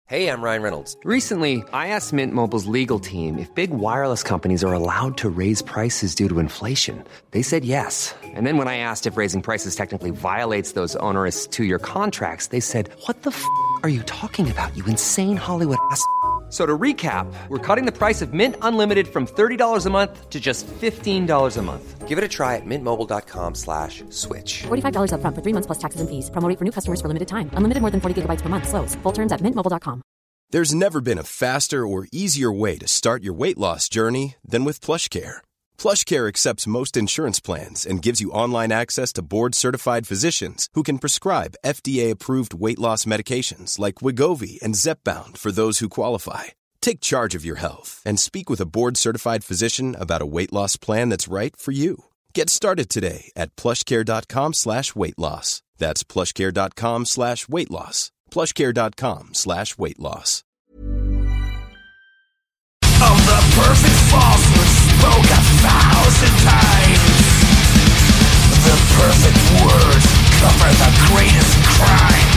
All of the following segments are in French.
Hey, I'm Ryan Reynolds. Recently, I asked Mint Mobile's legal team if big wireless companies are allowed to raise prices due to inflation. They said yes. And then when I asked if raising prices technically violates those onerous two-year contracts, they said, "What the f*** are you talking about, you insane Hollywood ass?" So to recap, we're cutting the price of Mint Unlimited from $30 a month to just $15 a month. Give it a try at mintmobile.com/switch. $45 up front for 3 months plus taxes and fees. Promo rate for new customers for limited time. Unlimited more than 40 gigabytes per month. Slows full terms at mintmobile.com. There's never been a faster or easier way to start your weight loss journey than with PlushCare. PlushCare accepts most insurance plans and gives you online access to board-certified physicians who can prescribe FDA-approved weight loss medications like Wegovy and Zepbound for those who qualify. Take charge of your health and speak with a board-certified physician about a weight loss plan that's right for you. Get started today at plushcare.com/weight-loss. That's plushcare.com/weight-loss. plushcare.com/weight-loss. Of the perfect falsehood spoke 1,000 times. The perfect words cover the greatest crime.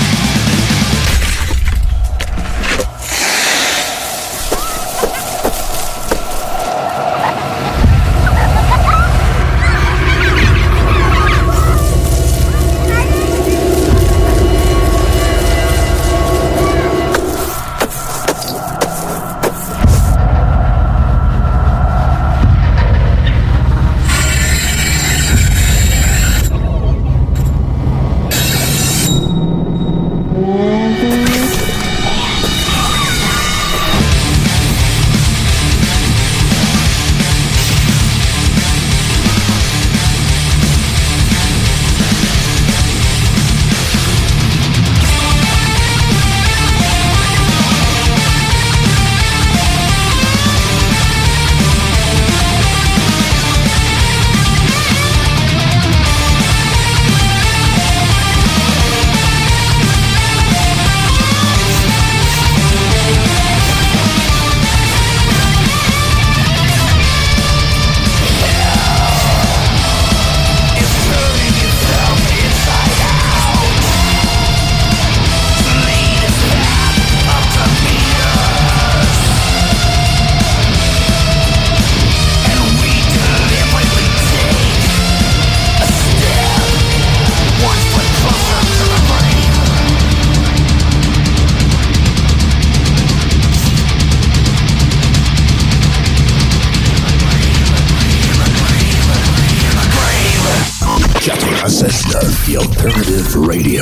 The Alternative Radio.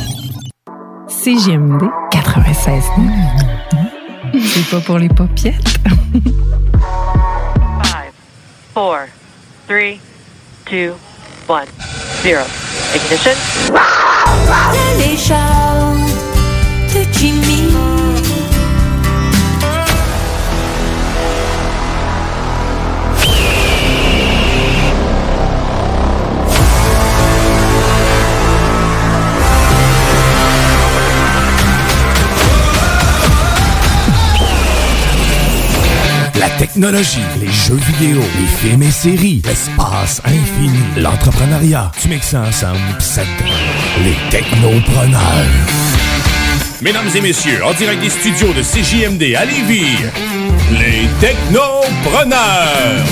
CJMD 96. C'est pas pour les paupiètes. 5, 4, 3, 2, 1, 0. Ignition. Les chants de Jimmy. La technologie, les jeux vidéo, les films et séries, l'espace infini, l'entrepreneuriat. Tu mixes ça ensemble pis ça te donne les technopreneurs. Mesdames et messieurs, en direct des studios de CJMD à Lévis, les technopreneurs.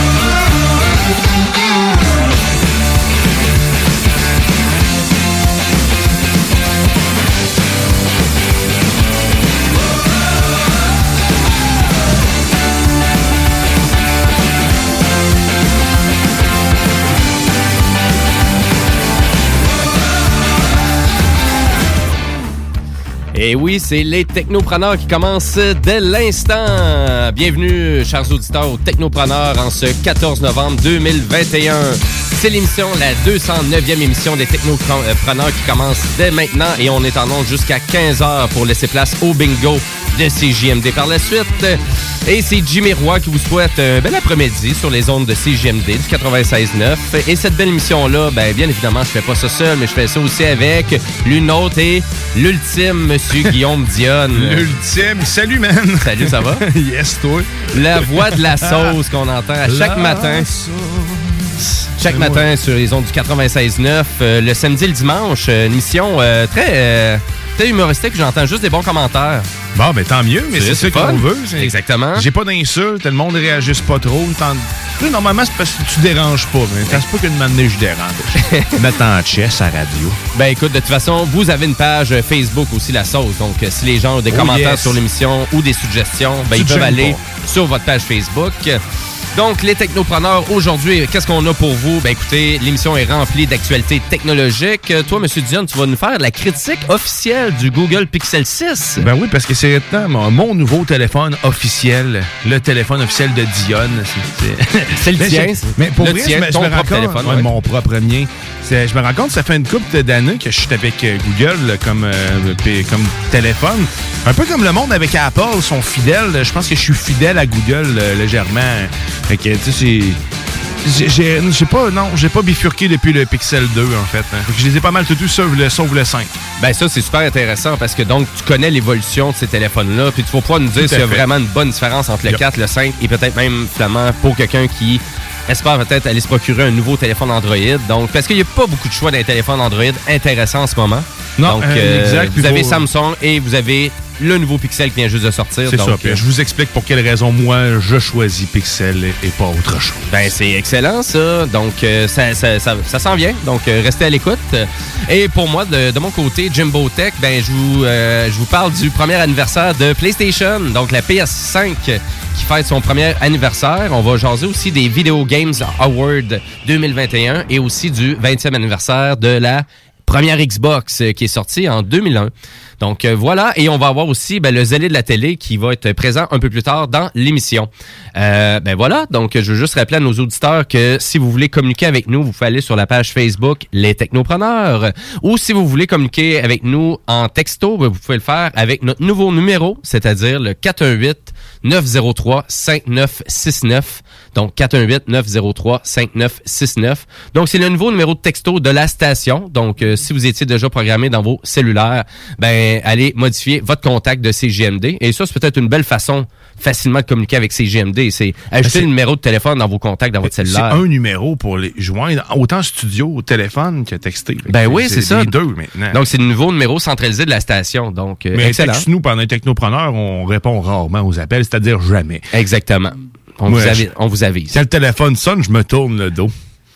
Et oui, c'est les Technopreneurs qui commencent dès l'instant. Bienvenue, chers auditeurs, aux Technopreneurs en ce 14 novembre 2021. C'est l'émission, la 209e émission des Technopreneurs qui commence dès maintenant et on est en ondes jusqu'à 15h pour laisser place au bingo de CJMD par la suite. Et c'est Jimmy Roy qui vous souhaite un bel après-midi sur les ondes de CJMD du 96.9. Et cette belle émission-là, ben, bien évidemment, je fais pas ça seul, mais je fais ça aussi avec l'une autre et l'ultime Monsieur Guillaume Dionne. L'ultime. Salut, man. Salut, ça va? Yes, toi. La voix de la sauce qu'on entend à chaque matin. Chaque matin sur les ondes du 96.9. Le samedi et le dimanche, une émission très côté humoristique, j'entends juste des bons commentaires. Bon, ben tant mieux, mais c'est ça qu'on veut. Exactement. J'ai pas d'insultes, le monde réagisse pas trop. Normalement, c'est parce que tu déranges pas, mais c'est pas qu'une manée je dérange. Mettre en chess à radio. Ben écoute, de toute façon, vous avez une page Facebook aussi, La Sauce. Donc, si les gens ont des commentaires sur l'émission ou des suggestions, ben ils peuvent aller sur votre page Facebook. Donc, les technopreneurs, aujourd'hui, qu'est-ce qu'on a pour vous? Ben écoutez, l'émission est remplie d'actualités technologiques. Toi, M. Dion, tu vas nous faire la critique officielle du Google Pixel 6. Ben oui, parce que c'est mon nouveau téléphone officiel, le téléphone officiel de Dion. C'est le tien. Mais pour vrai, ton propre téléphone. Ouais, mon propre mien. Je me rends compte que ça fait une couple d'années que je suis avec Google comme téléphone. Un peu comme le monde avec Apple sont fidèles. Je pense que je suis fidèle à Google légèrement. Fait que, tu sais, j'ai pas bifurqué depuis le Pixel 2, en fait. Fait que je les ai pas mal tout sauf le 5. Ben ça, c'est super intéressant parce que donc, tu connais l'évolution de ces téléphones-là, puis tu vas pouvoir nous dire s'il y a vraiment une bonne différence entre le 4, le 5 et peut-être même, finalement, pour quelqu'un qui espère peut-être aller se procurer un nouveau téléphone Android. Donc, parce qu'il n'y a pas beaucoup de choix d'un téléphone Android intéressant en ce moment. Non, donc, exact. Vous avez Samsung et vous avez le nouveau Pixel qui vient juste de sortir. C'est donc, ça. Je vous explique pour quelle raison, moi, je choisis Pixel et pas autre chose. Ben, c'est excellent, ça. Donc, ça s'en vient. Donc, restez à l'écoute. Et pour moi, de mon côté, Jimbo Tech, ben, je vous parle du premier anniversaire de PlayStation. Donc, la PS5 qui fête son premier anniversaire. On va jaser aussi des Video Games Awards 2021 et aussi du 20e anniversaire de la première Xbox qui est sortie en 2001. Donc voilà, et on va avoir aussi le zélé de la télé qui va être présent un peu plus tard dans l'émission. Ben voilà, donc je veux juste rappeler à nos auditeurs que si vous voulez communiquer avec nous, vous pouvez aller sur la page Facebook Les Technopreneurs, ou si vous voulez communiquer avec nous en texto, vous pouvez le faire avec notre nouveau numéro, c'est-à-dire le 418-903-5969. Donc 418-903-5969. Donc c'est le nouveau numéro de texto de la station. Donc si vous étiez déjà programmé dans vos cellulaires, ben allez modifier votre contact de CJMD. Et ça, c'est peut-être une belle façon facilement de communiquer avec CJMD. C'est ajouter le numéro de téléphone dans vos contacts, dans votre cellulaire. C'est un numéro pour les joindre, autant studio au téléphone que texté. Ben oui, c'est ça. Les deux maintenant. Donc, c'est le nouveau numéro centralisé de la station. Donc, mais excellent. Nous, pendant les technopreneurs, on répond rarement aux appels, c'est-à-dire jamais. Exactement. On vous avise. Quand le téléphone sonne, je me tourne le dos.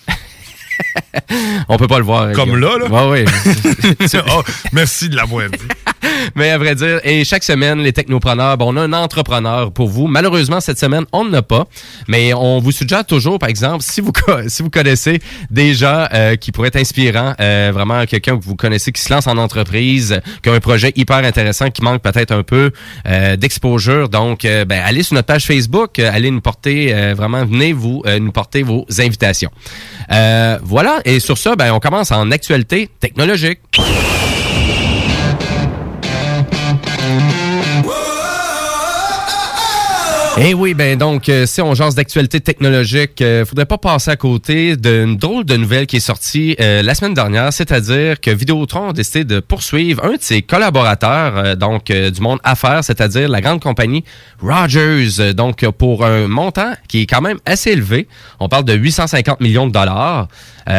On peut pas le voir. Comme là? Ouais, oui. Oh, merci de l'avoir dit. Mais à vrai dire, et chaque semaine, les technopreneurs, on a un entrepreneur pour vous. Malheureusement, cette semaine, on n'en a pas. Mais on vous suggère toujours, par exemple, si vous connaissez des gens qui pourraient être inspirants, vraiment quelqu'un que vous connaissez qui se lance en entreprise, qui a un projet hyper intéressant, qui manque peut-être un peu d'exposure. Donc, allez sur notre page Facebook, allez nous porter, venez nous porter vos invitations. Voilà, et sur ça, on commence en actualité technologique. Eh oui, donc, si on jase d'actualité technologique, faudrait pas passer à côté d'une drôle de nouvelle qui est sortie la semaine dernière, c'est-à-dire que Vidéotron a décidé de poursuivre un de ses collaborateurs, du monde affaires, c'est-à-dire la grande compagnie Rogers, donc pour un montant qui est quand même assez élevé. On parle de 850 millions de dollars.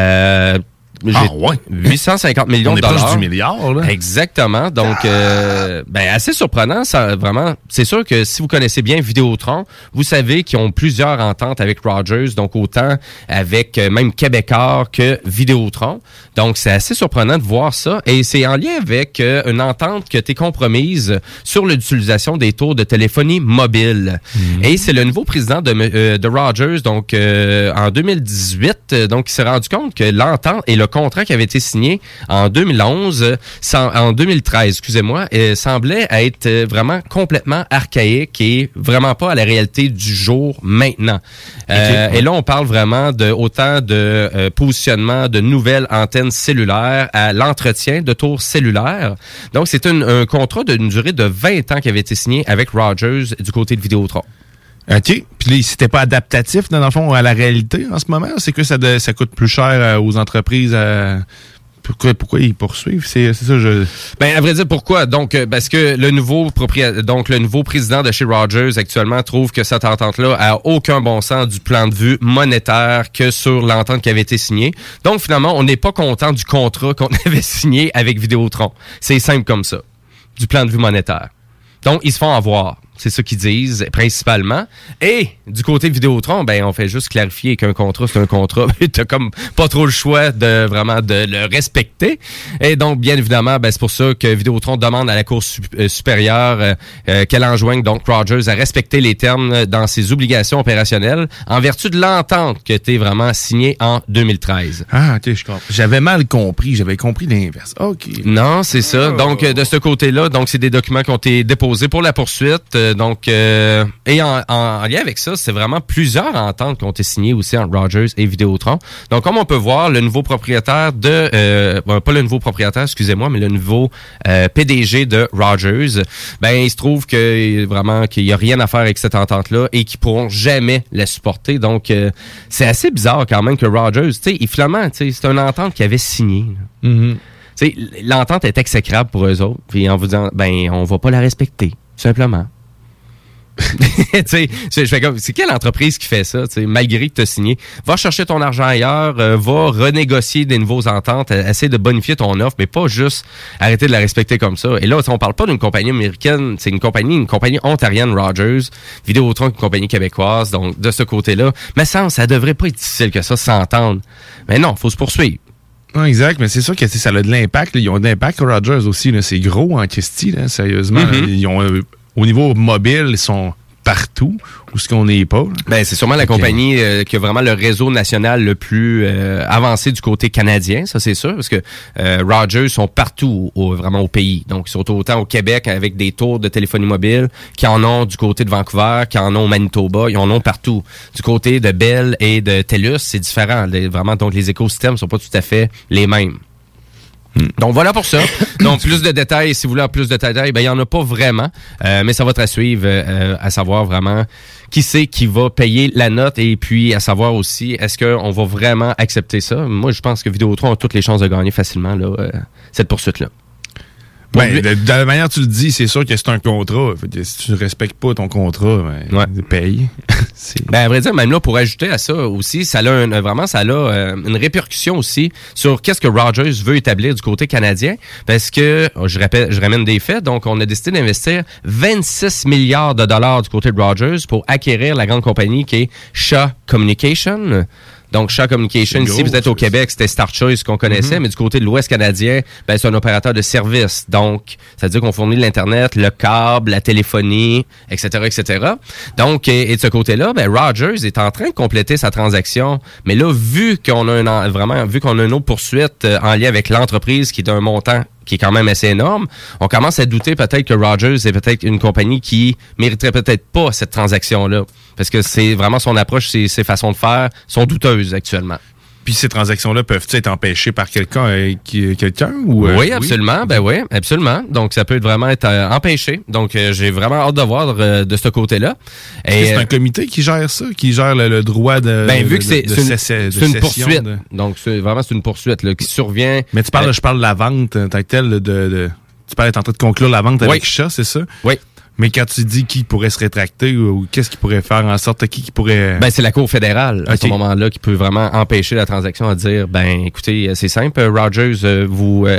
850 millions de dollars. On est proche du milliard, là. Exactement. Donc, assez surprenant. Ça, vraiment, c'est sûr que si vous connaissez bien Vidéotron, vous savez qu'ils ont plusieurs ententes avec Rogers, donc autant avec même Québécois que Vidéotron. Donc, c'est assez surprenant de voir ça. Et c'est en lien avec une entente qui a été compromise sur l'utilisation des tours de téléphonie mobile. Et c'est le nouveau président de Rogers, donc en 2018, donc il s'est rendu compte que l'entente et le contrat qui avait été signé en 2013, semblait être vraiment complètement archaïque et vraiment pas à la réalité du jour maintenant. Et là, on parle vraiment de autant de positionnement de nouvelles antennes cellulaires à l'entretien de tours cellulaires. Donc, c'est un contrat d'une durée de 20 ans qui avait été signé avec Rogers du côté de Vidéotron. OK. Puis c'était pas adaptatif, dans le fond, à la réalité en ce moment? C'est que ça coûte plus cher aux entreprises Pourquoi ils poursuivent? C'est ça, à vrai dire, pourquoi? Donc, parce que le nouveau président de chez Rogers actuellement trouve que cette entente-là a aucun bon sens du plan de vue monétaire que sur l'entente qui avait été signée. Donc, finalement, on n'est pas content du contrat qu'on avait signé avec Vidéotron. C'est simple comme ça. du plan de vue monétaire. Donc, ils se font avoir. C'est ça qu'ils disent, principalement. Et du côté Vidéotron, ben on fait juste clarifier qu'un contrat, c'est un contrat. T'as comme pas trop le choix de vraiment de le respecter. Et donc, bien évidemment, ben c'est pour ça que Vidéotron demande à la Cour supérieure qu'elle enjoigne donc Rogers à respecter les termes dans ses obligations opérationnelles en vertu de l'entente qui a été vraiment signée en 2013. Ah, ok, je comprends. J'avais mal compris. J'avais compris l'inverse. OK. Non, c'est ça. Donc, de ce côté-là, donc c'est des documents qui ont été déposés pour la poursuite. Donc, et en lien avec ça, c'est vraiment plusieurs ententes qui ont été signées aussi entre Rogers et Vidéotron. Donc, comme on peut voir, le nouveau propriétaire pas le nouveau propriétaire, excusez-moi, mais le nouveau PDG de Rogers, ben il se trouve que vraiment qu'il y a rien à faire avec cette entente-là et qu'ils pourront jamais la supporter. Donc, c'est assez bizarre quand même que Rogers, tu sais, finalement, tu sais, c'est une entente qu'ils avaient signée. Mm-hmm. Tu sais, l'entente est exécrable pour eux autres, puis en vous disant, ben on va pas la respecter, tout simplement. Tu sais, je fais comme, c'est quelle entreprise qui fait ça, tu sais, malgré que tu as signé? Va chercher ton argent ailleurs, va renégocier des nouveaux ententes, essaie de bonifier ton offre, mais pas juste arrêter de la respecter comme ça. Et là, on parle pas d'une compagnie américaine, c'est une compagnie ontarienne, Rogers, Vidéotron, une compagnie québécoise, donc de ce côté-là. Mais ça devrait pas être difficile que ça s'entende. Mais non, faut se poursuivre. Non, exact, mais c'est sûr que ça a de l'impact. Là. Ils ont de l'impact, Rogers aussi. Là. C'est gros en question, là, sérieusement. Mm-hmm. Ils ont, au niveau mobile, ils sont partout où ce qu'on n'est pas. Là. Ben, c'est sûrement la compagnie qui a vraiment le réseau national le plus avancé du côté canadien, ça c'est sûr, parce que Rogers sont partout vraiment au pays. Donc, ils sont autant au Québec avec des tours de téléphonie mobile, qui en ont du côté de Vancouver, qui en ont au Manitoba, ils en ont partout. Du côté de Bell et de TELUS, c'est différent. Vraiment, donc les écosystèmes sont pas tout à fait les mêmes. Donc voilà pour ça. Donc plus de détails, si vous voulez plus de détails, ben il y en a pas vraiment, mais ça va être à suivre, à savoir vraiment qui c'est qui va payer la note et puis à savoir aussi est-ce qu'on va vraiment accepter ça. Moi je pense que Vidéotron a toutes les chances de gagner facilement là cette poursuite là. Ben, de la manière que tu le dis, c'est sûr que c'est un contrat. Fait que si tu ne respectes pas ton contrat, ben, paye. Ben, à vrai dire, même là, pour ajouter à ça aussi, ça a une répercussion aussi sur qu'est-ce que Rogers veut établir du côté canadien. Parce que, je ramène des faits, donc on a décidé d'investir 26 milliards de dollars du côté de Rogers pour acquérir la grande compagnie qui est Shaw Communications. Donc, Shaw Communications, ici, vous êtes au Québec, c'était Star Choice qu'on connaissait, mais du côté de l'Ouest canadien, ben, c'est un opérateur de service. Donc, ça veut dire qu'on fournit l'Internet, le câble, la téléphonie, etc., etc. Donc, et de ce côté-là, ben, Rogers est en train de compléter sa transaction. Mais là, vu qu'on a une autre poursuite en lien avec l'entreprise qui est d'un montant qui est quand même assez énorme, on commence à douter peut-être que Rogers est peut-être une compagnie qui mériterait peut-être pas cette transaction-là. Parce que c'est vraiment son approche, ses façons de faire sont douteuses actuellement. Puis ces transactions-là peuvent-ils être empêchées par quelqu'un ou oui, absolument. Oui? Ben oui, absolument. Donc ça peut vraiment être empêché. Donc j'ai vraiment hâte de voir de ce côté-là. Et c'est un comité qui gère ça, qui gère le droit de vu que c'est une poursuite. De... Donc c'est une poursuite là, qui survient. Mais je parle de la vente en tant que telle tu parles d'être en train de conclure la vente avec Shaw, c'est ça? Oui. Mais quand tu dis qui pourrait se rétracter ou qu'est-ce qui pourrait faire en sorte qui pourrait... Ben, c'est la Cour fédérale, à ce moment-là, qui peut vraiment empêcher la transaction à dire, ben, écoutez, c'est simple, Rogers, vous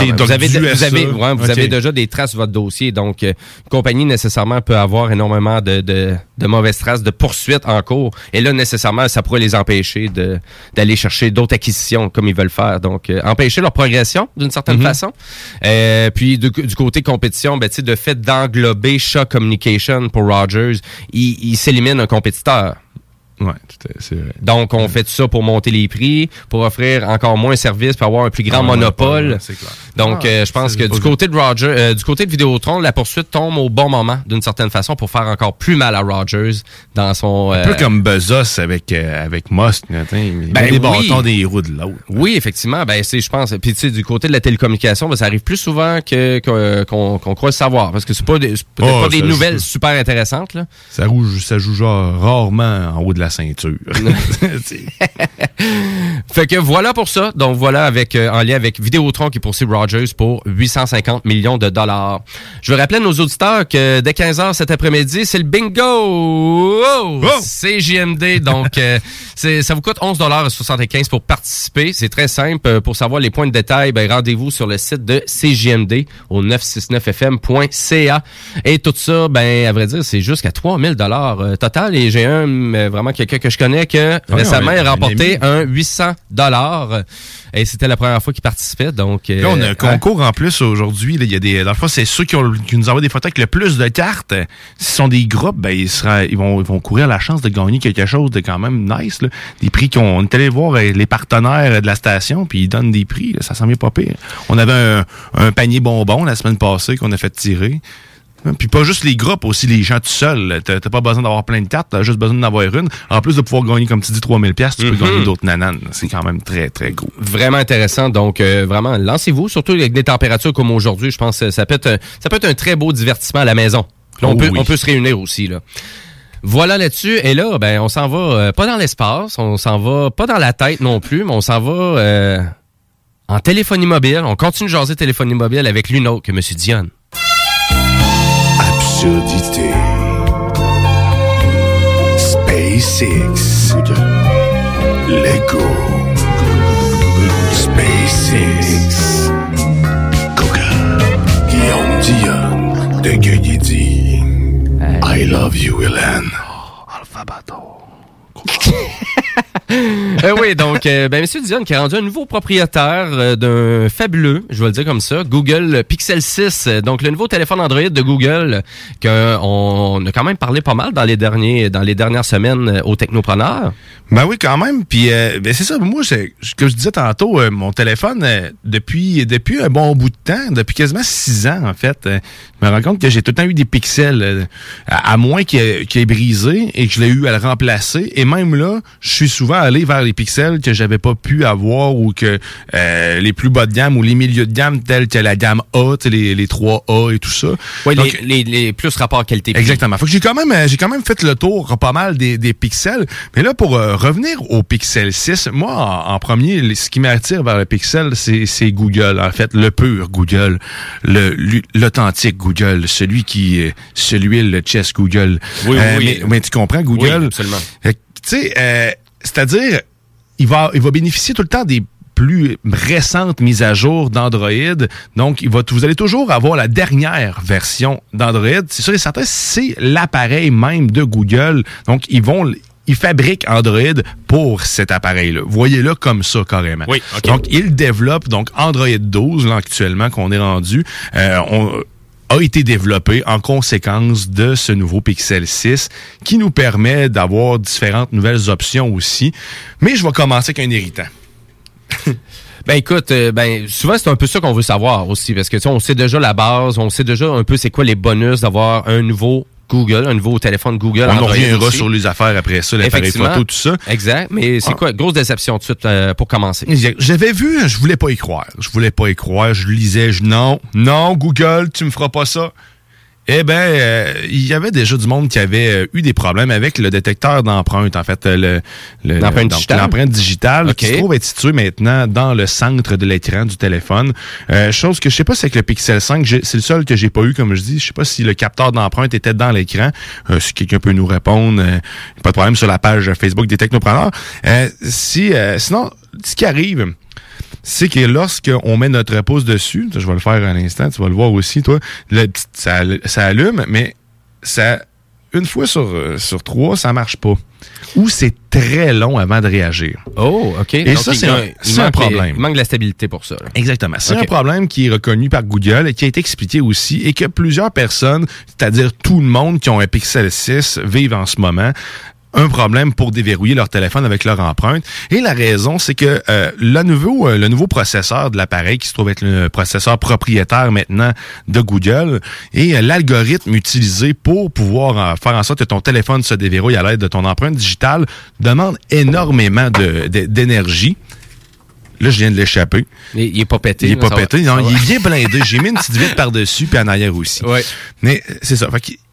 avez déjà des traces sur votre dossier. Donc, une compagnie, nécessairement, peut avoir énormément de mauvaises traces, de poursuites en cours. Et là, nécessairement, ça pourrait les empêcher d'aller chercher d'autres acquisitions comme ils veulent faire. Donc, empêcher leur progression, d'une certaine façon. Puis, du côté compétition, ben, tu sais, de fait d'englober Shaw Communication pour Rogers, il s'élimine un compétiteur. Oui, c'est vrai. Donc, on fait tout ça pour monter les prix, pour offrir encore moins de services, pour avoir un plus grand monopole. C'est clair. Donc, je pense que du côté de Rogers, du côté de Vidéotron, la poursuite tombe au bon moment, d'une certaine façon, pour faire encore plus mal à Rogers dans son... Un peu comme Bezos avec Musk. Il met les bâtons des roues de l'autre. Oui, effectivement. Ben, je pense... Puis, tu sais, du côté de la télécommunication, ben, ça arrive plus souvent qu'on croit le savoir, parce que c'est pas des nouvelles super intéressantes. Là. Ça joue genre rarement en haut de la ceinture. Fait que voilà pour ça. Donc voilà, en lien avec Vidéotron qui poursuit Rogers pour 850 millions de dollars. Je veux rappeler à nos auditeurs que dès 15h cet après-midi, c'est le bingo! CJMD. Donc, ça vous coûte 11,75 pour participer. C'est très simple. Pour savoir les points de détail, rendez-vous sur le site de CJMD au 969fm.ca. Et tout ça, à vrai dire, c'est jusqu'à 3000 $ total. Et j'ai vraiment quelqu'un que je connais que récemment a remporté un 800 $. Et c'était la première fois qu'il participait. Donc, là, on a un concours en plus aujourd'hui. Il y a des. Dans le fond, c'est ceux qui nous envoient des photos avec le plus de cartes. S'ils sont des groupes, ils vont courir la chance de gagner quelque chose de quand même nice. Là. Des prix on est allé voir les partenaires de la station, puis ils donnent des prix. Là, ça semble pas pire. On avait un panier bonbon la semaine passée qu'on a fait tirer. Puis pas juste les groupes, aussi les gens tout seuls. T'as pas besoin d'avoir plein de cartes, t'as juste besoin d'en avoir une. En plus de pouvoir gagner, comme tu dis, 3000$, tu peux gagner d'autres nananes. C'est quand même très, très cool. Vraiment intéressant. Donc, vraiment, lancez-vous. Surtout avec des températures comme aujourd'hui, je pense que ça peut être un très beau divertissement à la maison. Là, on peut se réunir aussi, là. Voilà là-dessus. Et là, on s'en va pas dans l'espace, on s'en va pas dans la tête non plus, mais on s'en va en téléphonie mobile. On continue de jaser téléphonie mobile avec l'une autre que M. Dionne. Absurdité. SpaceX. Lego. SpaceX. Google. Guillaume Dionne de Gueugui. I love you, Hélène. Alphabato. Oui, donc, M. Dionne qui a rendu un nouveau propriétaire d'un fabuleux, je vais le dire comme ça, Google Pixel 6. Donc, le nouveau téléphone Android de Google qu'on a quand même parlé pas mal dans les dernières semaines aux technopreneurs. Ben oui, quand même. Puis, c'est ça. Moi, comme je disais tantôt, mon téléphone, depuis un bon bout de temps, depuis quasiment 6 ans, en fait, je me rends compte que j'ai tout le temps eu des pixels, à moins qu'il ait brisé et que je l'ai eu à le remplacer. Et même là, je suis souvent allé vers les pixels que j'avais pas pu avoir ou que les plus bas de gamme ou les milieux de gamme tels que la gamme A, les 3A et tout ça. Oui, donc, les plus rapport qualité-prix. Exactement. Faut que j'ai quand même fait le tour pas mal des pixels. Mais là, pour revenir au Pixel 6, moi, en premier, ce qui m'attire vers le Pixel, c'est Google. En fait, le pur Google, l'authentique Google, celui le chess Google. Oui, mais tu comprends, Google? Oui, absolument. Tu sais, c'est-à-dire, il va bénéficier tout le temps des plus récentes mises à jour d'Android. Donc, vous allez toujours avoir la dernière version d'Android. C'est sûr et certain, c'est l'appareil même de Google. Donc, ils fabriquent Android pour cet appareil-là. Voyez-le comme ça, carrément. Oui, okay. Donc, ils développent Android 12, là, actuellement, qu'on est rendu. A été développé en conséquence de ce nouveau Pixel 6 qui nous permet d'avoir différentes nouvelles options aussi. Mais je vais commencer avec un irritant. Écoute, souvent c'est un peu ça qu'on veut savoir aussi, parce que on sait déjà la base, on sait déjà un peu c'est quoi les bonus d'avoir un nouveau Google, un nouveau téléphone Google. On reviendra sur les affaires après ça, l'appareil photo, tout ça. Exact, mais c'est quoi? Grosse déception tout de suite pour commencer. J'avais vu, je voulais pas y croire. Je lisais, non, Google, tu me feras pas ça. Eh ben, il y avait déjà du monde qui avait eu des problèmes avec le détecteur d'empreinte. En fait, l'empreinte digitale okay. qui se trouve être situé maintenant dans le centre de l'écran du téléphone. Chose que je sais pas si avec le Pixel 5, c'est le seul que j'ai pas eu, comme je dis. Je sais pas si le capteur d'empreinte était dans l'écran. Si quelqu'un peut nous répondre, pas de problème sur la page Facebook des technopreneurs. Sinon, ce qui arrive, c'est que lorsqu'on met notre pouce dessus, je vais le faire à l'instant, tu vas le voir aussi, toi, ça allume, mais une fois sur 3, ça marche pas. Ou c'est très long avant de réagir. Oh, OK. Et donc, ça, c'est un problème. Il manque de la stabilité pour ça. Là. Exactement. C'est un problème qui est reconnu par Google et qui a été expliqué aussi et que plusieurs personnes, c'est-à-dire tout le monde qui ont un Pixel 6, vivent en ce moment. Un problème pour déverrouiller leur téléphone avec leur empreinte. Et la raison, c'est que le nouveau processeur de l'appareil, qui se trouve être le processeur propriétaire maintenant de Google, et l'algorithme utilisé pour pouvoir faire en sorte que ton téléphone se déverrouille à l'aide de ton empreinte digitale, demande énormément d'énergie. Là, je viens de l'échapper. Il est pas pété. Non, il est bien blindé. J'ai mis une petite vitre par-dessus, puis en arrière aussi. Ouais. Mais c'est ça. Fait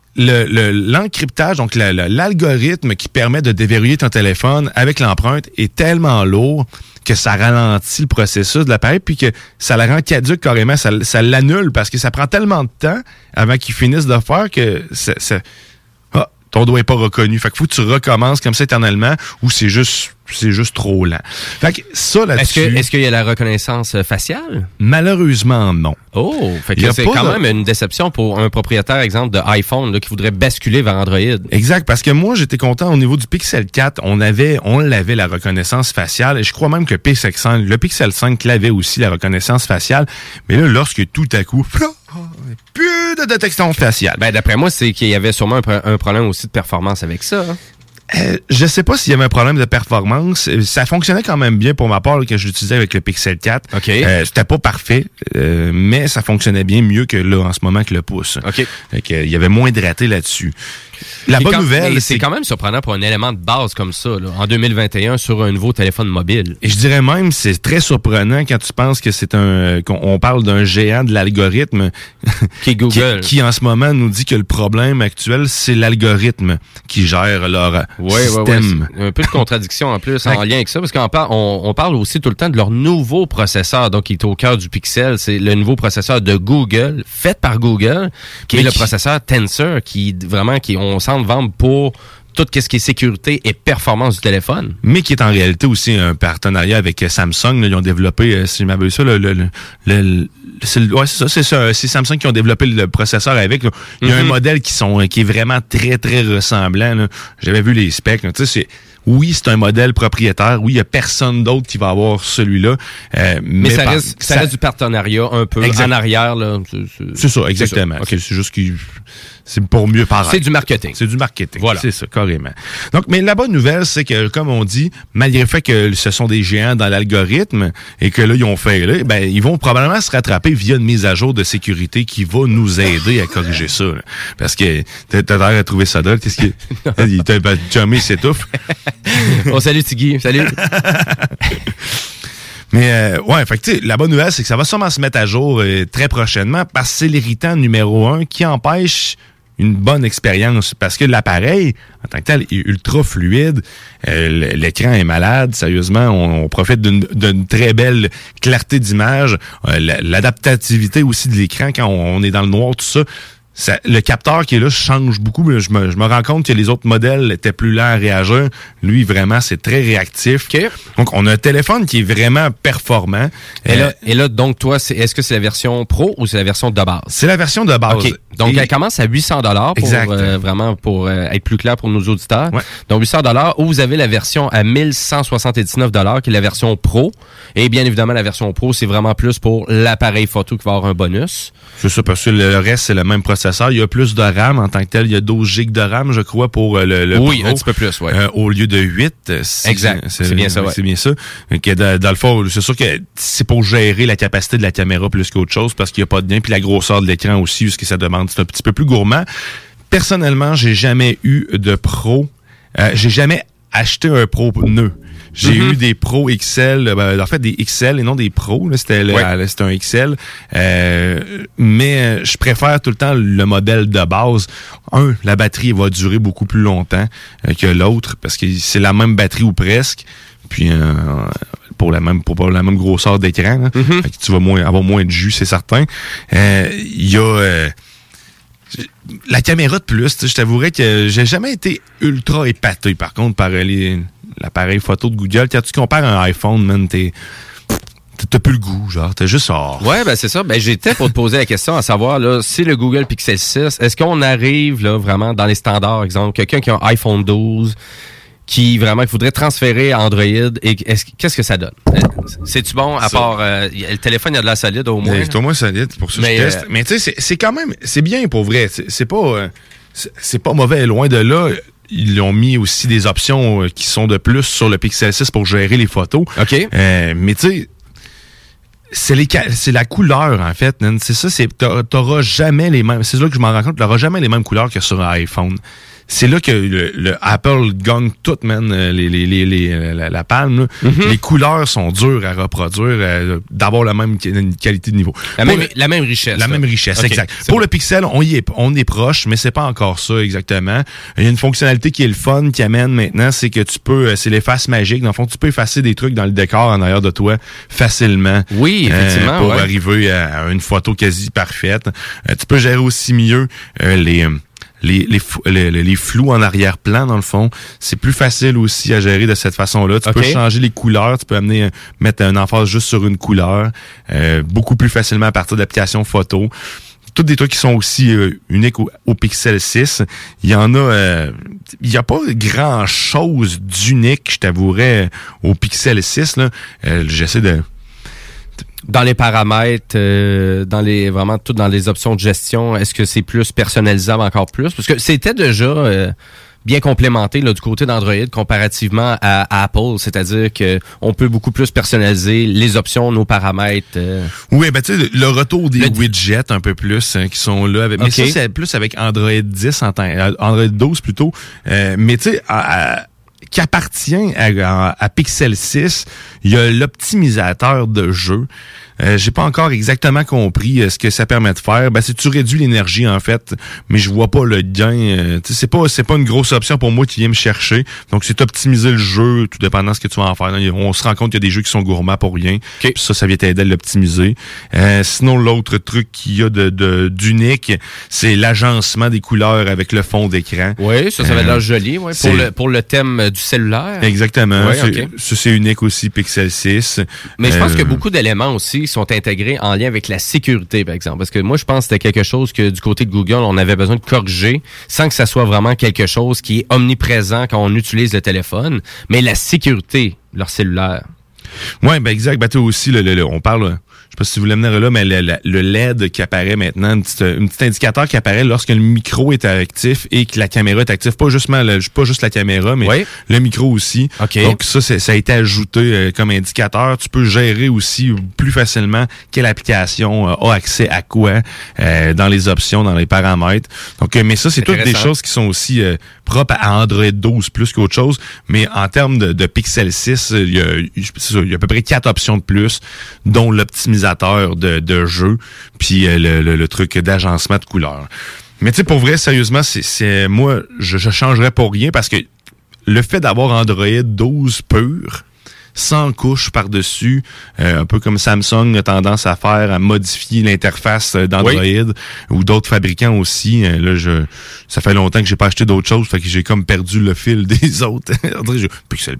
l'encryptage, donc l'algorithme qui permet de déverrouiller ton téléphone avec l'empreinte est tellement lourd que ça ralentit le processus de l'appareil puis que ça la rend caduque carrément, ça l'annule parce que ça prend tellement de temps avant qu'il finisse de le faire que ton doigt n'est pas reconnu. Fait qu'il faut que tu recommences comme ça éternellement ou c'est juste trop lent. Fait que ça là-dessus... Est-ce qu'il y a la reconnaissance faciale? Malheureusement, non. Oh! Fait que c'est quand même une déception pour un propriétaire, exemple, de iPhone là, qui voudrait basculer vers Android. Exact, parce que moi, j'étais content au niveau du Pixel 4. On l'avait la reconnaissance faciale et je crois même que le Pixel 5 l'avait aussi, la reconnaissance faciale. Mais là, lorsque tout à coup... plus de détection faciale. Ben, d'après moi, c'est qu'il y avait sûrement un problème aussi de performance avec ça. Hein? Je sais pas s'il y avait un problème de performance. Ça fonctionnait quand même bien pour ma part là, que je l'utilisais avec le Pixel 4. Okay. C'était pas parfait, mais ça fonctionnait bien mieux que là en ce moment que le pouce. Okay. Il y avait moins de ratés là-dessus. La bonne nouvelle, c'est quand même surprenant pour un élément de base comme ça, là, en 2021 sur un nouveau téléphone mobile. Et je dirais même, c'est très surprenant quand tu penses que qu'on parle d'un géant de l'algorithme qui est Google, qui en ce moment nous dit que le problème actuel, c'est l'algorithme qui gère leur système. Ouais, un peu de contradiction en plus en lien avec ça, parce qu'on parle aussi tout le temps de leur nouveau processeur, donc qui est au cœur du Pixel, c'est le nouveau processeur de Google, fait par Google, qui est le processeur Tensor, qui on semble vendre pour tout ce qui est sécurité et performance du téléphone. Mais qui est en réalité aussi un partenariat avec Samsung. Là, ils ont développé, si je m'abuse ça, c'est Samsung qui ont développé le processeur avec. Là. Il y a un modèle qui est vraiment très, très ressemblant. Là. J'avais vu les specs. Là. Oui, c'est un modèle propriétaire. Oui, il n'y a personne d'autre qui va avoir celui-là. Mais ça reste du partenariat un peu en arrière. Là. C'est ça, exactement. C'est ça. Okay. C'est juste que c'est pour mieux paraître. C'est du marketing. C'est du marketing. Voilà. C'est ça, carrément. Donc, mais la bonne nouvelle, c'est que, comme on dit, malgré le fait que ce sont des géants dans l'algorithme et que là, ils ont fait là, ben, ils vont probablement se rattraper via une mise à jour de sécurité qui va nous aider à corriger ça. Là. Parce que t'as l'air à trouver ça drôle. Qu'est-ce qu'il Johnny s'étouffe. Oh, salut Tiggy. Salut. Mais fait que tu sais, la bonne nouvelle, c'est que ça va sûrement se mettre à jour très prochainement parce que c'est l'irritant numéro 1 qui empêche une bonne expérience. Parce que l'appareil, en tant que tel, est ultra fluide. L'écran est malade. Sérieusement, on profite d'une très belle clarté d'image. L'adaptativité aussi de l'écran quand on est dans le noir, tout ça. Le capteur qui est là change beaucoup, mais je me rends compte que les autres modèles étaient plus lents à réagir. Lui, vraiment, c'est très réactif. Okay. Donc, on a un téléphone qui est vraiment performant. Et là, donc, toi, est-ce que c'est la version Pro ou c'est la version de base? C'est la version de base. Okay. Donc, elle commence à $800 pour être plus clair pour nos auditeurs. Ouais. Donc, $800 où vous avez la version à $1,179 qui est la version Pro. Et bien évidemment, la version Pro, c'est vraiment plus pour l'appareil photo qui va avoir un bonus. C'est ça, parce que le reste, c'est le même processeur. Il y a plus de RAM en tant que tel. Il y a 12 GB de RAM, je crois, pour le oui, Pro, un petit peu plus, oui. au lieu de 8. Exact, c'est bien ça, ouais. C'est bien ça. Donc, dans le fond, c'est sûr que c'est pour gérer la capacité de la caméra plus qu'autre chose, parce qu'il n'y a pas de lien, puis la grosseur de l'écran aussi, ce que ça demande, c'est un petit peu plus gourmand. Personnellement, j'ai jamais eu de Pro. J'ai jamais acheté un Pro nœud. J'ai eu des Pro XL, en fait des XL et non des Pro. Là, c'était un XL. Mais je préfère tout le temps le modèle de base. La batterie va durer beaucoup plus longtemps que l'autre parce que c'est la même batterie ou presque. Puis pour la même grosseur d'écran, là, fait que tu vas avoir moins de jus, c'est certain. Il y a la caméra de plus, je t'avouerais que j'ai jamais été ultra épaté, par contre, par l'appareil photo de Google. Quand tu compares un iPhone, man, t'as plus le goût, genre, t'as juste... Ouais, ben c'est ça. Ben j'étais pour te poser la question à savoir, là, si le Google Pixel 6, est-ce qu'on arrive, là, vraiment dans les standards, exemple, quelqu'un qui a un iPhone 12... qui voudrait transférer à Android, et qu'est-ce que ça donne? C'est-tu bon, à part le téléphone, il y a de la solide au moins? C'est au moins solide, pour ça que je teste. Mais tu sais, c'est quand même, c'est bien pour vrai. C'est pas mauvais, loin de là. Ils ont mis aussi des options qui sont de plus sur le Pixel 6 pour gérer les photos. OK. Mais tu sais, c'est la couleur, en fait. C'est ça, t'auras jamais les mêmes... C'est là que je m'en rends compte, t'auras jamais les mêmes couleurs que sur un iPhone. c'est là que le Apple gagne tout, man, la palme. Les couleurs sont dures à reproduire, d'avoir la même qualité de niveau. La même richesse. La même richesse, okay, exact. Pour le Pixel, on est proche, mais c'est pas encore ça exactement. Il y a une fonctionnalité qui est le fun, qui amène maintenant, c'est que tu peux, c'est l'efface magique. Dans le fond, tu peux effacer des trucs dans le décor en arrière de toi facilement. Oui, effectivement. Pour arriver à une photo quasi parfaite. Tu peux gérer aussi mieux les flous en arrière-plan, dans le fond. C'est plus facile aussi à gérer de cette façon-là. Tu peux changer les couleurs, tu peux mettre un emphase juste sur une couleur, beaucoup plus facilement à partir d'applications photo. Tous des trucs qui sont aussi uniques au Pixel 6. Il y en a... il n'y a pas grand-chose d'unique, je t'avouerais, au Pixel 6. Là. J'essaie de... Dans les paramètres, vraiment tout dans les options de gestion, est-ce que c'est plus personnalisable encore plus? Parce que c'était déjà bien complémenté là, du côté d'Android comparativement à Apple, c'est-à-dire que on peut beaucoup plus personnaliser les options, nos paramètres. Oui, ben tu sais, le retour des widgets un peu plus qui sont là. Mais ça, c'est plus avec Android 10 Android 12 plutôt. Mais tu sais, qui appartient à Pixel 6, il y a l'optimisateur de jeu. J'ai pas encore exactement compris ce que ça permet de faire. Ben, c'est tu réduis l'énergie, en fait, mais je vois pas le gain. C'est pas une grosse option pour moi qui vient me chercher. Donc, c'est optimiser le jeu, tout dépendant de ce que tu vas en faire. On se rend compte qu'il y a des jeux qui sont gourmands pour rien. Puis ça vient t'aider à l'optimiser. Sinon, l'autre truc qu'il y a d'unique, c'est l'agencement des couleurs avec le fond d'écran. Oui, ça va l'air joli, ouais, pour le thème du cellulaire. Exactement. Ouais, c'est unique aussi, Pixel 6. Mais je pense que beaucoup d'éléments aussi sont intégrés en lien avec la sécurité, par exemple. Parce que moi, je pense que c'était quelque chose que du côté de Google, on avait besoin de corriger sans que ça soit vraiment quelque chose qui est omniprésent quand on utilise le téléphone. Mais la sécurité, leur cellulaire. Oui, ben exact. Ben, tu aussi, on parle... Je sais pas si vous l'amenez là, mais le LED qui apparaît maintenant, un petit indicateur qui apparaît lorsque le micro est actif et que la caméra est active. Pas juste la caméra, mais le micro aussi. Okay. Donc ça a été ajouté comme indicateur. Tu peux gérer aussi plus facilement quelle application a accès à quoi dans les options, dans les paramètres. Donc, mais ça, c'est toutes des choses qui sont aussi propres à Android 12 plus qu'autre chose. Mais en termes de Pixel 6, il y a à peu près 4 options de plus, dont l'optimisation de jeu, puis le truc d'agencement de couleurs. Mais tu sais, pour vrai, sérieusement, c'est moi, je changerais pour rien parce que le fait d'avoir Android 12 pur, sans couche par-dessus, un peu comme Samsung a tendance à faire, à modifier l'interface d'Android ou d'autres fabricants aussi. Là, ça fait longtemps que j'ai pas acheté d'autres choses, fait que j'ai comme perdu le fil des autres. Pixel.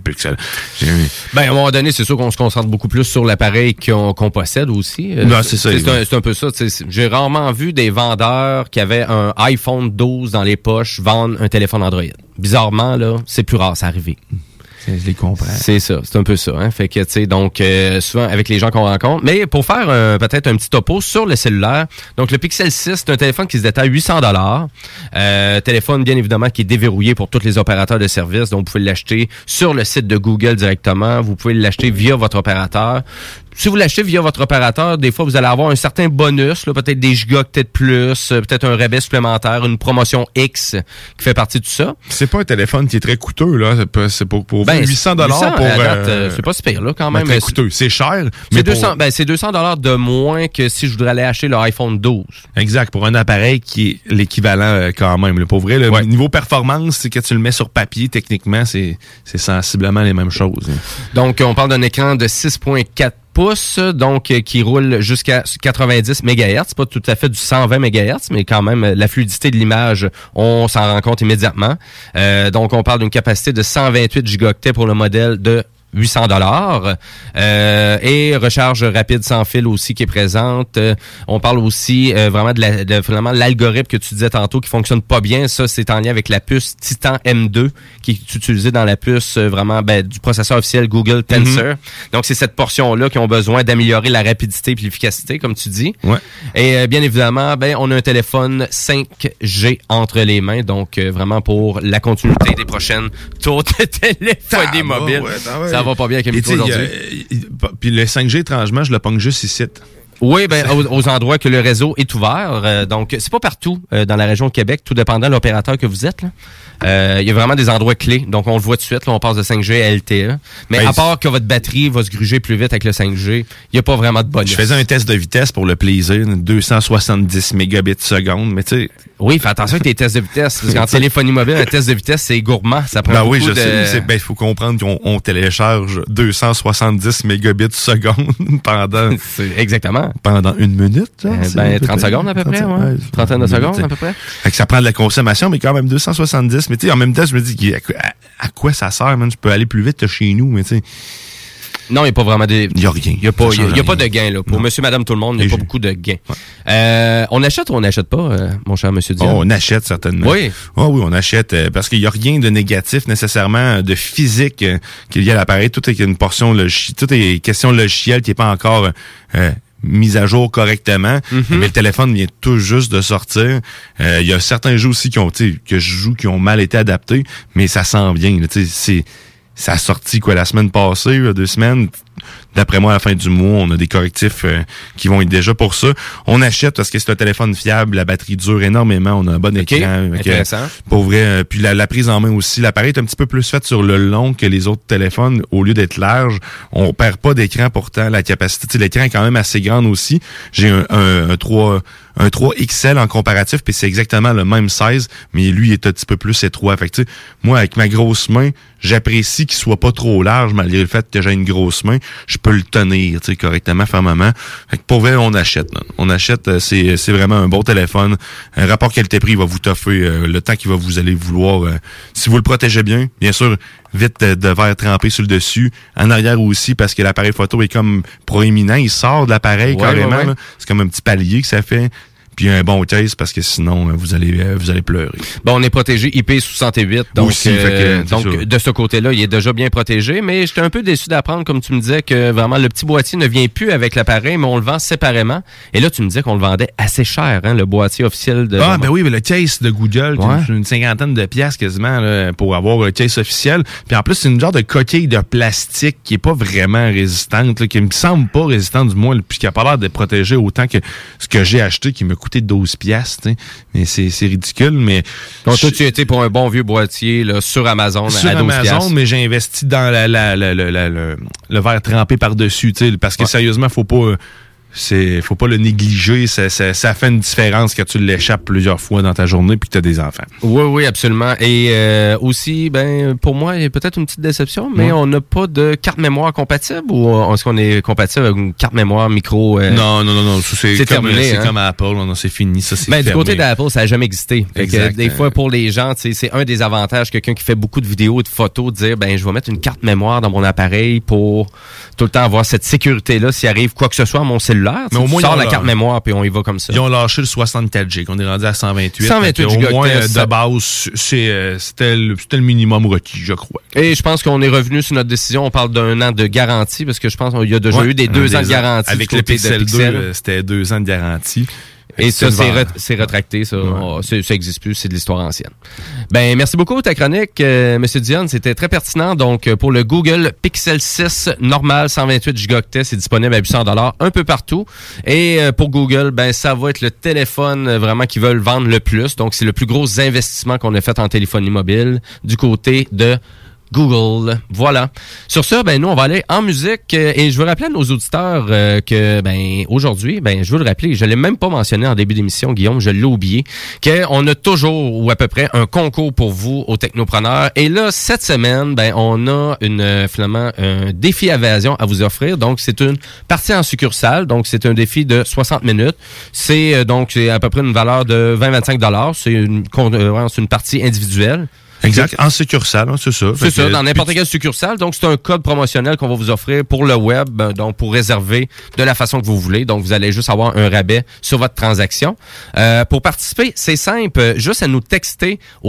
Ben, à un moment donné, c'est sûr qu'on se concentre beaucoup plus sur l'appareil qu'on possède aussi. Non, c'est ça. C'est un peu ça. J'ai rarement vu des vendeurs qui avaient un iPhone 12 dans les poches vendre un téléphone Android. Bizarrement, là, c'est plus rare, ça arrive. Je les comprends. C'est ça, c'est un peu ça. Hein? Fait que, tu sais, donc, souvent avec les gens qu'on rencontre. Mais pour faire peut-être un petit topo sur le cellulaire, donc le Pixel 6, c'est un téléphone qui se détaille $800. Téléphone, bien évidemment, qui est déverrouillé pour tous les opérateurs de service. Donc, vous pouvez l'acheter sur le site de Google directement. Vous pouvez l'acheter via votre opérateur. Si vous l'achetez via votre opérateur, des fois, vous allez avoir un certain bonus, là, peut-être des gigaoctets de plus, peut-être un rabais supplémentaire, une promotion X qui fait partie de tout ça. C'est pas un téléphone qui est très coûteux, là. C'est pour $800 pour... c'est pas super, là, quand même. Très coûteux. C'est cher. C'est $200 de moins que si je voudrais aller acheter le iPhone 12. Exact. Pour un appareil qui est l'équivalent quand même. Là. Pour vrai, le niveau performance, c'est que tu le mets sur papier, techniquement, c'est sensiblement les mêmes choses. Hein. Donc, on parle d'un écran de 6.4 pouces, donc qui roule jusqu'à 90 MHz. C'est pas tout à fait du 120 MHz, mais quand même, la fluidité de l'image, on s'en rend compte immédiatement. Donc, on parle d'une capacité de 128 gigaoctets pour le modèle de $800 et recharge rapide sans fil aussi qui est présente. On parle aussi vraiment de finalement l'algorithme que tu disais tantôt qui fonctionne pas bien. Ça, c'est en lien avec la puce Titan M2 qui est utilisée dans la puce vraiment du processeur officiel Google Tensor. Donc, c'est cette portion-là qui ont besoin d'améliorer la rapidité et l'efficacité, comme tu dis. Ouais. Et bien évidemment, on a un téléphone 5G entre les mains. Donc, vraiment pour la continuité des prochaines tours de téléphonie mobile. Ça va pas bien avec le micro aujourd'hui. Puis le 5G, étrangement, je le pogne juste ici. Oui, ben aux endroits que le réseau est ouvert. Donc, c'est pas partout dans la région de Québec, tout dépendant de l'opérateur que vous êtes. Il y a vraiment des endroits clés. Donc, on le voit tout de suite. Là, on passe de 5G à LTE. Mais à part que votre batterie va se gruger plus vite avec le 5G, il n'y a pas vraiment de bonus. Je faisais un test de vitesse pour le plaisir, 270 mégabits seconde, mais tu sais... Oui, fais attention avec tes tests de vitesse. Parce qu'en téléphonie mobile, un test de vitesse, c'est gourmand. Ça prend beaucoup je de... sais. Il faut comprendre qu'on télécharge 270 mégabits seconde Exactement. Pendant 1 minute. Genre, 30 secondes à peu près, ouais. 30 de secondes à peu près. Fait que ça prend de la consommation, mais quand même 270. Mais tu sais, en même temps, je me dis, à quoi ça sert, man? Je peux aller plus vite chez nous, mais tu sais... Non, il n'y a pas vraiment de... Il n'y a rien. Il n'y a pas de gain, là. Pour monsieur, madame, tout le monde, il n'y a pas beaucoup de gains. Ouais. On achète ou on n'achète pas, mon cher monsieur Dion? On achète, certainement. Oui. Oui, on achète, parce qu'il n'y a rien de négatif, nécessairement, de physique qu'il y a à l'appareil. Tout est une portion tout est question logicielle qui n'est pas encore... mise à jour correctement, mais le téléphone vient tout juste de sortir. Il y a certains jeux aussi que je joue qui ont mal été adaptés, mais ça s'en vient. Ça a sorti la semaine passée, 2 semaines. D'après moi, à la fin du mois, on a des correctifs qui vont être déjà pour ça. On achète parce que c'est un téléphone fiable, la batterie dure énormément, on a un bon écran. Intéressant. Pour vrai, puis la prise en main aussi. L'appareil est un petit peu plus fait sur le long que les autres téléphones. Au lieu d'être large, on perd pas d'écran pourtant. La capacité, l'écran est quand même assez grande aussi. J'ai un 3 XL en comparatif, puis c'est exactement le même size, mais lui il est un petit peu plus étroit. Fait que moi, avec ma grosse main, j'apprécie qu'il soit pas trop large, malgré le fait que j'ai une grosse main. Je peux le tenir correctement, fermement. Fait que pour vrai, on achète. Là. On achète, c'est vraiment un bon téléphone. Un rapport qualité-prix va vous toffer le temps qu'il va vous allez vouloir. Si vous le protégez bien sûr, vite de verre trempé sur le dessus. En arrière aussi, parce que l'appareil photo est comme proéminent. Il sort de l'appareil carrément. Ouais. C'est comme un petit palier que ça fait. Puis un bon case parce que sinon vous allez pleurer. Bon, on est protégé IP68 donc aussi, de ce côté-là, il est déjà bien protégé, mais j'étais un peu déçu d'apprendre comme tu me disais que vraiment le petit boîtier ne vient plus avec l'appareil, mais on le vend séparément. Et là tu me disais qu'on le vendait assez cher le boîtier officiel de ben oui, mais le case de Google, une 50aine de piastres quasiment là, pour avoir le case officiel. Puis en plus, c'est une genre de coquille de plastique qui est pas vraiment résistante, là, qui me semble pas résistante du moins, puis qui a pas l'air de protéger autant que ce que j'ai acheté qui me coûté 12 piastres, mais c'est ridicule, mais... Donc toi, tu étais pour un bon vieux boîtier là, sur Amazon sur à 12 Amazon, piastres. Mais j'ai investi dans le verre trempé par-dessus, parce que sérieusement, faut pas le négliger, ça fait une différence quand tu l'échappes plusieurs fois dans ta journée puis que tu as des enfants. Oui, absolument. Et aussi, pour moi, il y a peut-être une petite déception, mais on n'a pas de carte mémoire compatible ou est-ce qu'on est compatible avec une carte mémoire micro? Non, c'est terminé. C'est comme Apple, c'est fini, ça c'est fermé. Du côté d'Apple, ça n'a jamais existé. Exact. Des fois, pour les gens, c'est un des avantages, quelqu'un qui fait beaucoup de vidéos et de photos, de dire, je vais mettre une carte mémoire dans mon appareil pour tout le temps avoir cette sécurité-là s'il arrive quoi que ce soit à mon cellulaire. Mais au moins, tu sors la carte mémoire puis on y va comme ça. Ils ont lâché le 64G, qu'on est rendu à 128. 128 Go. Au moins, de base, c'était le minimum requis, je crois. Et je pense qu'on est revenu sur notre décision. On parle d'1 an de garantie parce que je pense qu'il y a déjà eu des 2 ans de garantie. Avec le Pixel 2, c'était 2 ans de garantie. Et ça, c'est retracté, ça. Ça existe plus, c'est de l'histoire ancienne. Merci beaucoup, ta chronique, Monsieur Dion. C'était très pertinent. Donc, pour le Google Pixel 6 normal, 128 Go, c'est disponible à $800 un peu partout. Et pour Google, ça va être le téléphone vraiment qu'ils veulent vendre le plus. Donc, c'est le plus gros investissement qu'on a fait en téléphonie mobile du côté de Google. Voilà. Sur ça, nous, on va aller en musique et je veux rappeler à nos auditeurs que, aujourd'hui, je veux le rappeler, je l'ai même pas mentionné en début d'émission, Guillaume, je l'ai oublié, qu'on a toujours ou à peu près un concours pour vous aux technopreneurs. Et là, cette semaine, on a finalement un défi évasion à vous offrir. Donc, c'est une partie en succursale. Donc, c'est un défi de 60 minutes. C'est à peu près une valeur de 20-25 $. C'est une partie individuelle. Exact, en succursale, c'est ça. C'est ça, dans n'importe quelle succursale. Donc, c'est un code promotionnel qu'on va vous offrir pour le web, donc pour réserver de la façon que vous voulez. Donc, vous allez juste avoir un rabais sur votre transaction. Pour participer, c'est simple, juste à nous texter au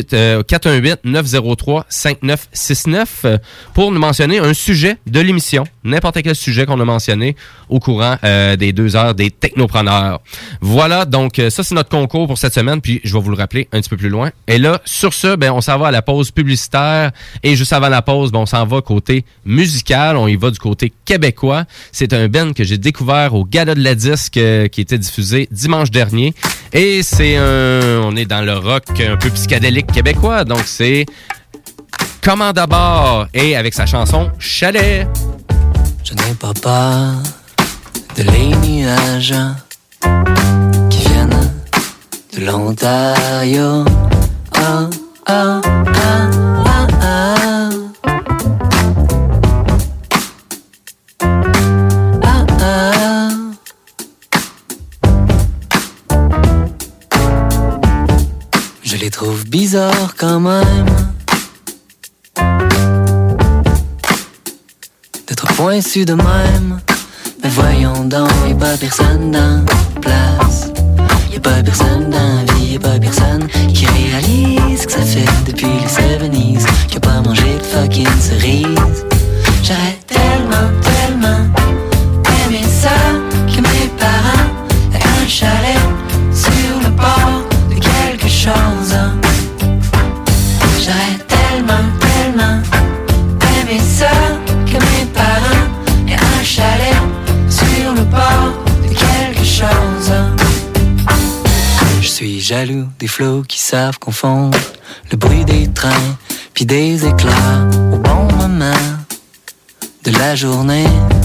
418-903-5969 pour nous mentionner un sujet de l'émission, n'importe quel sujet qu'on a mentionné au courant des 2 heures des technopreneurs. Voilà, donc ça, c'est notre concours pour cette semaine, puis je vais vous le rappeler un petit peu plus loin. Et là, sur ce, on s'en va à la pause publicitaire. Et juste avant la pause, on s'en va côté musical. On y va du côté québécois. C'est un band que j'ai découvert au Gala de la Disque qui était diffusé dimanche dernier. Et on est dans le rock un peu psychédélique québécois. Donc, c'est Commande à bord et avec sa chanson Chalet. Je n'ai pas peur de les nuages qui viennent de l'Ontario. Oh, oh, oh, oh, oh. Oh, oh. Je les trouve bizarres quand même d'être pointus de même. Mais voyons donc, y'a pas personne dans la place. Y'a pas personne dans la vie, y'a pas personne qui réalise que ça fait depuis les 70s qu'il a pas mangé de fucking cerises. J'aurais tellement, tellement aimé ça que mes parents aient un chalet sur le bord de quelque chose. J'aurais tellement, tellement aimé ça que mes parents aient un chalet sur le bord de quelque chose. Je suis jaloux des flots qui savent confondre le bruit des trains puis des éclairs au bon moment de la journée.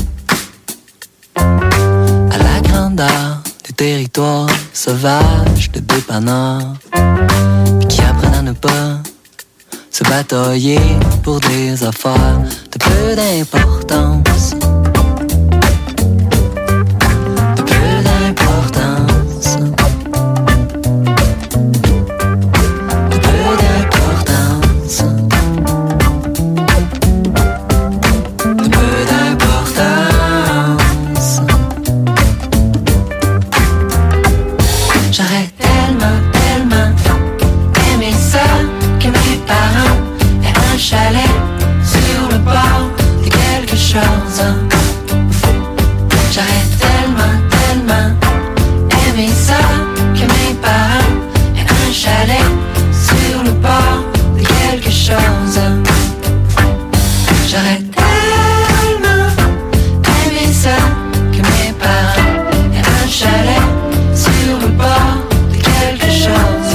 À la grandeur des territoires sauvages de dépanneurs puis qui apprennent à ne pas se batailler pour des affaires de peu d'importance. De peu d'importance. De peu d'importance. De peu d'importance. J'aurais tellement, tellement aimé ça que mes parents aient un chalet sur le bord de quelque chose. J'aurais tellement, tellement aimé ça que mes parents aient un chalet sur le bord de quelque chose. J'aurais tellement aimé ça que mes parents aient un chalet sur le bord de quelque chose.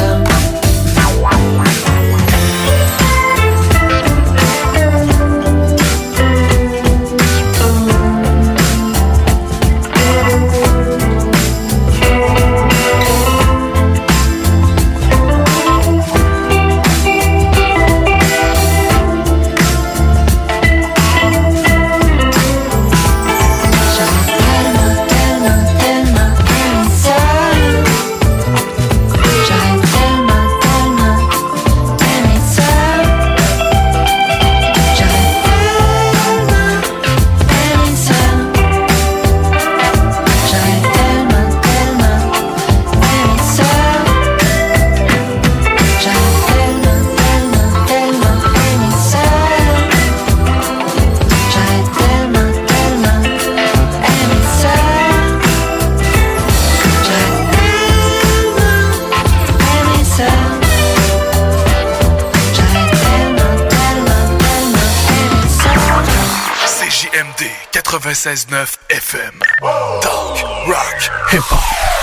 CJMD 96.9 FM. Talk, rock, hip-hop.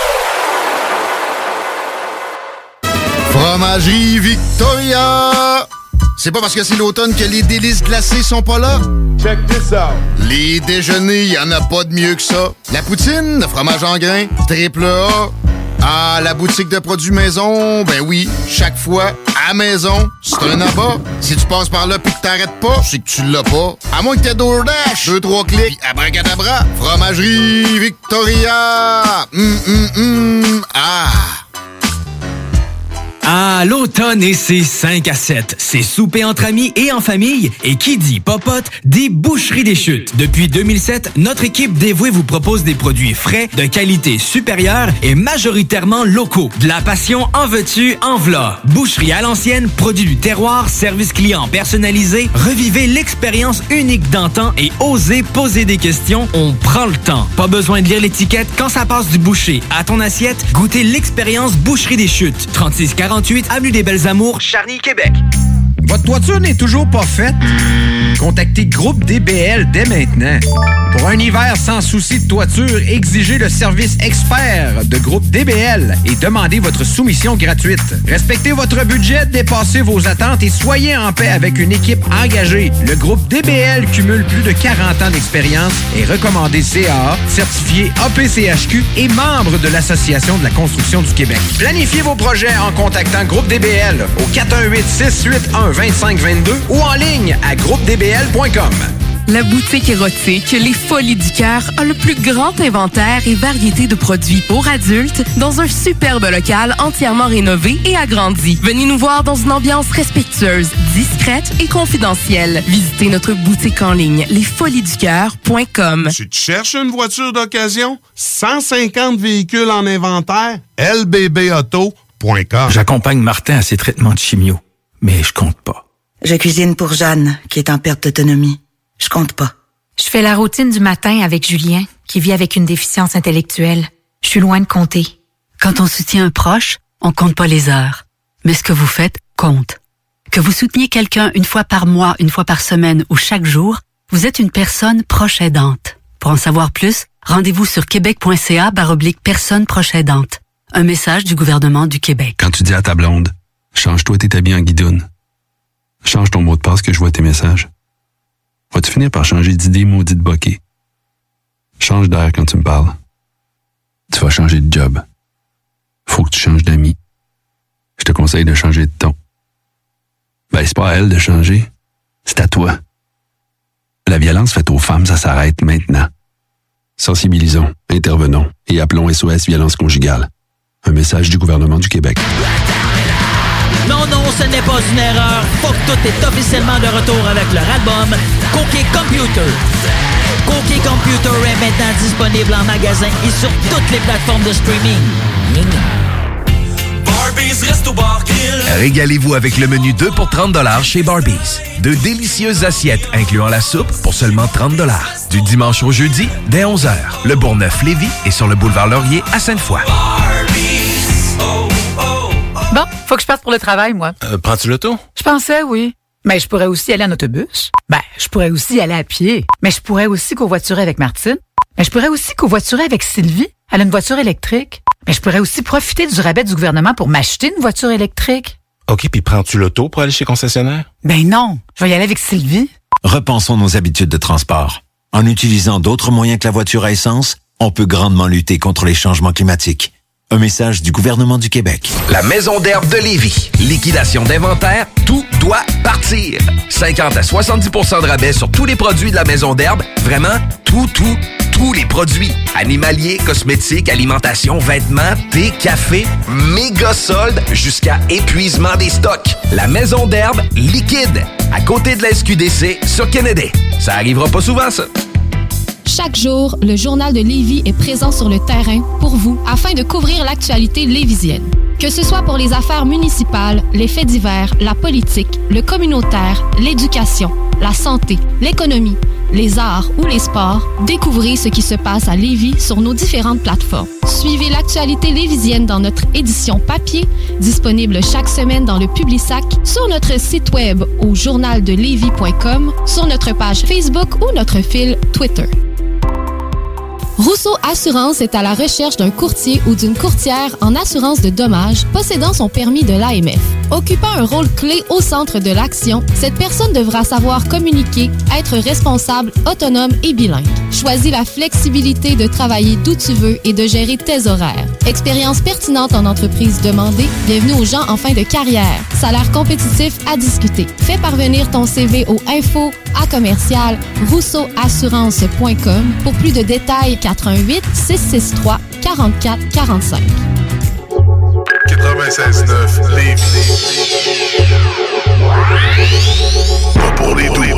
Fromagerie Victoria! C'est pas parce que c'est l'automne que les délices glacées sont pas là? Check this out! Les déjeuners, y en a pas de mieux que ça. La poutine, le fromage en grains, triple A. Ah, la boutique de produits maison, ben oui, chaque fois, à maison, c'est un abat. Si tu passes par là pis que t'arrêtes pas, c'est que tu l'as pas. À moins que t'aies DoorDash, 2-3 clics, pis abracadabra, Fromagerie Victoria! Ah! Ah, l'automne et ses 5 à 7. C'est souper entre amis et en famille. Et qui dit popote, dit Boucherie des Chutes. Depuis 2007, notre équipe dévouée vous propose des produits frais, de qualité supérieure et majoritairement locaux. De la passion en veux-tu, en v'là. Boucherie à l'ancienne, produit du terroir, service client personnalisé. Revivez l'expérience unique d'antan et osez poser des questions. On prend le temps. Pas besoin de lire l'étiquette. Quand ça passe du boucher à ton assiette, goûtez l'expérience Boucherie des Chutes. 3648 Avenue des Belles Amours, Charny, Québec. Votre toiture n'est toujours pas faite? Contactez Groupe DBL dès maintenant. Pour un hiver sans souci de toiture, exigez le service expert de Groupe DBL et demandez votre soumission gratuite. Respectez votre budget, dépassez vos attentes et soyez en paix avec une équipe engagée. Le Groupe DBL cumule plus de 40 ans d'expérience, est recommandé CAA, certifié APCHQ et membre de l'Association de la construction du Québec. Planifiez vos projets en contactant Groupe DBL au 418-681-2522 ou en ligne à groupedbl.com. La boutique érotique Les Folies du Cœur a le plus grand inventaire et variété de produits pour adultes dans un superbe local entièrement rénové et agrandi. Venez nous voir dans une ambiance respectueuse, discrète et confidentielle. Visitez notre boutique en ligne lesfoliesducoeur.com. Tu te cherches une voiture d'occasion? 150 véhicules en inventaire? lbbauto.com. J'accompagne Martin à ses traitements de chimio, mais je compte pas. Je cuisine pour Jeanne, qui est en perte d'autonomie. Je compte pas. Je fais la routine du matin avec Julien, qui vit avec une déficience intellectuelle. Je suis loin de compter. Quand on soutient un proche, on compte pas les heures. Mais ce que vous faites compte. Que vous souteniez quelqu'un une fois par mois, une fois par semaine ou chaque jour, vous êtes une personne proche aidante. Pour en savoir plus, rendez-vous sur québec.ca/personne proche aidante. Un message du gouvernement du Québec. Quand tu dis à ta blonde, change-toi tes habits en guidoune. Change ton mot de passe que je vois tes messages. Vas-tu finir par changer d'idée maudite bokeh? Change d'air quand tu me parles. Tu vas changer de job. Faut que tu changes d'amis. Je te conseille de changer de ton. Ben, c'est pas à elle de changer. C'est à toi. La violence faite aux femmes, ça s'arrête maintenant. Sensibilisons, intervenons et appelons SOS Violence Conjugale. Un message du gouvernement du Québec. Non, ce n'est pas une erreur. Fuck Tout est officiellement de retour avec leur album Cookie Computer. Cookie Computer est maintenant disponible en magasin et sur toutes les plateformes de streaming. Régalez-vous avec le menu 2 pour 30 $ chez Barbies. De délicieuses assiettes incluant la soupe pour seulement 30 $. Du dimanche au jeudi, dès 11h. Le Bourgneuf-Lévis est sur le boulevard Laurier à Sainte-Foy. Bon, faut que je parte pour le travail, moi. Prends-tu l'auto? Je pensais, oui. Mais je pourrais aussi aller en autobus. Ben, je pourrais aussi aller à pied. Mais je pourrais aussi covoiturer avec Martine. Mais je pourrais aussi covoiturer avec Sylvie. Elle a une voiture électrique. Mais je pourrais aussi profiter du rabais du gouvernement pour m'acheter une voiture électrique. OK, puis prends-tu l'auto pour aller chez concessionnaire? Ben non, je vais y aller avec Sylvie. Repensons nos habitudes de transport. En utilisant d'autres moyens que la voiture à essence, on peut grandement lutter contre les changements climatiques. Un message du gouvernement du Québec. La Maison d'herbe de Lévis. Liquidation d'inventaire, tout doit partir. 50 à 70% de rabais sur tous les produits de la Maison d'herbe. Vraiment, tous les produits. Animaliers, cosmétiques, alimentation, vêtements, thé, café, méga soldes jusqu'à épuisement des stocks. La Maison d'herbe liquide. À côté de la SQDC sur Kennedy. Ça arrivera pas souvent, ça. Chaque jour, le Journal de Lévis est présent sur le terrain pour vous afin de couvrir l'actualité lévisienne. Que ce soit pour les affaires municipales, les faits divers, la politique, le communautaire, l'éducation, la santé, l'économie, les arts ou les sports, découvrez ce qui se passe à Lévis sur nos différentes plateformes. Suivez l'actualité lévisienne dans notre édition papier, disponible chaque semaine dans le Publisac, sur notre site web au journaldelevis.com, sur notre page Facebook ou notre fil Twitter. Rousseau Assurance est à la recherche d'un courtier ou d'une courtière en assurance de dommages possédant son permis de l'AMF. Occupant un rôle clé au centre de l'action, cette personne devra savoir communiquer, être responsable, autonome et bilingue. Choisis la flexibilité de travailler d'où tu veux et de gérer tes horaires. Expérience pertinente en entreprise demandée, bienvenue aux gens en fin de carrière. Salaire compétitif à discuter. Fais parvenir ton CV au info@rousseauassurance.com pour plus de détails. 88 663 44 45. 96.9 Lévis. Pas pour les doux.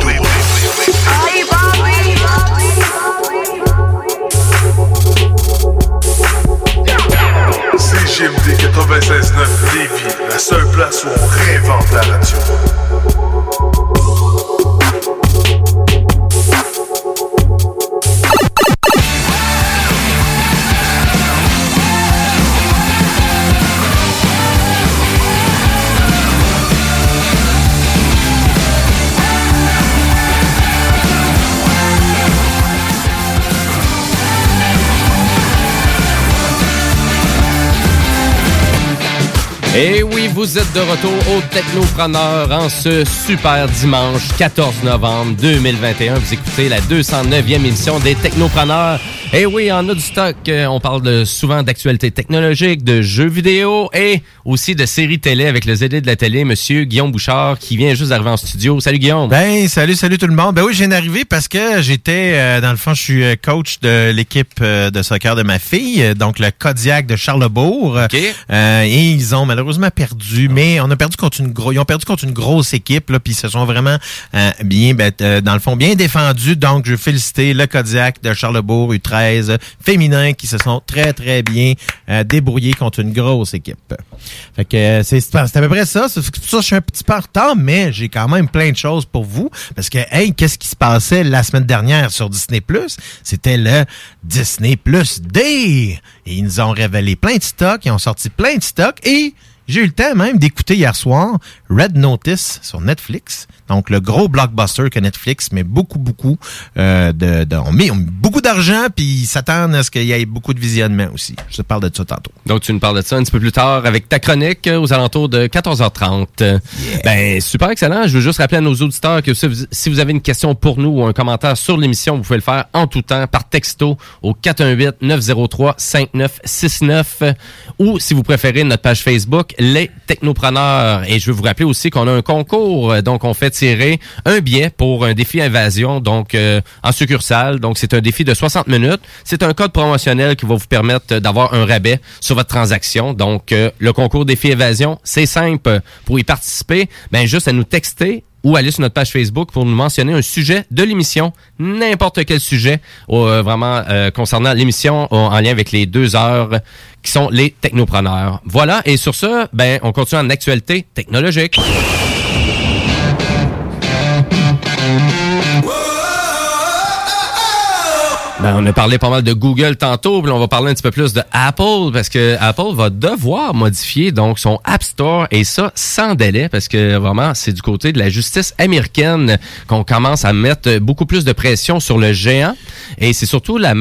CJMD 96.9 Lévis, la seule place où on réinvente la radio. Et oui, vous êtes de retour au Technopreneur en ce super dimanche 14 novembre 2021. Vous écoutez la 209e émission des Technopreneurs. Et oui, on a du stock. On parle souvent d'actualités technologiques, de jeux vidéo et aussi de séries télé avec le ZD de la télé, Monsieur Guillaume Bouchard, qui vient juste d'arriver en studio. Salut Guillaume. Ben, salut tout le monde. Ben oui, je viens d'arriver parce que j'étais, dans le fond, je suis coach de l'équipe de soccer de ma fille, donc le Kodiak de Charlesbourg. Okay. Et ils ont malheureusement perdu, mais ils ont perdu contre une grosse équipe, là, puis ils se sont vraiment dans le fond, bien défendus. Donc, je veux féliciter le Kodiak de Charlesbourg, U13 féminins, qui se sont très, très bien débrouillés contre une grosse équipe. Fait que c'est à peu près ça. C'est pour ça que je suis un petit peu en retard, mais j'ai quand même plein de choses pour vous. Parce que, hey, qu'est-ce qui se passait la semaine dernière sur Disney+? C'était le Disney Plus Day. Et ils nous ont révélé plein de stocks, ils ont sorti plein de stocks et j'ai eu le temps même d'écouter hier soir Red Notice sur Netflix. Donc, le gros blockbuster que Netflix met beaucoup on met beaucoup d'argent, puis ils s'attendent à ce qu'il y ait beaucoup de visionnement aussi. Je te parle de ça tantôt. Donc, tu nous parles de ça un petit peu plus tard avec ta chronique aux alentours de 14h30. Yeah. Ben, super excellent. Je veux juste rappeler à nos auditeurs que si vous avez une question pour nous ou un commentaire sur l'émission, vous pouvez le faire en tout temps par texto au 418-903-5969 ou si vous préférez notre page Facebook, Les Technopreneurs. Et je veux vous rappeler aussi qu'on a un concours. Donc, on fait tirer un billet pour un défi Invasion, donc en succursale. Donc, c'est un défi de 60 minutes. C'est un code promotionnel qui va vous permettre d'avoir un rabais sur votre transaction. Donc, le concours défi Invasion, c'est simple. Pour y participer, ben juste à nous texter ou aller sur notre page Facebook pour nous mentionner un sujet de l'émission, n'importe quel sujet, vraiment concernant l'émission en lien avec les 2 heures qui sont les Technopreneurs. Voilà, et sur ça, ben on continue en actualité technologique. Ben, on a parlé pas mal de Google tantôt, puis on va parler un petit peu plus de Apple, parce que Apple va devoir modifier donc son App Store, et ça sans délai, parce que vraiment, c'est du côté de la justice américaine qu'on commence à mettre beaucoup plus de pression sur le géant, et c'est surtout la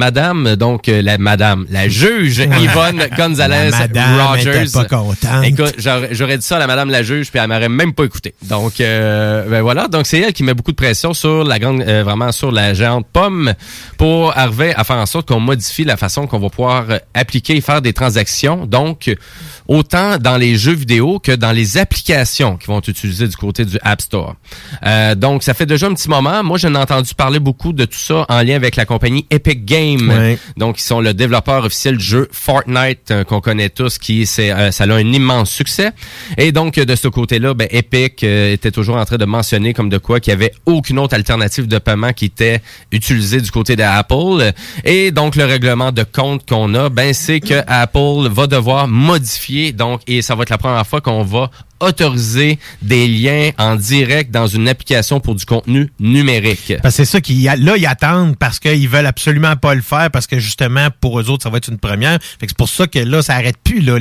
juge Yvonne Gonzalez Rogers. Pas contente. Écoute, j'aurais dit ça à la madame la juge, puis elle m'aurait même pas écouté. Donc, ben voilà, donc c'est elle qui met beaucoup de pression sur la grande, vraiment sur la géante pomme pour à faire en sorte qu'on modifie la façon qu'on va pouvoir appliquer et faire des transactions. Donc, autant dans les jeux vidéo que dans les applications qui vont être utilisées du côté du App Store. Donc, ça fait déjà un petit moment. Moi, j'en ai entendu parler beaucoup de tout ça en lien avec la compagnie Epic Games. Oui. Donc, ils sont le développeur officiel du jeu Fortnite qu'on connaît tous, ça a un immense succès. Et donc, de ce côté-là, ben, Epic était toujours en train de mentionner comme de quoi qu'il n'y avait aucune autre alternative de paiement qui était utilisée du côté d'Apple. Et donc, le règlement de compte qu'on a, ben, c'est que Apple va devoir modifier, donc, et ça va être la première fois qu'on va autoriser des liens en direct dans une application pour du contenu numérique. Parce que c'est ça ils attendent parce qu'ils veulent absolument pas le faire parce que justement pour eux autres ça va être une première. Fait que c'est pour ça que là ça arrête plus là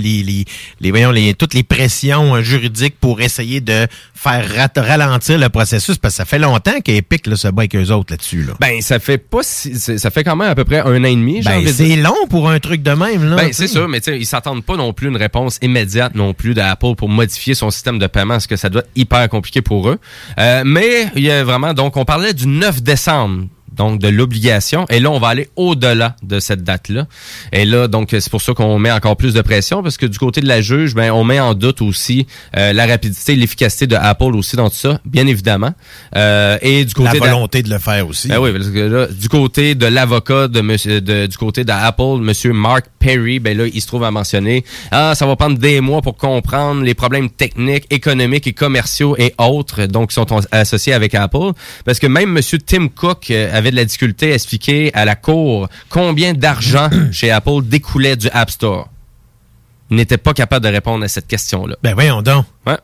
toutes les pressions juridiques pour essayer de faire ralentir le processus parce que ça fait longtemps qu'Epic là se bat avec eux autres là-dessus là. Ben ça fait quand même à peu près 1 an et demi. Ben c'est long pour un truc de même là. Ben c'est sûr, mais tu sais ils s'attendent pas non plus une réponse immédiate non plus d'Apple pour modifier son système de paiement, parce que ça doit être hyper compliqué pour eux. Mais il y a vraiment, donc on parlait du 9 décembre, donc de l'obligation, et là on va aller au-delà de cette date-là. Et là, donc c'est pour ça qu'on met encore plus de pression, parce que du côté de la juge, ben on met en doute aussi la rapidité et l'efficacité de Apple aussi dans tout ça, bien évidemment. Et du côté la volonté de le faire aussi. Ben oui, parce que là, du côté de l'avocat du côté d'Apple, monsieur Mark Perry, ben là, il se trouve à mentionner ça va prendre des mois pour comprendre les problèmes techniques, économiques et commerciaux et autres, donc qui sont associés avec Apple, parce que même monsieur Tim Cook avait de la difficulté à expliquer à la cour combien d'argent chez Apple découlait du App Store. Il n'était pas capable de répondre à cette question-là. Ben voyons donc. Ouais.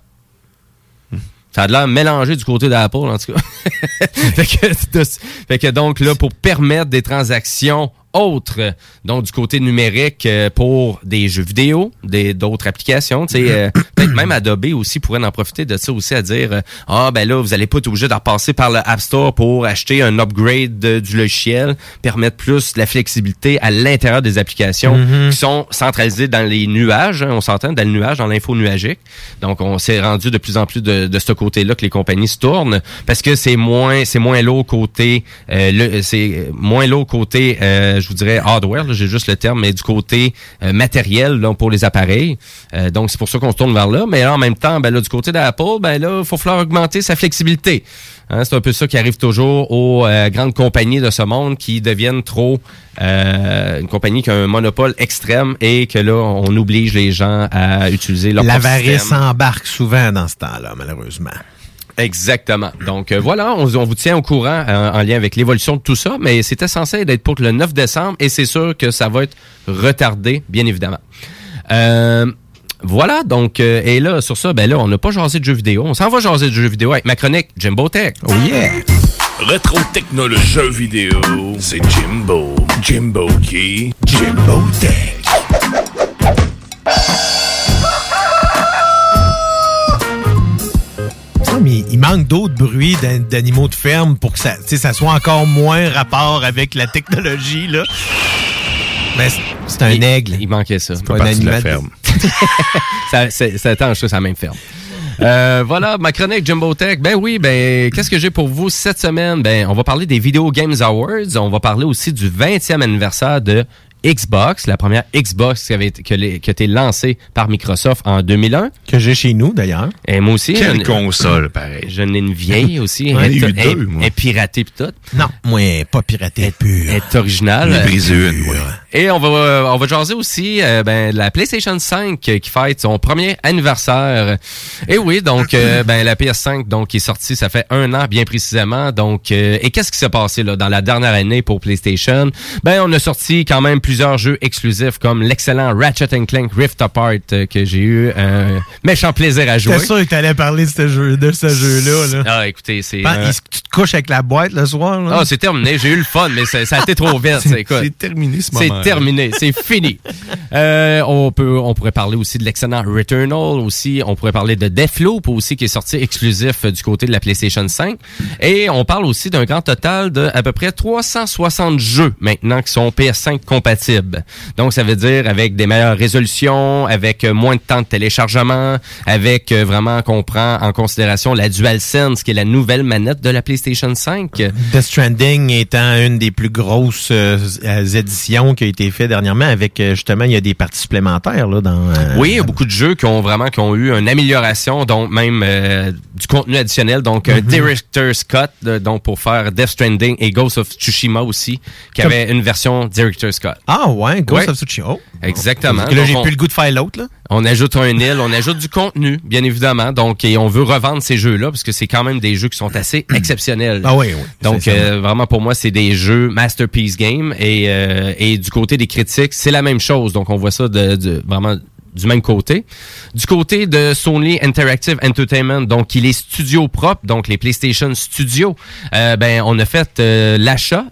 Ça a l'air mélangé du côté d'Apple, en tout cas. fait que donc, là, pour permettre des transactions autre, donc du côté numérique pour des jeux vidéo, d'autres applications. Peut-être même Adobe aussi pourrait en profiter de ça aussi à dire ben là, vous n'allez pas être obligé de repasser par le App Store pour acheter un upgrade du logiciel, permettre plus de la flexibilité à l'intérieur des applications qui sont centralisées dans les nuages. On s'entend dans le nuage, dans l'info nuagique. Donc, on s'est rendu de plus en plus de ce côté-là que les compagnies se tournent parce que c'est moins lourd côté je vous dirais hardware, là, j'ai juste le terme, mais du côté matériel là, pour les appareils. Donc, c'est pour ça qu'on se tourne vers là. Mais là, en même temps, ben là, du côté d'Apple, ben là, il faut falloir augmenter sa flexibilité. Hein, c'est un peu ça qui arrive toujours aux grandes compagnies de ce monde qui deviennent trop une compagnie qui a un monopole extrême et que là, on oblige les gens à utiliser leur L'avarice embarque souvent dans ce temps-là, malheureusement. Exactement. Donc voilà, on vous tient au courant en lien avec l'évolution de tout ça, mais c'était censé être pour le 9 décembre et c'est sûr que ça va être retardé, bien évidemment. Voilà, donc, et là, sur ça, ben là, on n'a pas jasé de jeux vidéo. On s'en va jaser de jeux vidéo avec ma chronique Jimbo Tech. Oh yeah! Rétro technologie jeux vidéo, c'est Jimbo. Jimbo qui? Jimbo Tech. Mais il manque d'autres bruits d'animaux de ferme pour que ça soit encore moins rapport avec la technologie, là. Mais c'est un aigle. Il manquait ça. C'est pas un animal de ferme. ça tange ça, c'est la même ferme. Voilà, ma chronique Jimbo Tech. Ben oui, qu'est-ce que j'ai pour vous cette semaine? Ben, on va parler des Video Games Awards. On va parler aussi du 20e anniversaire de Xbox, la première Xbox qui a été lancée par Microsoft en 2001. Que j'ai chez nous, d'ailleurs. Et moi aussi. Quelle console, pareil. J'en ai une vieille aussi. J'en ai eu deux, moi. Elle est piratée pis tout. Non, moi, pas piratée, pure. Elle est originale. J'en ai brisé une, ouais. Et on va jaser aussi la PlayStation 5 qui fête son premier anniversaire. Et oui, donc la PS5 donc qui est sortie, ça fait 1 an bien précisément. Donc et qu'est-ce qui s'est passé là dans la dernière année pour PlayStation? On a sorti quand même plusieurs jeux exclusifs comme l'excellent Ratchet & Clank Rift Apart que j'ai eu un méchant plaisir à jouer. T'es sûr que t'allais parler de ce jeu-là. Là. Ah, écoutez, c'est... tu te couches avec la boîte le soir? Là? Ah, c'est terminé. J'ai eu le fun, mais ça a été trop vite. C'est terminé ce moment. C'est terminé. C'est fini. On pourrait parler aussi de l'excellent Returnal aussi. On pourrait parler de Deathloop aussi qui est sorti exclusif du côté de la PlayStation 5. Et on parle aussi d'un grand total de à peu près 360 jeux maintenant qui sont PS5 compatibles. Donc, ça veut dire avec des meilleures résolutions, avec moins de temps de téléchargement, avec vraiment qu'on prend en considération la DualSense, qui est la nouvelle manette de la PlayStation 5. Death Stranding étant une des plus grosses éditions qui a été faite dernièrement avec, justement, il y a des parties supplémentaires là dans... Oui, il y a beaucoup de jeux qui ont eu une amélioration, donc même du contenu additionnel, donc un Director's Cut, donc pour faire Death Stranding et Ghost of Tsushima aussi, qui avait une version Director's Cut. Ah ouais, Ghost of Tsushima. Exactement. Parce que là, j'ai plus le goût de faire l'autre, là. On ajoute un île, on ajoute du contenu, bien évidemment. Donc, et on veut revendre ces jeux-là parce que c'est quand même des jeux qui sont assez exceptionnels. Ah oui, oui. Donc, vraiment, pour moi, c'est des jeux Masterpiece Game. Et du côté des critiques, c'est la même chose. Donc, on voit ça vraiment du même côté. Du côté de Sony Interactive Entertainment, donc il est studio propre, donc les PlayStation Studios, on a fait l'achat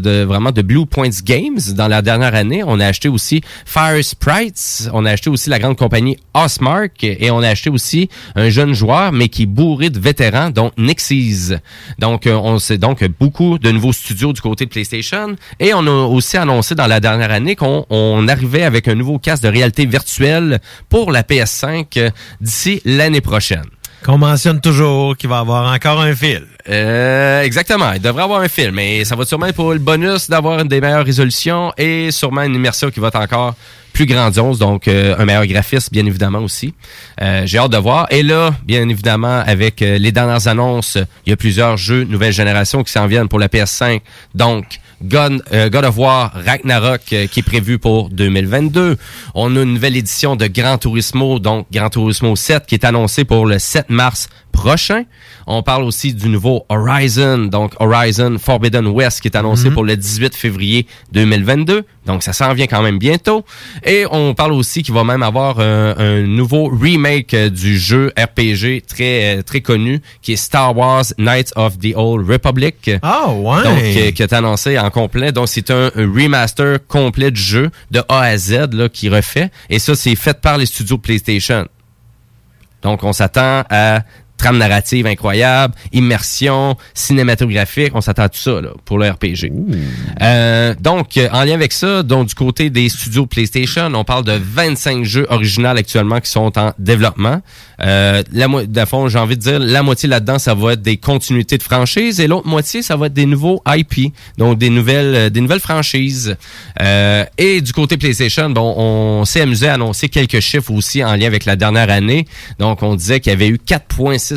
de Blue Points Games dans la dernière année. On a acheté aussi Fire Sprites, on a acheté aussi la grande compagnie Osmark et on a acheté aussi un jeune joueur, mais qui est bourré de vétérans, donc Nixies. Donc, on sait donc beaucoup de nouveaux studios du côté de PlayStation et on a aussi annoncé dans la dernière année qu'on arrivait avec un nouveau casque de réalité virtuelle pour la PS5 d'ici l'année prochaine. Qu'on mentionne toujours qu'il va y avoir encore un fil. Exactement, il devrait avoir un fil, mais ça va sûrement être pour le bonus d'avoir des meilleures résolutions et sûrement une immersion qui va être encore plus grandiose, donc un meilleur graphisme, bien évidemment aussi. J'ai hâte de voir. Et là, bien évidemment, avec les dernières annonces, il y a plusieurs jeux nouvelle génération qui s'en viennent pour la PS5. Donc, God of War Ragnarok qui est prévu pour 2022. On a une nouvelle édition de Gran Turismo, donc Gran Turismo 7 qui est annoncée pour le 7 mars prochain. On parle aussi du nouveau Horizon, donc Horizon Forbidden West, qui est annoncé pour le 18 février 2022. Donc, ça s'en vient quand même bientôt. Et on parle aussi qu'il va même avoir un nouveau remake du jeu RPG très connu, qui est Star Wars Knights of the Old Republic. Ah, ouais! Donc, qui est annoncé en complet. Donc, c'est un remaster complet du jeu, de A à Z, là, qui refait. Et ça, c'est fait par les studios PlayStation. Donc, on s'attend à trame narrative incroyable, immersion, cinématographique, on s'attend à tout ça là, pour le RPG. Donc, en lien avec ça, donc du côté des studios PlayStation, on parle de 25 jeux originaux actuellement qui sont en développement. De fond, j'ai envie de dire, la moitié là-dedans, ça va être des continuités de franchises et l'autre moitié, ça va être des nouveaux IP, donc des nouvelles franchises. Et du côté PlayStation, bon, on s'est amusé à annoncer quelques chiffres aussi en lien avec la dernière année. Donc, on disait qu'il y avait eu 4,6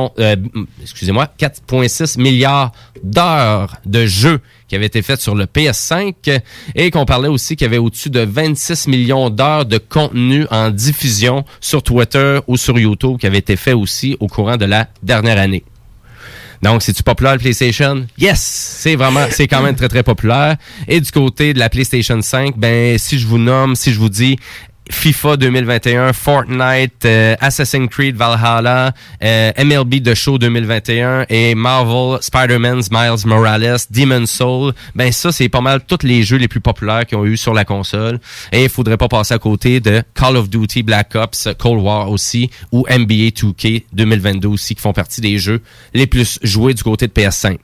milliards d'heures de jeux qui avaient été faites sur le PS5 et qu'on parlait aussi qu'il y avait au-dessus de 26 millions d'heures de contenu en diffusion sur Twitter ou sur YouTube qui avait été fait aussi au courant de la dernière année. Donc, c'est-tu populaire, le PlayStation? Yes! C'est quand même très, très populaire. Et du côté de la PlayStation 5, ben, si je vous dis FIFA 2021, Fortnite, Assassin's Creed Valhalla, MLB The Show 2021 et Marvel Spider-Man's Miles Morales, Demon's Soul, ben ça, c'est pas mal tous les jeux les plus populaires qu'ils ont eu sur la console. Et il faudrait pas passer à côté de Call of Duty, Black Ops, Cold War aussi, ou NBA 2K 2022 aussi, qui font partie des jeux les plus joués du côté de PS5.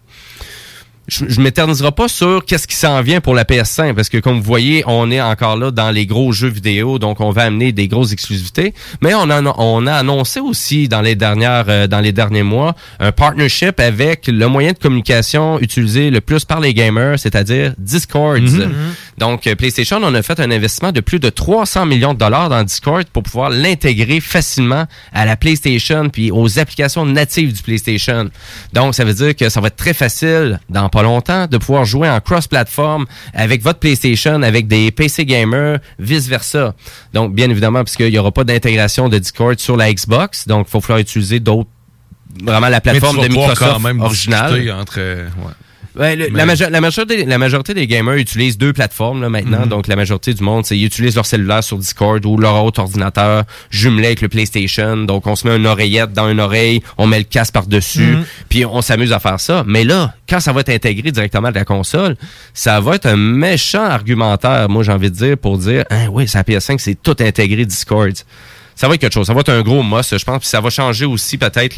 Je m'éterniserai pas sur qu'est-ce qui s'en vient pour la PS5 parce que comme vous voyez, on est encore là dans les gros jeux vidéo, donc on va amener des grosses exclusivités. Mais on a annoncé aussi dans les derniers mois un partnership avec le moyen de communication utilisé le plus par les gamers, c'est-à-dire Discord. Donc PlayStation, on a fait un investissement de plus de 300 millions de dollars dans Discord pour pouvoir l'intégrer facilement à la PlayStation puis aux applications natives du PlayStation. Donc ça veut dire que ça va être très facile dans pas longtemps de pouvoir jouer en cross-platform avec votre PlayStation, avec des PC gamers, vice-versa. Donc, bien évidemment, puisqu'il n'y aura pas d'intégration de Discord sur la Xbox, donc il va falloir utiliser vraiment la plateforme de Microsoft quand même originale. Ouais, la majorité des gamers utilisent deux plateformes là, maintenant. Donc, la majorité du monde, ils utilisent leur cellulaire sur Discord ou leur autre ordinateur jumelé avec le PlayStation. Donc, on se met une oreillette dans une oreille, on met le casque par-dessus, puis on s'amuse à faire ça. Mais là, quand ça va être intégré directement à la console, ça va être un méchant argumentaire, moi, j'ai envie de dire, pour dire, oui, c'est la PS5, c'est tout intégré Discord. Ça va être quelque chose. Ça va être un gros must, je pense, puis ça va changer aussi peut-être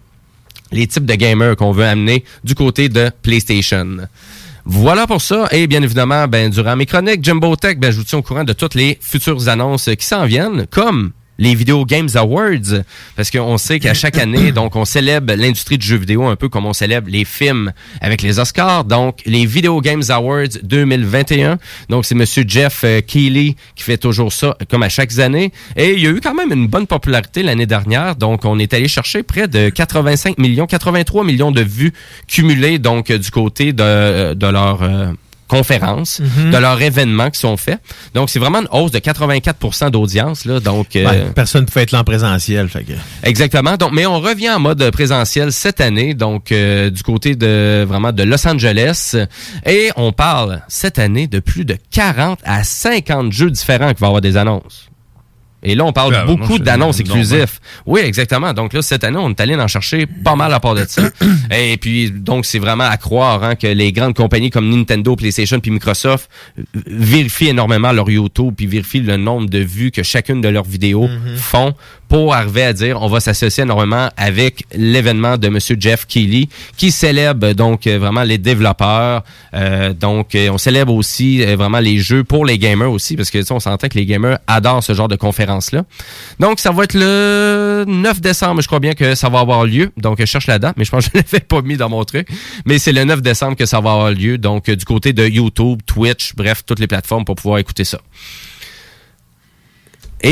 les types de gamers qu'on veut amener du côté de PlayStation. Voilà pour ça. Et bien évidemment, durant mes chroniques Jimbo Tech, je vous tiens au courant de toutes les futures annonces qui s'en viennent, comme les Video Games Awards, parce qu'on sait qu'à chaque année, donc on célèbre l'industrie du jeu vidéo un peu comme on célèbre les films avec les Oscars. Donc, les Video Games Awards 2021. Donc, c'est Monsieur Jeff Keighley qui fait toujours ça comme à chaque année. Et il y a eu quand même une bonne popularité l'année dernière. Donc, on est allé chercher près de 83 millions de vues cumulées donc du côté de leur conférences, de leurs événements qui sont faits. Donc, c'est vraiment une hausse de 84% d'audience. Là, donc, personne ne pouvait être là en présentiel. Fait que... Exactement. Donc, mais on revient en mode présentiel cette année, donc du côté de Los Angeles. Et on parle cette année de plus de 40 à 50 jeux différents qui vont avoir des annonces. Et là, on parle beaucoup d'annonces exclusives. Oui, exactement. Donc là, cette année, on est allé en chercher pas mal à part de ça. Et puis, donc, c'est vraiment à croire que les grandes compagnies comme Nintendo, PlayStation puis Microsoft vérifient énormément leur YouTube puis vérifient le nombre de vues que chacune de leurs vidéos font pour arriver à dire on va s'associer énormément avec l'événement de Monsieur Jeff Keighley qui célèbre donc vraiment les développeurs. Donc, on célèbre aussi vraiment les jeux pour les gamers aussi parce que on s'entend que les gamers adorent ce genre de conférences là. Donc, ça va être le 9 décembre, je crois bien que ça va avoir lieu. Donc, je cherche la date, mais je pense que je ne l'avais pas mis dans mon truc. Mais c'est le 9 décembre que ça va avoir lieu. Donc, du côté de YouTube, Twitch, bref, toutes les plateformes pour pouvoir écouter ça. Et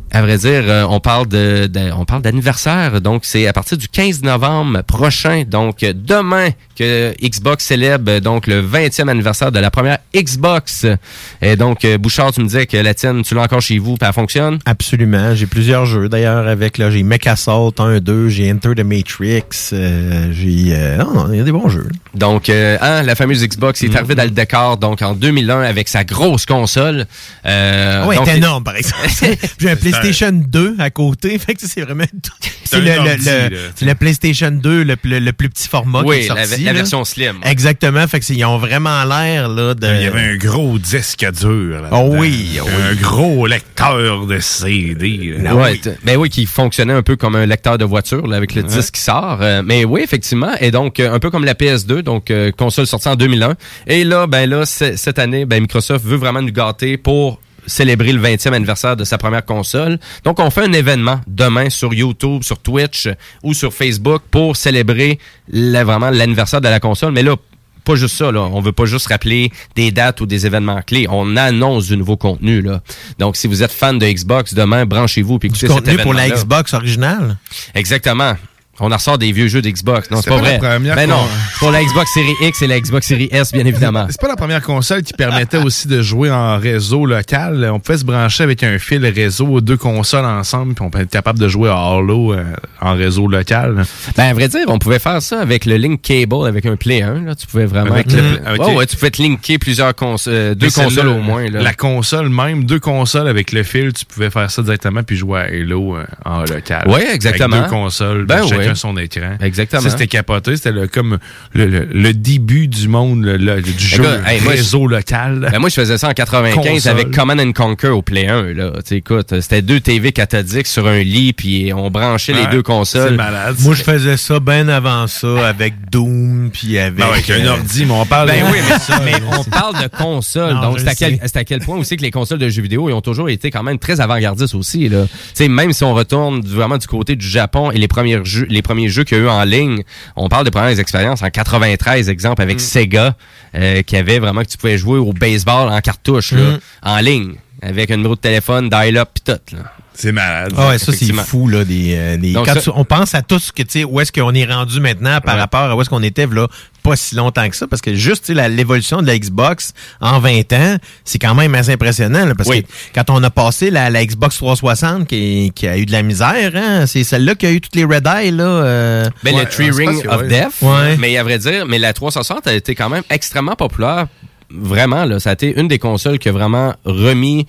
À vrai dire, on parle d'anniversaire. Donc, c'est à partir du 15 novembre prochain. Donc, demain que Xbox célèbre donc le 20e anniversaire de la première Xbox. Et donc, Bouchard, tu me disais que la tienne, tu l'as encore chez vous, puis elle fonctionne? Absolument. J'ai plusieurs jeux d'ailleurs avec, là, j'ai Mech Assault 1, 2, j'ai Enter the Matrix, il y a des bons jeux. Donc, la fameuse Xbox est arrivée dans le décor, donc en 2001 avec sa grosse console. Oui, c'est énorme, par exemple. J'ai un PlayStation 2 à côté, fait que c'est vraiment c'est le PlayStation 2 le plus petit format qui est sorti. La version slim. Exactement, fait que ils ont vraiment l'air là de. Il y avait un gros disque dur là. Oh oui, un gros lecteur de CD. Qui fonctionnait un peu comme un lecteur de voiture là, avec le disque qui sort. Mais oui, effectivement, et donc un peu comme la PS2, donc console sortie en 2001. Et là, cette année, Microsoft veut vraiment nous gâter pour célébrer le 20e anniversaire de sa première console. Donc, on fait un événement demain sur YouTube, sur Twitch ou sur Facebook pour célébrer vraiment l'anniversaire de la console. Mais là, pas juste ça, là. On veut pas juste rappeler des dates ou des événements clés. On annonce du nouveau contenu, là. Donc, si vous êtes fan de Xbox, demain, branchez-vous puis écoutez cet événement-là. Pour la Xbox originale? Exactement. On en ressort des vieux jeux d'Xbox. Non, c'est pas vrai. Non, pour la Xbox Series X et la Xbox Series S, bien évidemment. C'est pas la première console qui permettait aussi de jouer en réseau local. On pouvait se brancher avec un fil réseau, 2 consoles ensemble, puis on pouvait être capable de jouer à Halo en réseau local. À vrai dire, on pouvait faire ça avec le Link Cable, avec un Play 1. Là. Tu pouvais vraiment... tu pouvais te linker plusieurs deux consoles au moins. Là. La console même, 2 consoles avec le fil, tu pouvais faire ça directement puis jouer à Halo en local. Oui, exactement. Avec 2 consoles, chacun son écran. Exactement. Ça, c'était capoté. C'était comme le début du monde du jeu réseau local. Moi, je faisais ça en 95 avec Command & Conquer au Play 1. Là. Écoute, c'était 2 TV cathodiques sur un lit, puis on branchait les 2 consoles. C'est malade. Moi, je faisais ça bien avant ça avec Doom, puis avec un ordi, mais on parle mais on parle de consoles. Non, donc, c'est à quel point aussi que les consoles de jeux vidéo ils ont toujours été quand même très avant-gardistes aussi. Là. Même si on retourne vraiment du côté du Japon et les premiers jeux qu'il y a eu en ligne, on parle des premières expériences en 93, exemple, avec Sega, qui avait vraiment que tu pouvais jouer au baseball en cartouche, là, en ligne, avec un numéro de téléphone, dial-up pis tout, là. C'est malade. Ah ouais, ça c'est fou là. On pense à tout ce que où est-ce qu'on est rendu maintenant par rapport à où est-ce qu'on était là pas si longtemps que ça, parce que juste l'évolution de la Xbox en 20 ans, c'est quand même assez impressionnant là, parce que quand on a passé la Xbox 360 qui a eu de la misère, hein, c'est celle-là qui a eu toutes les Red Eye là. Le Tree Ring of Death. Mais à vrai dire, la 360 a été quand même extrêmement populaire. Vraiment, là, ça a été une des consoles qui a vraiment mis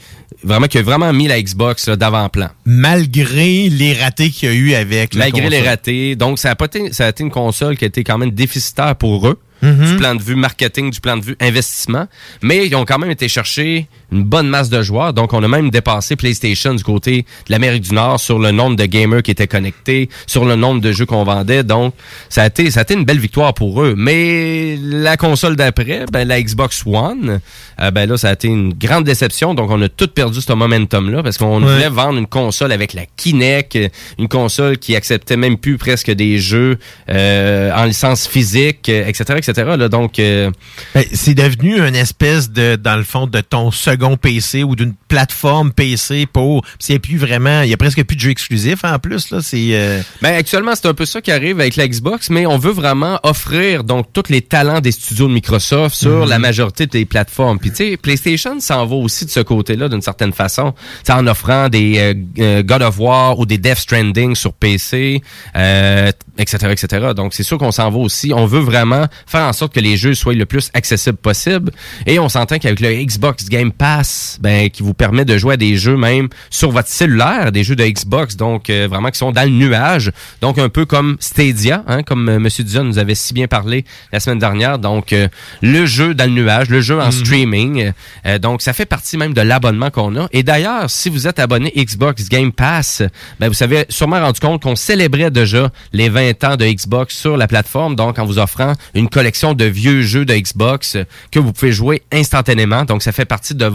la Xbox là, d'avant-plan. Malgré les ratés qu'il y a eu avec la console. Malgré les ratés. Donc, ça a été une console qui a été quand même déficitaire pour eux. Du plan de vue marketing, du plan de vue investissement. Mais ils ont quand même été chercher une bonne masse de joueurs. Donc, on a même dépassé PlayStation du côté de l'Amérique du Nord sur le nombre de gamers qui étaient connectés, sur le nombre de jeux qu'on vendait. Donc, ça a été une belle victoire pour eux. Mais la console d'après, la Xbox One, là, ça a été une grande déception. Donc, on a tout perdu ce momentum-là parce qu'on voulait vendre une console avec la Kinect, une console qui acceptait même plus presque des jeux en licence physique, etc., etc. Là, donc, c'est devenu une espèce de, dans le fond, de ton second PC ou d'une plateforme PC pour. C'est plus vraiment. Il y a presque plus de jeux exclusifs en plus là. C'est. Actuellement, c'est un peu ça qui arrive avec la Xbox, mais on veut vraiment offrir donc tous les talents des studios de Microsoft sur la majorité des plateformes. Puis tu sais, PlayStation s'en va aussi de ce côté-là d'une certaine façon, t'sais, en offrant des God of War ou des Death Stranding sur PC, etc., etc. Donc c'est sûr qu'on s'en va aussi. On veut vraiment faire en sorte que les jeux soient le plus accessibles possible. Et on s'entend qu'avec le Xbox Game Pass, qui vous permet de jouer à des jeux même sur votre cellulaire, des jeux de Xbox, donc vraiment qui sont dans le nuage. Donc un peu comme Stadia, hein, comme M. Dion nous avait si bien parlé la semaine dernière. Donc le jeu dans le nuage, le jeu en streaming. Donc ça fait partie même de l'abonnement qu'on a. Et d'ailleurs, si vous êtes abonné Xbox Game Pass, vous avez sûrement rendu compte qu'on célébrait déjà les 20 ans de Xbox sur la plateforme, donc en vous offrant une collection de vieux jeux de Xbox que vous pouvez jouer instantanément. Donc, ça fait partie de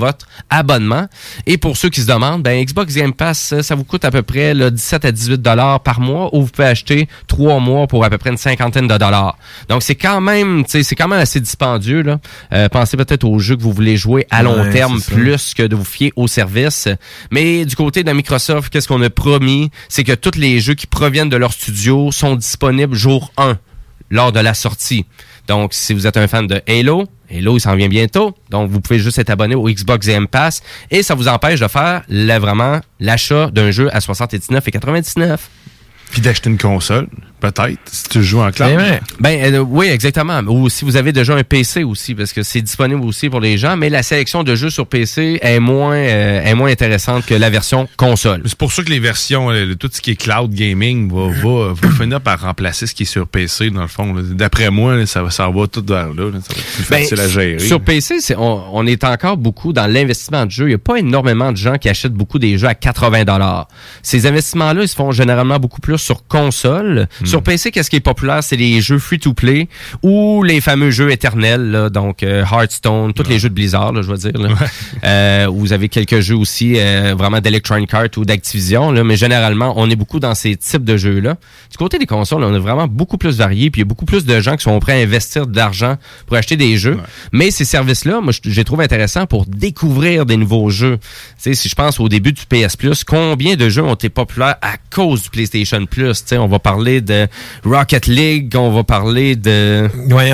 votre abonnement. Et pour ceux qui se demandent, Xbox Game Pass, ça vous coûte à peu près là, 17 à 18 $ par mois, ou vous pouvez acheter 3 mois pour à peu près une cinquantaine de dollars. Donc c'est quand même assez dispendieux là. Pensez peut-être aux jeux que vous voulez jouer à long terme plus que de vous fier au service. Mais du côté de Microsoft, qu'est-ce qu'on a promis, c'est que tous les jeux qui proviennent de leur studio sont disponibles jour 1 lors de la sortie. Donc, si vous êtes un fan de Halo, il s'en vient bientôt. Donc, vous pouvez juste être abonné au Xbox Game Pass et ça vous empêche de faire vraiment l'achat d'un jeu à 79,99$. Puis d'acheter une console, peut-être, si tu joues en cloud. Oui, exactement. Ou si vous avez déjà un PC aussi, parce que c'est disponible aussi pour les gens, mais la sélection de jeux sur PC est moins intéressante que la version console. C'est pour ça que les versions, tout ce qui est cloud gaming va finir par remplacer ce qui est sur PC, dans le fond. Là. D'après moi, là, ça va tout vers là. Ça va être plus facile à gérer. Sur PC, on est encore beaucoup dans l'investissement de jeux. Il n'y a pas énormément de gens qui achètent beaucoup des jeux à 80$. Ces investissements-là, ils se font généralement beaucoup plus sur console. Sur PC, qu'est-ce qui est populaire? C'est les jeux free-to-play ou les fameux jeux éternels, là, donc Hearthstone, tous les jeux de Blizzard, là, je veux dire. Là. Vous avez quelques jeux aussi vraiment d'Electronic Arts ou d'Activision, là, mais généralement, on est beaucoup dans ces types de jeux-là. Du côté des consoles, on est vraiment beaucoup plus varié, puis il y a beaucoup plus de gens qui sont prêts à investir de l'argent pour acheter des jeux. Mais ces services-là, moi, j'ai trouvé intéressant pour découvrir des nouveaux jeux. Tu sais, si je pense au début du PS Plus, combien de jeux ont été populaires à cause du PlayStation Plus? T'sais, on va parler de Rocket League, on va parler de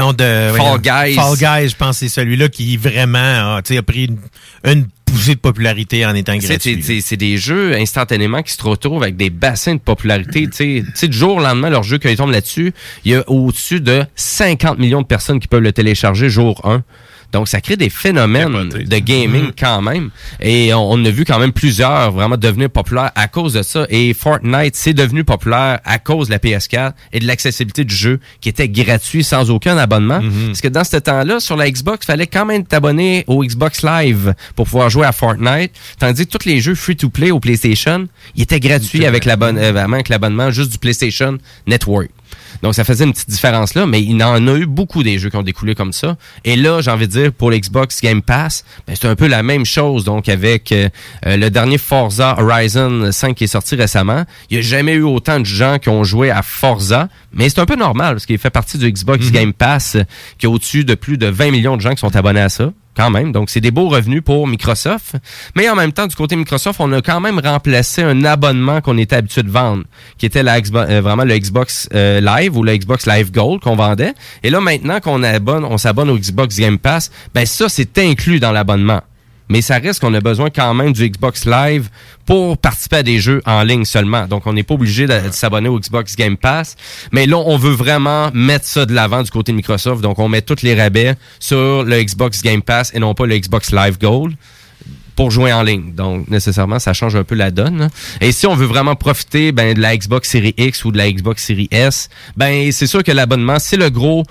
Fall Guys. Fall Guys, je pense que c'est celui-là qui vraiment a pris une poussée de popularité en étant gratuit. C'est des jeux instantanément qui se retrouvent avec des bassins de popularité. Tu sais, du jour au lendemain, leur jeu, quand ils tombent là-dessus, il y a au-dessus de 50 millions de personnes qui peuvent le télécharger jour 1. Donc, ça crée des phénomènes de gaming quand même. Et on a vu quand même plusieurs vraiment devenir populaires à cause de ça. Et Fortnite, c'est devenu populaire à cause de la PS4 et de l'accessibilité du jeu qui était gratuit sans aucun abonnement. Parce que dans ce temps-là, sur la Xbox, il fallait quand même t'abonner au Xbox Live pour pouvoir jouer à Fortnite. Tandis que tous les jeux free-to-play au PlayStation, ils étaient gratuits avec l'abonnement juste du PlayStation Network. Donc, ça faisait une petite différence là, mais il en a eu beaucoup des jeux qui ont découlé comme ça. Et là, j'ai envie de dire, pour l'Xbox Game Pass, c'est un peu la même chose. Donc, avec le dernier Forza Horizon 5 qui est sorti récemment, il n'y a jamais eu autant de gens qui ont joué à Forza, mais c'est un peu normal parce qu'il fait partie du Xbox Game Pass qui a au-dessus de plus de 20 millions de gens qui sont abonnés à ça. Quand même. Donc, c'est des beaux revenus pour Microsoft. Mais en même temps, du côté Microsoft, on a quand même remplacé un abonnement qu'on était habitué de vendre, qui était vraiment le Xbox Live ou le Xbox Live Gold qu'on vendait. Et là, maintenant on s'abonne au Xbox Game Pass, ça, c'est inclus dans l'abonnement. Mais ça reste qu'on a besoin quand même du Xbox Live pour participer à des jeux en ligne seulement. Donc, on n'est pas obligé de s'abonner au Xbox Game Pass. Mais là, on veut vraiment mettre ça de l'avant du côté Microsoft. Donc, on met tous les rabais sur le Xbox Game Pass et non pas le Xbox Live Gold pour jouer en ligne. Donc, nécessairement, ça change un peu la donne. Hein. Et si on veut vraiment profiter de la Xbox Series X ou de la Xbox Series S, c'est sûr que l'abonnement, c'est le gros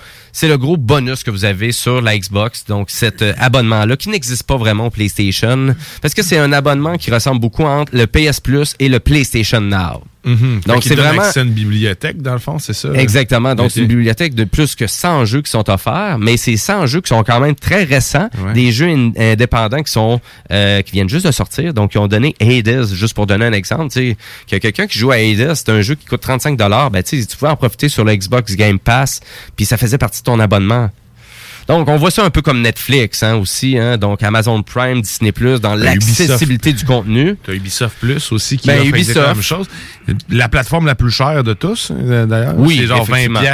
bonus que vous avez sur la Xbox. Donc, cet abonnement-là, qui n'existe pas vraiment au PlayStation, parce que c'est un abonnement qui ressemble beaucoup entre le PS Plus et le PlayStation Now. Donc, c'est vraiment accès à une bibliothèque, dans le fond, c'est ça? Exactement. Donc, c'est une bibliothèque de plus que 100 jeux qui sont offerts, mais c'est 100 jeux qui sont quand même très récents, des jeux indépendants qui sont qui viennent juste de sortir. Donc, ils ont donné Hades, juste pour donner un exemple. Tu sais, qu'il y a quelqu'un qui joue à Hades, c'est un jeu qui coûte 35$, tu pouvais en profiter sur le Xbox Game Pass, puis ça faisait partie de ton abonnement. Donc, on voit ça un peu comme Netflix aussi. Donc, Amazon Prime, Disney+, dans l'accessibilité du contenu. Tu as Ubisoft Plus aussi qui offre exactement la même chose. La plateforme la plus chère de tous, d'ailleurs. Oui, c'est genre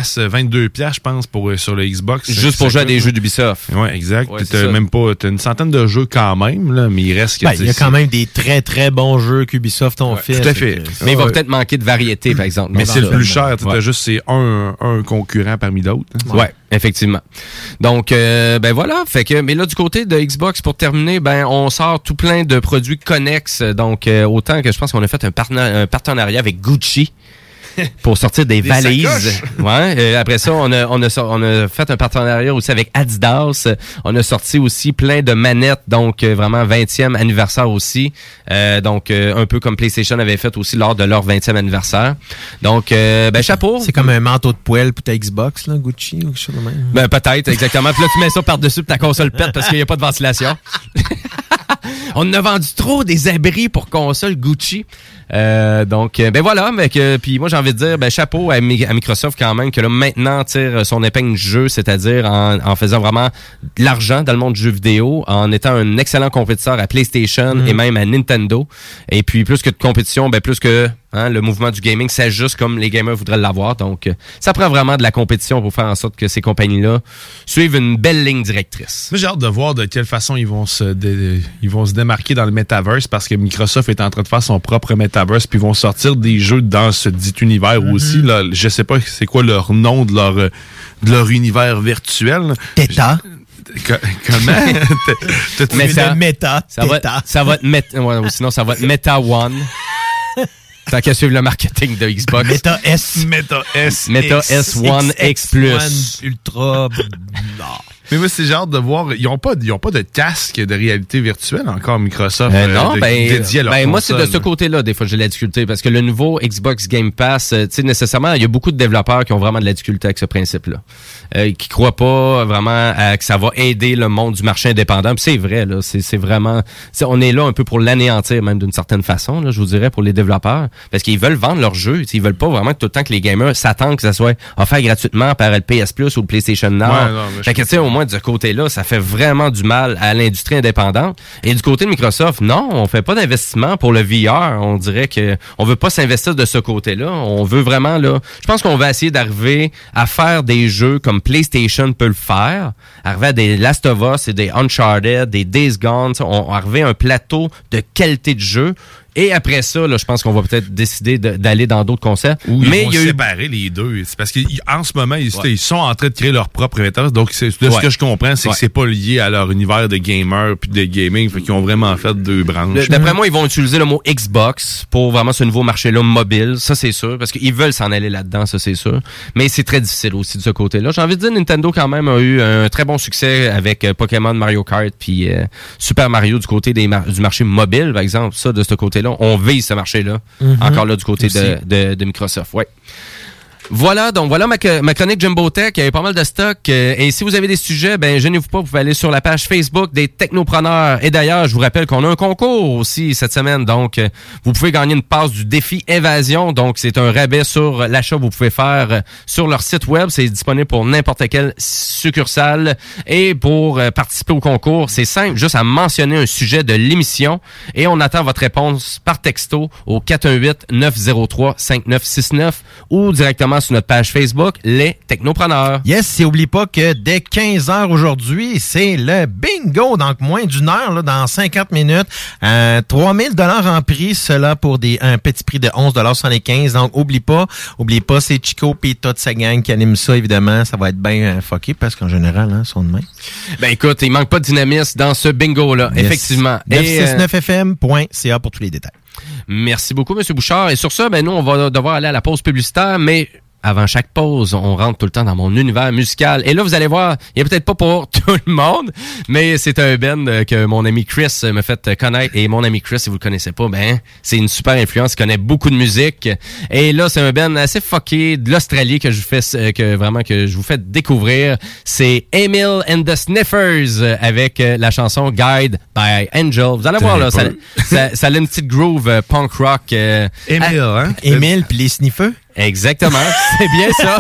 22$, je pense, sur le Xbox. Juste pour jouer à des jeux d'Ubisoft. Oui, exact. Ouais, t'as une centaine de jeux quand même, là, mais il reste... il y a quand même des très, très bons jeux qu'Ubisoft ont fait. Tout à fait. Mais il va peut-être manquer de variété, par exemple. Mais c'est le plus cher. Tu as juste un concurrent parmi d'autres. Ouais, effectivement. Donc, voilà. Mais là, du côté de Xbox, pour terminer, on sort tout plein de produits connexes. Donc, autant que je pense qu'on a fait un partenariat avec Gucci pour sortir des valises. Après ça, on a fait un partenariat aussi avec Adidas. On a sorti aussi plein de manettes, donc vraiment 20e anniversaire aussi. Un peu comme PlayStation avait fait aussi lors de leur 20e anniversaire. Donc, chapeau. C'est comme un manteau de poêle pour ta Xbox, là, Gucci ou quelque chose de même. Peut-être, exactement. Puis là, tu mets ça par-dessus ta console pète parce qu'il n'y a pas de ventilation. On en a vendu trop des abris pour console Gucci. Donc, ben voilà. Puis moi, j'ai envie de dire, ben chapeau à Microsoft quand même, que là, maintenant, tire son épingle du jeu, c'est-à-dire en faisant vraiment de l'argent dans le monde du jeu vidéo, en étant un excellent compétiteur à PlayStation et même à Nintendo. Et puis, plus que de compétition, ben plus que le mouvement du gaming s'ajuste comme les gamers voudraient l'avoir. Donc, ça prend vraiment de la compétition pour faire en sorte que ces compagnies-là suivent une belle ligne directrice. J'ai hâte de voir de quelle façon ils vont se démarquer dans le metaverse, parce que Microsoft est en train de faire son propre metaverse, puis ils vont sortir des jeux dans ce dit univers aussi. Là, je sais pas c'est quoi leur nom de leur univers virtuel. Theta. Comment? Mais ça va être sinon ça va être Meta One. Tant qu'à suivre le marketing de Xbox. Meta S. Meta S1 X+. X1 Ultra. Mais moi, c'est genre de voir. Ils ont pas de casque de réalité virtuelle encore, Microsoft. Non, dédié à leur console. Moi, c'est de ce côté-là, des fois, j'ai de la difficulté. Parce que le nouveau Xbox Game Pass, tu sais, nécessairement, il y a beaucoup de développeurs qui ont vraiment de la difficulté avec ce principe-là. Qui croient pas vraiment que ça va aider le monde du marché indépendant. Puis c'est vrai, là. C'est vraiment. On est là un peu pour l'anéantir, même d'une certaine façon, là, je vous dirais, pour les développeurs. Parce qu'ils veulent vendre leurs jeux. Ils veulent pas vraiment que tout le temps que les gamers s'attendent que ça soit offert gratuitement par le PS Plus ou le PlayStation Now. Fait que, tu sais, au moins, de ce côté-là, ça fait vraiment du mal à l'industrie indépendante. Et du côté de Microsoft, non, on fait pas d'investissement pour le VR. On dirait que on veut pas s'investir de ce côté-là. On veut vraiment, là, je pense qu'on va essayer d'arriver à faire des jeux comme PlayStation peut le faire. Arriver à des Last of Us et des Uncharted, des Days Gone. On arriver à un plateau de qualité de jeu. Et après ça, là, je pense qu'on va peut-être décider d'aller dans d'autres concepts. Mais ils vont séparer les deux. C'est parce qu'en ce moment, ils sont en train de créer leur propre méthode. Donc, ce que je comprends, c'est que c'est pas lié à leur univers de gamer puis de gaming. Fait qu'ils ont vraiment fait deux branches. D'après moi, ils vont utiliser le mot Xbox pour vraiment ce nouveau marché-là mobile. Ça, c'est sûr. Parce qu'ils veulent s'en aller là-dedans, ça, c'est sûr. Mais c'est très difficile aussi de ce côté-là. J'ai envie de dire, Nintendo, quand même, a eu un très bon succès avec Pokémon, Mario Kart puis Super Mario du côté du marché mobile, par exemple. Ça, de ce côté-là. On vise ce marché-là. Encore là du côté de Microsoft. Ouais. Voilà, donc voilà ma chronique Jimbo Tech. Il y avait pas mal de stock. Et si vous avez des sujets, ben gênez-vous pas, vous pouvez aller sur la page Facebook des Technopreneurs. Et d'ailleurs, je vous rappelle qu'on a un concours aussi cette semaine. Donc, vous pouvez gagner une passe du défi Évasion. Donc, c'est un rabais sur l'achat que vous pouvez faire sur leur site web. C'est disponible pour n'importe quelle succursale. Et pour participer au concours, c'est simple, juste à mentionner un sujet de l'émission. Et on attend votre réponse par texto au 418-903-5969 ou directement sur notre page Facebook, les Technopreneurs. Yes, et oublie pas que dès 15h aujourd'hui, c'est le bingo, donc moins d'une heure, là, dans 50 minutes. 3000 $ en prix, cela pour un petit prix de 11,75 $. Donc, oublie pas, c'est Chico et toute sa gang qui anime ça, évidemment. Ça va être bien fucké parce qu'en général, ils sont de même. Ben écoute, il manque pas de dynamisme dans ce bingo-là, yes. Effectivement. 969fm.ca pour tous les détails. Merci beaucoup, M. Bouchard. Et sur ça, ben nous, on va devoir aller à la pause publicitaire, mais avant chaque pause, on rentre tout le temps dans mon univers musical. Et là, vous allez voir, il est peut-être pas pour tout le monde, mais c'est un band que mon ami Chris m'a fait connaître. Et mon ami Chris, si vous le connaissez pas, ben c'est une super influence. Il connaît beaucoup de musique. Et là, c'est un band assez fucké de l'Australie que je vous fais découvrir. C'est Emil and the Sniffers avec la chanson Guide by Angel. Vous allez voir là, ça a une petite groove punk rock. Emil, hein? Emil puis les Sniffers. Exactement, c'est bien ça.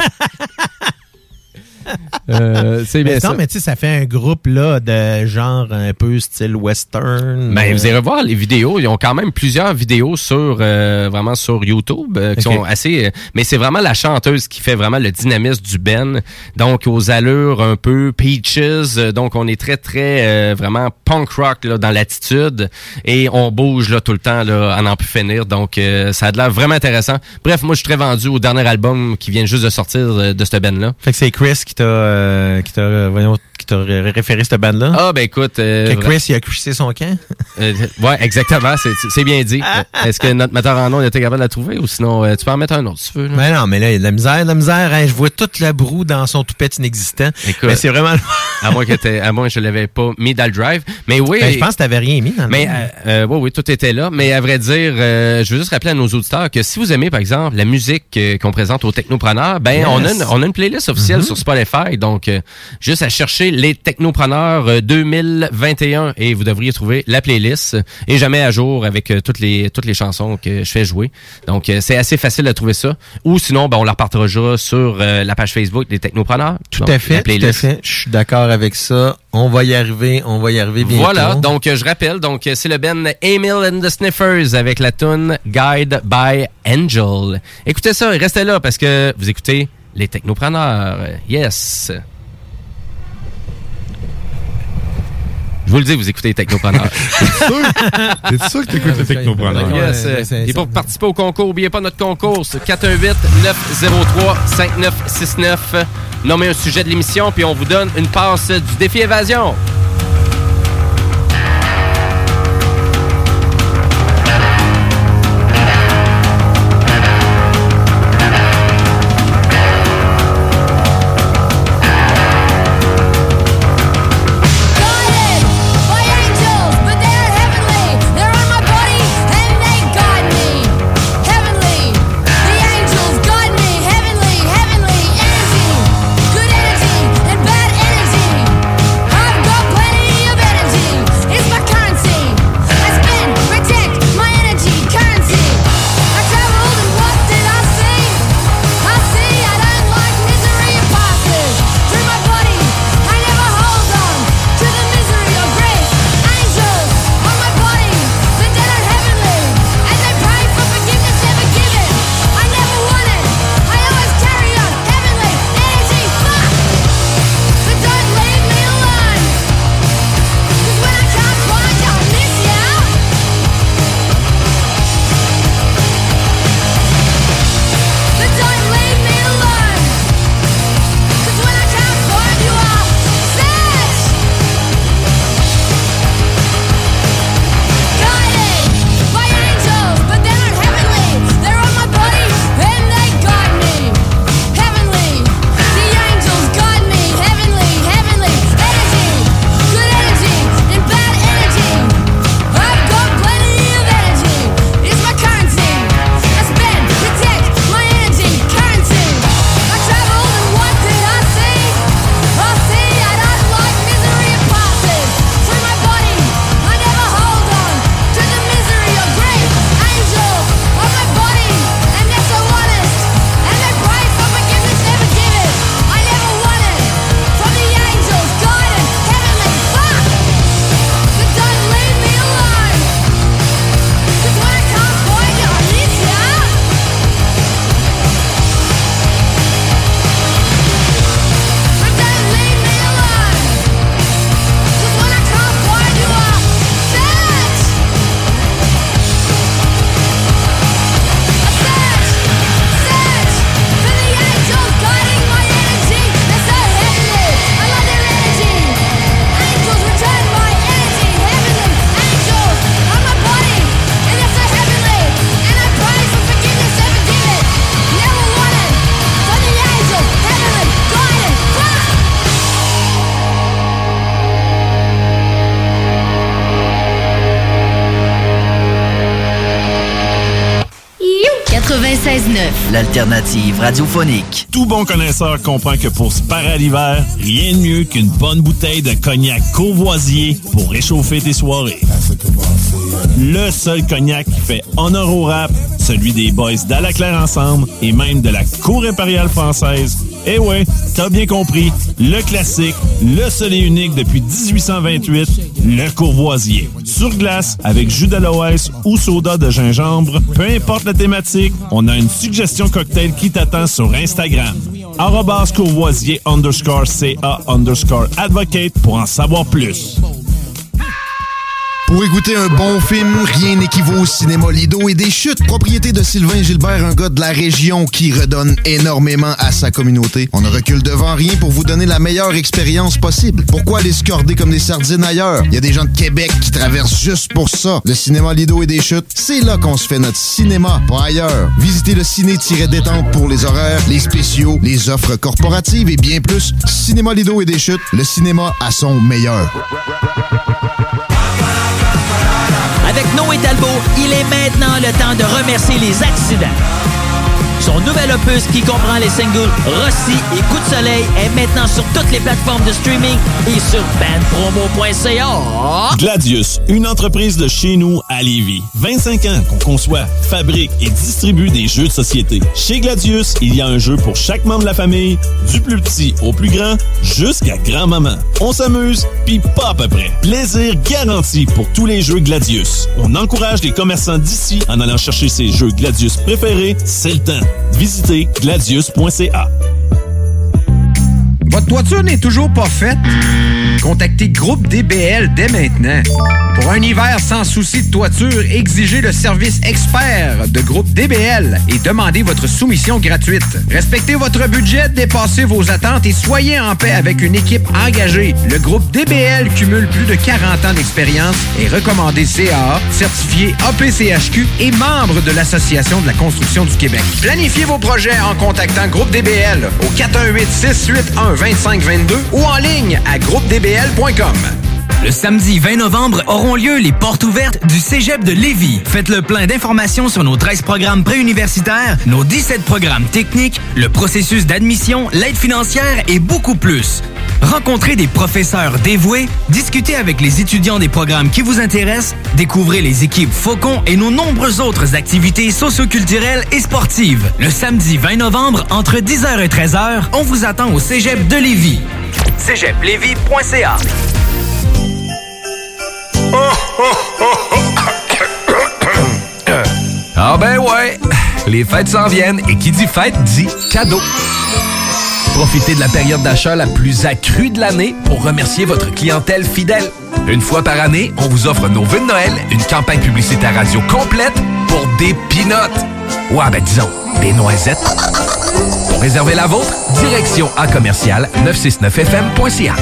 C'est bien ça. Mais tu sais, ça fait un groupe là de genre un peu style western. Ben, vous irez voir les vidéos. Ils ont quand même plusieurs vidéos sur vraiment sur YouTube qui sont assez. Mais c'est vraiment la chanteuse qui fait vraiment le dynamisme du band. Donc aux allures un peu Peaches. Donc on est très très vraiment punk rock là dans l'attitude et on bouge là tout le temps là à n'en plus finir. Donc ça a l'air vraiment intéressant. Bref, moi je suis très vendu au dernier album qui vient juste de sortir de cette band là. Fait que c'est Chris qui t'a référé cette bande-là? Ah, ben écoute... que Chris, il a couché son camp? Ouais, exactement, c'est bien dit. Est-ce que notre metteur en nom était capable de la trouver ou sinon tu peux en mettre un autre si tu veux? Ben non, mais là, il y a de la misère. Hein, je vois toute la broue dans son toupette inexistant. Écoute, mais c'est vraiment... à moins que je l'avais pas mis dans le drive. Mais oui... Ben, je pense que t'avais rien mis dans le drive. Oui, tout était là. Mais à vrai dire, je veux juste rappeler à nos auditeurs que si vous aimez, par exemple, la musique qu'on présente aux Technopreneurs, ben yes. on a une playlist officielle sur Spotify. Donc, juste à chercher les Technopreneurs 2021 et vous devriez trouver la playlist et jamais à jour avec toutes les chansons que je fais jouer. Donc, c'est assez facile de trouver ça. Ou sinon, on la repartagera sur la page Facebook des Technopreneurs. Tout à fait. Je suis d'accord avec ça. On va y arriver bientôt. Voilà, donc je rappelle, c'est le band Emil and the Sniffers avec la tune Guide by Angel. Écoutez ça et restez là parce que vous écoutez les Technopreneurs. Yes! Je vous le dis, vous écoutez les Technopreneurs. T'es sûr que t'écoutes les Technopreneurs? Yes. Et pour participer au concours, n'oubliez pas notre concours, c'est 418-903-5969. Nommez un sujet de l'émission, puis on vous donne une passe du défi évasion. L'alternative radiophonique. Tout bon connaisseur comprend que pour se parer à l'hiver, rien de mieux qu'une bonne bouteille de cognac Courvoisier pour réchauffer tes soirées. Le seul cognac qui fait honneur au rap, celui des boys d'Alaclaire Ensemble et même de la Cour impériale française. Eh ouais, t'as bien compris, le classique, le seul et unique depuis 1828, le Courvoisier. Sur glace, avec jus d'aloès ou soda de gingembre, peu importe la thématique, on a une suggestion cocktail qui t'attend sur Instagram. @Courvoisier_CA_advocate pour en savoir plus. Pour écouter un bon film, rien n'équivaut au cinéma Lido et des Chutes, propriété de Sylvain Gilbert, un gars de la région qui redonne énormément à sa communauté. On ne recule devant rien pour vous donner la meilleure expérience possible. Pourquoi aller se corder comme des sardines ailleurs? Il y a des gens de Québec qui traversent juste pour ça. Le cinéma Lido et des Chutes, c'est là qu'on se fait notre cinéma, pas ailleurs. Visitez le ciné-détente pour les horaires, les spéciaux, les offres corporatives et bien plus. Cinéma Lido et des Chutes, le cinéma à son meilleur. Avec Noé Talbot, il est maintenant le temps de remercier les accidents. Son nouvel opus qui comprend les singles Rossi et Coup de soleil est maintenant sur toutes les plateformes de streaming et sur bandpromo.ca. Gladius, une entreprise de chez nous à Lévis. 25 ans qu'on conçoit, fabrique et distribue des jeux de société. Chez Gladius, il y a un jeu pour chaque membre de la famille, du plus petit au plus grand, jusqu'à grand-maman. On s'amuse, pis pas à peu près. Plaisir garanti pour tous les jeux Gladius. On encourage les commerçants d'ici en allant chercher ses jeux Gladius préférés. C'est le temps. Visitez gladius.ca. Votre toiture n'est toujours pas faite? Contactez Groupe DBL dès maintenant. Pour un hiver sans souci de toiture, exigez le service expert de Groupe DBL et demandez votre soumission gratuite. Respectez votre budget, dépassez vos attentes et soyez en paix avec une équipe engagée. Le Groupe DBL cumule plus de 40 ans d'expérience et recommandé CAA, certifié APCHQ et membre de l'Association de la construction du Québec. Planifiez vos projets en contactant Groupe DBL au 418-681-2522 ou en ligne à groupedbl.com. Le samedi 20 novembre auront lieu les portes ouvertes du Cégep de Lévis. Faites le plein d'informations sur nos 13 programmes préuniversitaires, nos 17 programmes techniques, le processus d'admission, l'aide financière et beaucoup plus. Rencontrez des professeurs dévoués, discutez avec les étudiants des programmes qui vous intéressent, découvrez les équipes Faucon et nos nombreuses autres activités socioculturelles et sportives. Le samedi 20 novembre, entre 10h et 13h, on vous attend au Cégep de Lévis. cégeplevy.ca. Ah ben ouais, les fêtes s'en viennent et qui dit fête dit cadeau. Profitez de la période d'achat la plus accrue de l'année pour remercier votre clientèle fidèle. Une fois par année, on vous offre nos vœux de Noël, une campagne publicitaire radio complète pour des peanuts. Ouais, ben disons, des noisettes. Pour réserver la vôtre, direction à commercial 969fm.ca.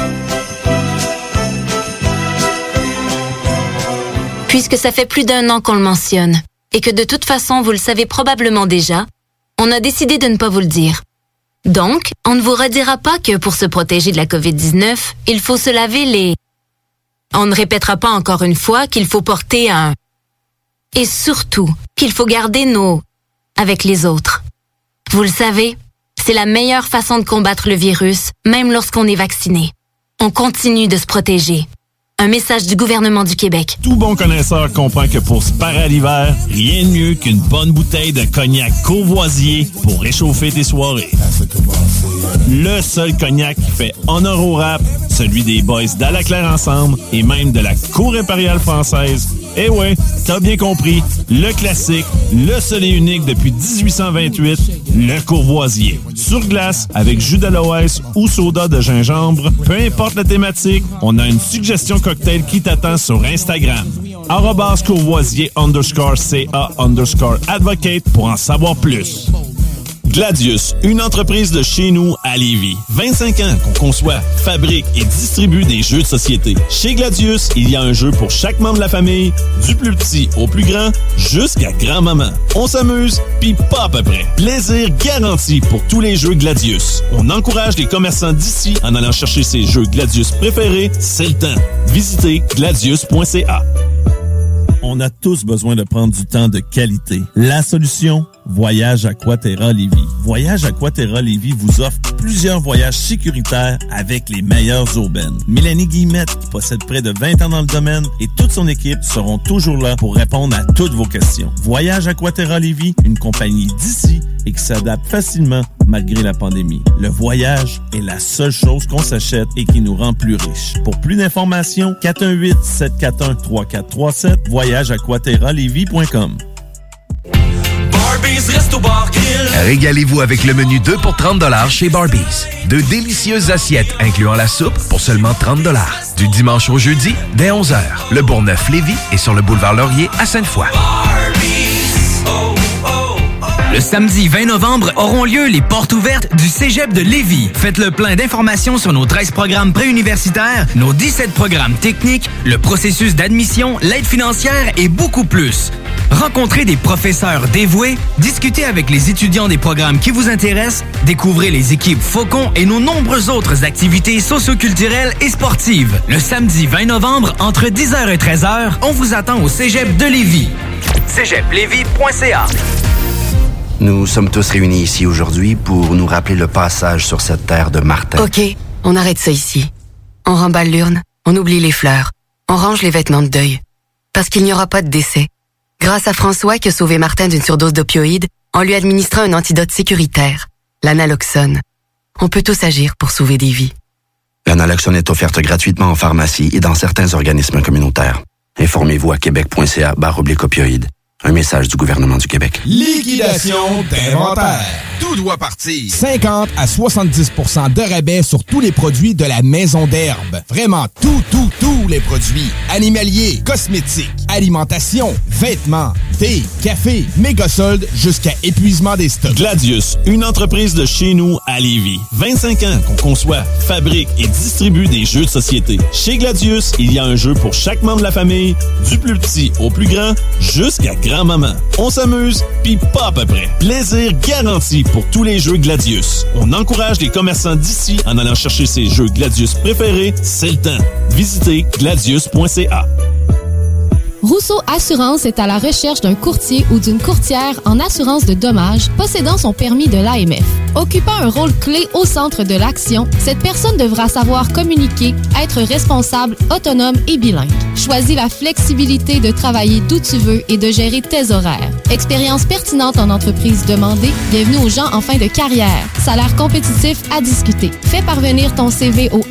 Puisque ça fait plus d'1 an qu'on le mentionne, et que de toute façon vous le savez probablement déjà, on a décidé de ne pas vous le dire. Donc, on ne vous redira pas que pour se protéger de la COVID-19, il faut se laver les... On ne répétera pas encore une fois qu'il faut porter un... Et surtout, qu'il faut garder nos... avec les autres. Vous le savez, c'est la meilleure façon de combattre le virus, même lorsqu'on est vacciné. On continue de se protéger. Un message du gouvernement du Québec. Tout bon connaisseur comprend que pour se parer à l'hiver, rien de mieux qu'une bonne bouteille de cognac Courvoisier pour réchauffer tes soirées. Le seul cognac qui fait honneur au rap, celui des boys d'Alaclaire Ensemble et même de la Cour impériale française. Eh ouais, t'as bien compris, le classique, le seul et unique depuis 1828, le Courvoisier. Sur glace, avec jus d'aloès ou soda de gingembre, peu importe la thématique, on a une suggestion cocktail qui t'attend sur Instagram. @Courvoisier_CA_advocate pour en savoir plus. Gladius, une entreprise de chez nous à Lévis. 25 ans qu'on conçoit, fabrique et distribue des jeux de société. Chez Gladius, il y a un jeu pour chaque membre de la famille, du plus petit au plus grand, jusqu'à grand-maman. On s'amuse, pis pas à peu près. Plaisir garanti pour tous les jeux Gladius. On encourage les commerçants d'ici en allant chercher ses jeux Gladius préférés. C'est le temps. Visitez gladius.ca. On a tous besoin de prendre du temps de qualité. La solution, Voyage Aquaterra Lévis. Voyage Aquaterra Lévis vous offre plusieurs voyages sécuritaires avec les meilleures aubaines. Mélanie Guillemette, qui possède près de 20 ans dans le domaine, et toute son équipe seront toujours là pour répondre à toutes vos questions. Voyage Aquaterra Lévis, une compagnie d'ici et qui s'adapte facilement malgré la pandémie. Le voyage est la seule chose qu'on s'achète et qui nous rend plus riches. Pour plus d'informations, 418-741-3437, voyageaquaterralévis.com. Régalez-vous avec le menu 2 pour 30 $ chez Barbies. De délicieuses assiettes incluant la soupe pour seulement 30 $. Du dimanche au jeudi, dès 11h. Le Bourgneuf-Lévis est sur le boulevard Laurier à Sainte-Foy. Le samedi 20 novembre auront lieu les portes ouvertes du Cégep de Lévis. Faites le plein d'informations sur nos 13 programmes préuniversitaires, nos 17 programmes techniques, le processus d'admission, l'aide financière et beaucoup plus. Rencontrez des professeurs dévoués, discutez avec les étudiants des programmes qui vous intéressent, découvrez les équipes Faucon et nos nombreuses autres activités socioculturelles et sportives. Le samedi 20 novembre, entre 10h et 13h, on vous attend au Cégep de Lévis. cégeplevy.ca. Nous sommes tous réunis ici aujourd'hui pour nous rappeler le passage sur cette terre de Martin. OK, on arrête ça ici. On remballe l'urne, on oublie les fleurs, on range les vêtements de deuil. Parce qu'il n'y aura pas de décès. Grâce à François qui a sauvé Martin d'une surdose d'opioïdes, en lui administrant un antidote sécuritaire, l'analoxone. On peut tous agir pour sauver des vies. L'analoxone est offerte gratuitement en pharmacie et dans certains organismes communautaires. Informez-vous à québec.ca/opioïdes. Un message du gouvernement du Québec. Liquidation d'inventaire. Tout doit partir. 50 à 70% de rabais sur tous les produits de la maison d'herbe. Vraiment tous les produits. Animaliers, cosmétiques, alimentation, vêtements, thé, café, méga soldes jusqu'à épuisement des stocks. Gladius, une entreprise de chez nous à Lévis. 25 ans qu'on conçoit, fabrique et distribue des jeux de société. Chez Gladius, il y a un jeu pour chaque membre de la famille, du plus petit au plus grand, jusqu'à grand-maman. On s'amuse, pis pas à peu près. Plaisir garanti pour tous les jeux Gladius. On encourage les commerçants d'ici en allant chercher ses jeux Gladius préférés. C'est le temps. Visitez gladius.ca. Rousseau Assurance est à la recherche d'un courtier ou d'une courtière en assurance de dommages possédant son permis de l'AMF. Occupant un rôle clé au centre de l'action, cette personne devra savoir communiquer, être responsable, autonome et bilingue. Choisis la flexibilité de travailler d'où tu veux et de gérer tes horaires. Expérience pertinente en entreprise demandée, bienvenue aux gens en fin de carrière. Salaire compétitif à discuter. Fais parvenir ton CV au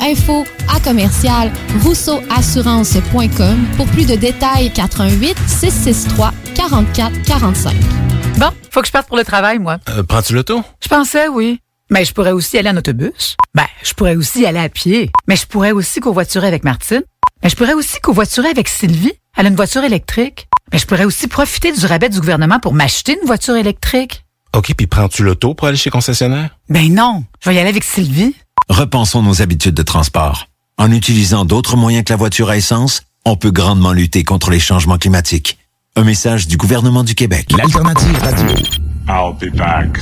info@rousseauassurance.com pour plus de détails. 88 663 44 45. Bon, faut que je parte pour le travail, moi. Prends-tu l'auto? Je pensais, oui. Mais je pourrais aussi aller en autobus. Je pourrais aussi aller à pied. Mais je pourrais aussi covoiturer avec Martine. Mais je pourrais aussi covoiturer avec Sylvie. Elle a une voiture électrique. Mais je pourrais aussi profiter du rabais du gouvernement pour m'acheter une voiture électrique. OK, puis prends-tu l'auto pour aller chez concessionnaire? Non, je vais y aller avec Sylvie. Repensons nos habitudes de transport. En utilisant d'autres moyens que la voiture à essence, on peut grandement lutter contre les changements climatiques. Un message du gouvernement du Québec. L'Alternative Radio. I'll be back.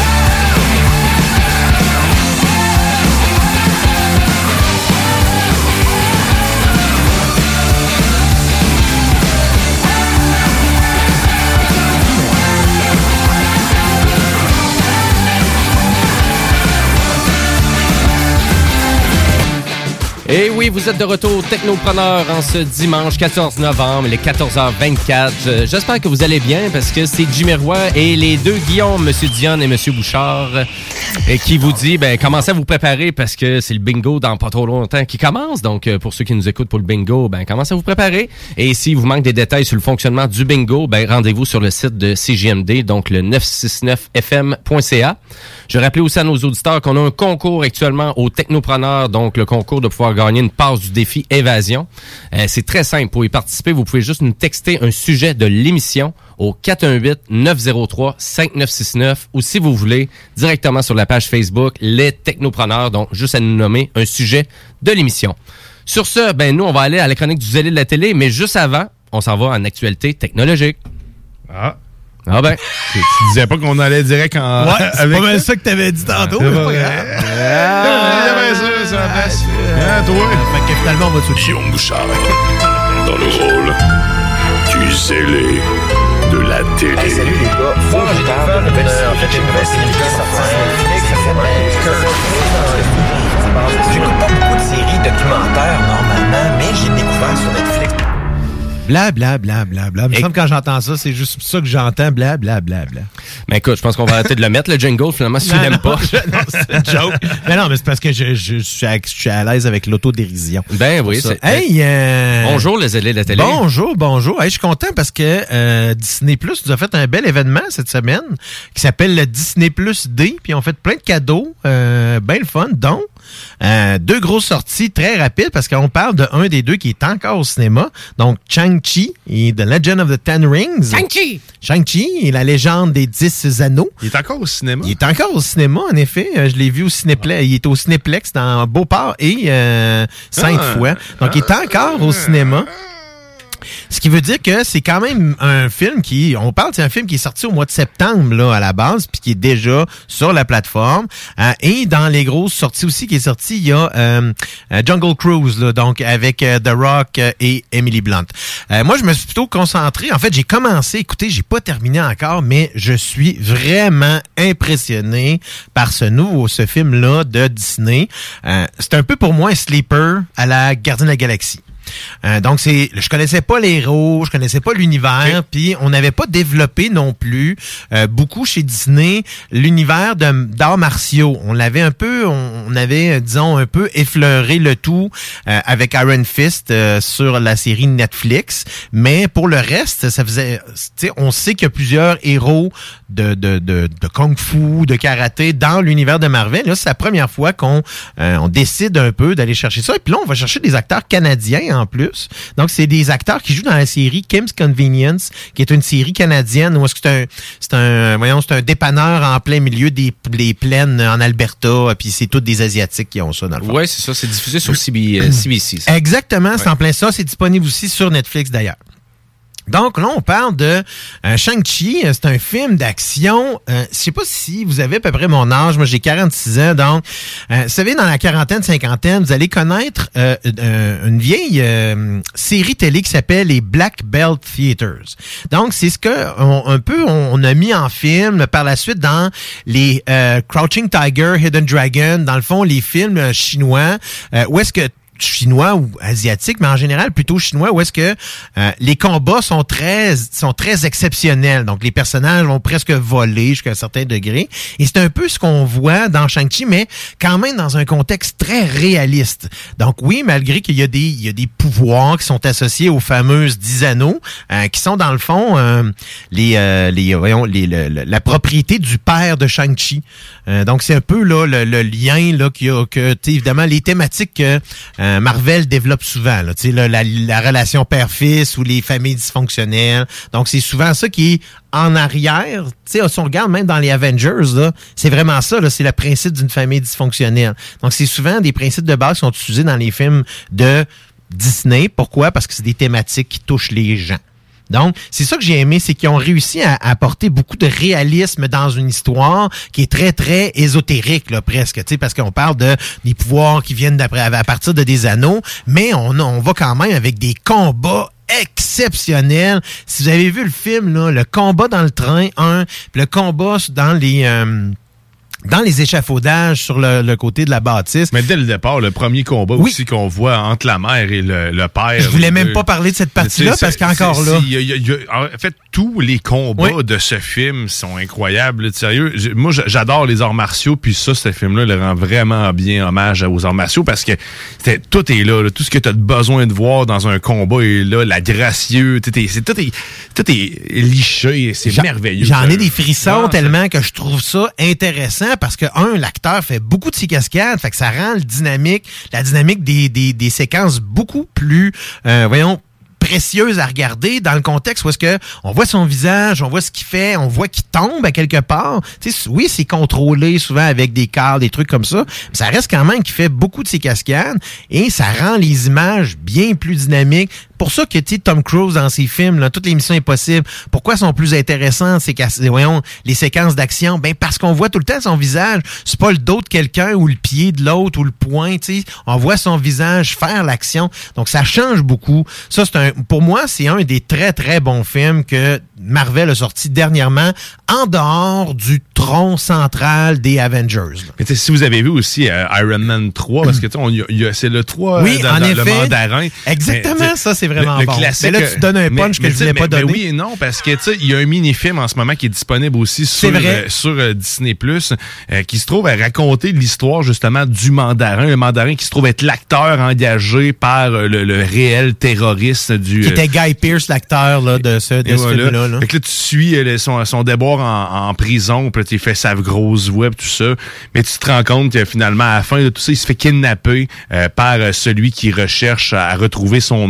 Et oui, vous êtes de retour Technopreneur en ce dimanche 14 novembre, les 14h24. J'espère que vous allez bien parce que c'est Jimmy Roy et les deux Guillaume, M. Dionne et M. Bouchard, qui vous dit, commencez à vous préparer parce que c'est le bingo dans pas trop longtemps qui commence. Donc, pour ceux qui nous écoutent pour le bingo, commencez à vous préparer. Et s'il vous manque des détails sur le fonctionnement du bingo, rendez-vous sur le site de CJMD, donc le 969fm.ca. Je rappelle aussi à nos auditeurs qu'on a un concours actuellement au Technopreneur, donc le concours de pouvoir gagner une passe du défi Évasion. C'est très simple. Pour y participer, vous pouvez juste nous texter un sujet de l'émission au 418-903-5969 ou si vous voulez, directement sur la page Facebook Les Technopreneurs, donc juste à nous nommer un sujet de l'émission. Sur ce, nous, on va aller à la chronique du zélé de la télé, mais juste avant, on s'en va en actualité technologique. Ah ben. Tu disais pas qu'on allait direct en... Ouais, c'est pas mal ça que t'avais dit tantôt. C'est pas grave. Ça va passer. Toi. Fait que finalement, on va tout Guillaume Bouchard, dans le rôle du zélé de la télé. Hey, salut les gars. Moi, j'ai découvert une nouvelle série qui est sortie sur Netflix. Ça s'appelle J'écoute pas beaucoup de séries documentaires normalement, mais j'ai découvert sur Netflix. Blablabla. Il me semble que quand j'entends ça, c'est juste ça que j'entends. Blablabla. Mais écoute, je pense qu'on va arrêter de le mettre, le jingle, finalement, si tu l'aimes pas. Non, c'est une joke. Mais non, mais c'est parce que je suis à l'aise avec l'autodérision. Oui, c'est... Hey, bonjour, les zélés de la télé. Bonjour. Hey, je suis content parce que Disney Plus nous a fait un bel événement cette semaine qui s'appelle le Disney Plus Day. Puis on fait plein de cadeaux. Ben le fun. Donc, deux grosses sorties très rapides parce qu'on parle de un des deux qui est encore au cinéma. Donc, Shang-Chi et The Legend of the Ten Rings. Shang-Chi et la légende des 10 anneaux. Il est encore au cinéma? Il est encore au cinéma, en effet. Je l'ai vu au Cinéplex. Il est au Cinéplex dans Beauport et Sainte-Foy. Donc, il est encore au cinéma. Ce qui veut dire que c'est quand même un film c'est un film qui est sorti au mois de septembre, là, à la base, puis qui est déjà sur la plateforme. Et dans les grosses sorties aussi qui est sorti, il y a Jungle Cruise, là, donc avec The Rock et Emily Blunt. Moi, je me suis plutôt concentré. En fait, j'ai commencé, écoutez, j'ai pas terminé encore, mais je suis vraiment impressionné par ce film-là de Disney. C'est un peu pour moi un sleeper à la Gardien de la Galaxie. Donc je connaissais pas les héros, je connaissais pas l'univers, puis on n'avait pas développé non plus beaucoup chez Disney l'univers d'arts martiaux. On l'avait un peu, on avait disons un peu effleuré le tout avec Iron Fist sur la série Netflix, mais pour le reste, ça faisait, tu sais, on sait qu'il y a plusieurs héros de kung-fu, de karaté dans l'univers de Marvel. Là, c'est la première fois qu'on décide un peu d'aller chercher ça. Et puis là, on va chercher des acteurs canadiens en plus. Donc, c'est des acteurs qui jouent dans la série Kim's Convenience, qui est une série canadienne où c'est un dépanneur en plein milieu des plaines en Alberta, puis c'est tous des Asiatiques qui ont ça dans le fond. Ouais, c'est ça. C'est diffusé sur CBC. Ça. Exactement, c'est en plein ça. C'est disponible aussi sur Netflix d'ailleurs. Donc là, on parle de Shang-Chi. C'est un film d'action. Je sais pas si vous avez à peu près mon âge. Moi, j'ai 46 ans. Donc, vous savez, dans la quarantaine, cinquantaine, vous allez connaître une vieille série télé qui s'appelle les Black Belt Theaters. Donc, c'est ce que on a mis en film par la suite dans les Crouching Tiger, Hidden Dragon. Dans le fond, les films chinois. Où est-ce que chinois ou asiatiques, mais en général plutôt chinois, où est-ce que les combats sont très exceptionnels. Donc, les personnages vont presque voler jusqu'à un certain degré. Et c'est un peu ce qu'on voit dans Shang-Chi, mais quand même dans un contexte très réaliste. Donc, oui, malgré qu'il y a des pouvoirs qui sont associés aux fameuses 10 anneaux, qui sont dans le fond la propriété du père de Shang-Chi. Donc, c'est un peu là le lien là qu'il y a, que évidemment les thématiques que Marvel développe souvent, là, la relation père-fils ou les familles dysfonctionnelles. Donc, c'est souvent ça qui est en arrière. Si on regarde même dans les Avengers, là, c'est vraiment ça, là, c'est le principe d'une famille dysfonctionnelle. Donc, c'est souvent des principes de base qui sont utilisés dans les films de Disney. Pourquoi? Parce que c'est des thématiques qui touchent les gens. Donc, c'est ça que j'ai aimé, c'est qu'ils ont réussi à apporter beaucoup de réalisme dans une histoire qui est très, très ésotérique, là, presque, tu sais, parce qu'on parle des pouvoirs qui viennent à partir de des anneaux, mais on va quand même avec des combats exceptionnels. Si vous avez vu le film, là, le combat dans le train, puis le combat dans les échafaudages sur le côté de la bâtisse. Mais dès le départ, le premier combat aussi qu'on voit entre la mère et le père. Je voulais même pas parler de cette partie-là parce qu'encore là. En fait, tous les combats de ce film sont incroyables. Sérieux, moi, j'adore les arts martiaux, puis ce film-là le rend vraiment bien hommage aux arts martiaux parce que tout est là. Tout ce que tu as besoin de voir dans un combat est là. La gracieux, tout est liché. C'est merveilleux. J'en ai des frissons tellement que je trouve ça intéressant. Parce que, l'acteur fait beaucoup de ses cascades, fait que ça rend la dynamique des séquences beaucoup plus, précieuse à regarder dans le contexte où est-ce que on voit son visage, on voit ce qu'il fait, on voit qu'il tombe à quelque part. Tu sais, oui, c'est contrôlé souvent avec des cadres, des trucs comme ça, mais ça reste quand même qu'il fait beaucoup de ses cascades et ça rend les images bien plus dynamiques. Pour ça que, tu sais, Tom Cruise dans ses films, là, toutes les missions impossibles, pourquoi sont plus intéressantes les séquences d'action? Ben, parce qu'on voit tout le temps son visage. C'est pas le dos de quelqu'un ou le pied de l'autre ou le poing, tu sais. On voit son visage faire l'action. Donc, ça change beaucoup. Ça, pour moi, c'est un des très, très bons films que Marvel a sorti dernièrement en dehors du tronc central des Avengers. Mais si vous avez vu aussi Iron Man 3, parce que c'est le 3 le mandarin. ça c'est vraiment bon. Classique, mais là, tu donnes un punch que je voulais pas donner. Mais oui et non, parce que il y a un mini-film en ce moment qui est disponible aussi sur Disney+, qui se trouve à raconter l'histoire justement du mandarin. Le mandarin qui se trouve être l'acteur engagé par le réel terroriste du... Qui était Guy Pearce, l'acteur là, de ce film-là. Fait que là, tu suis son déboire en prison, puis il fait sa grosse voix, tout ça. Mais tu te rends compte que finalement, à la fin de tout ça, il se fait kidnapper par celui qui recherche à retrouver son nom, qui se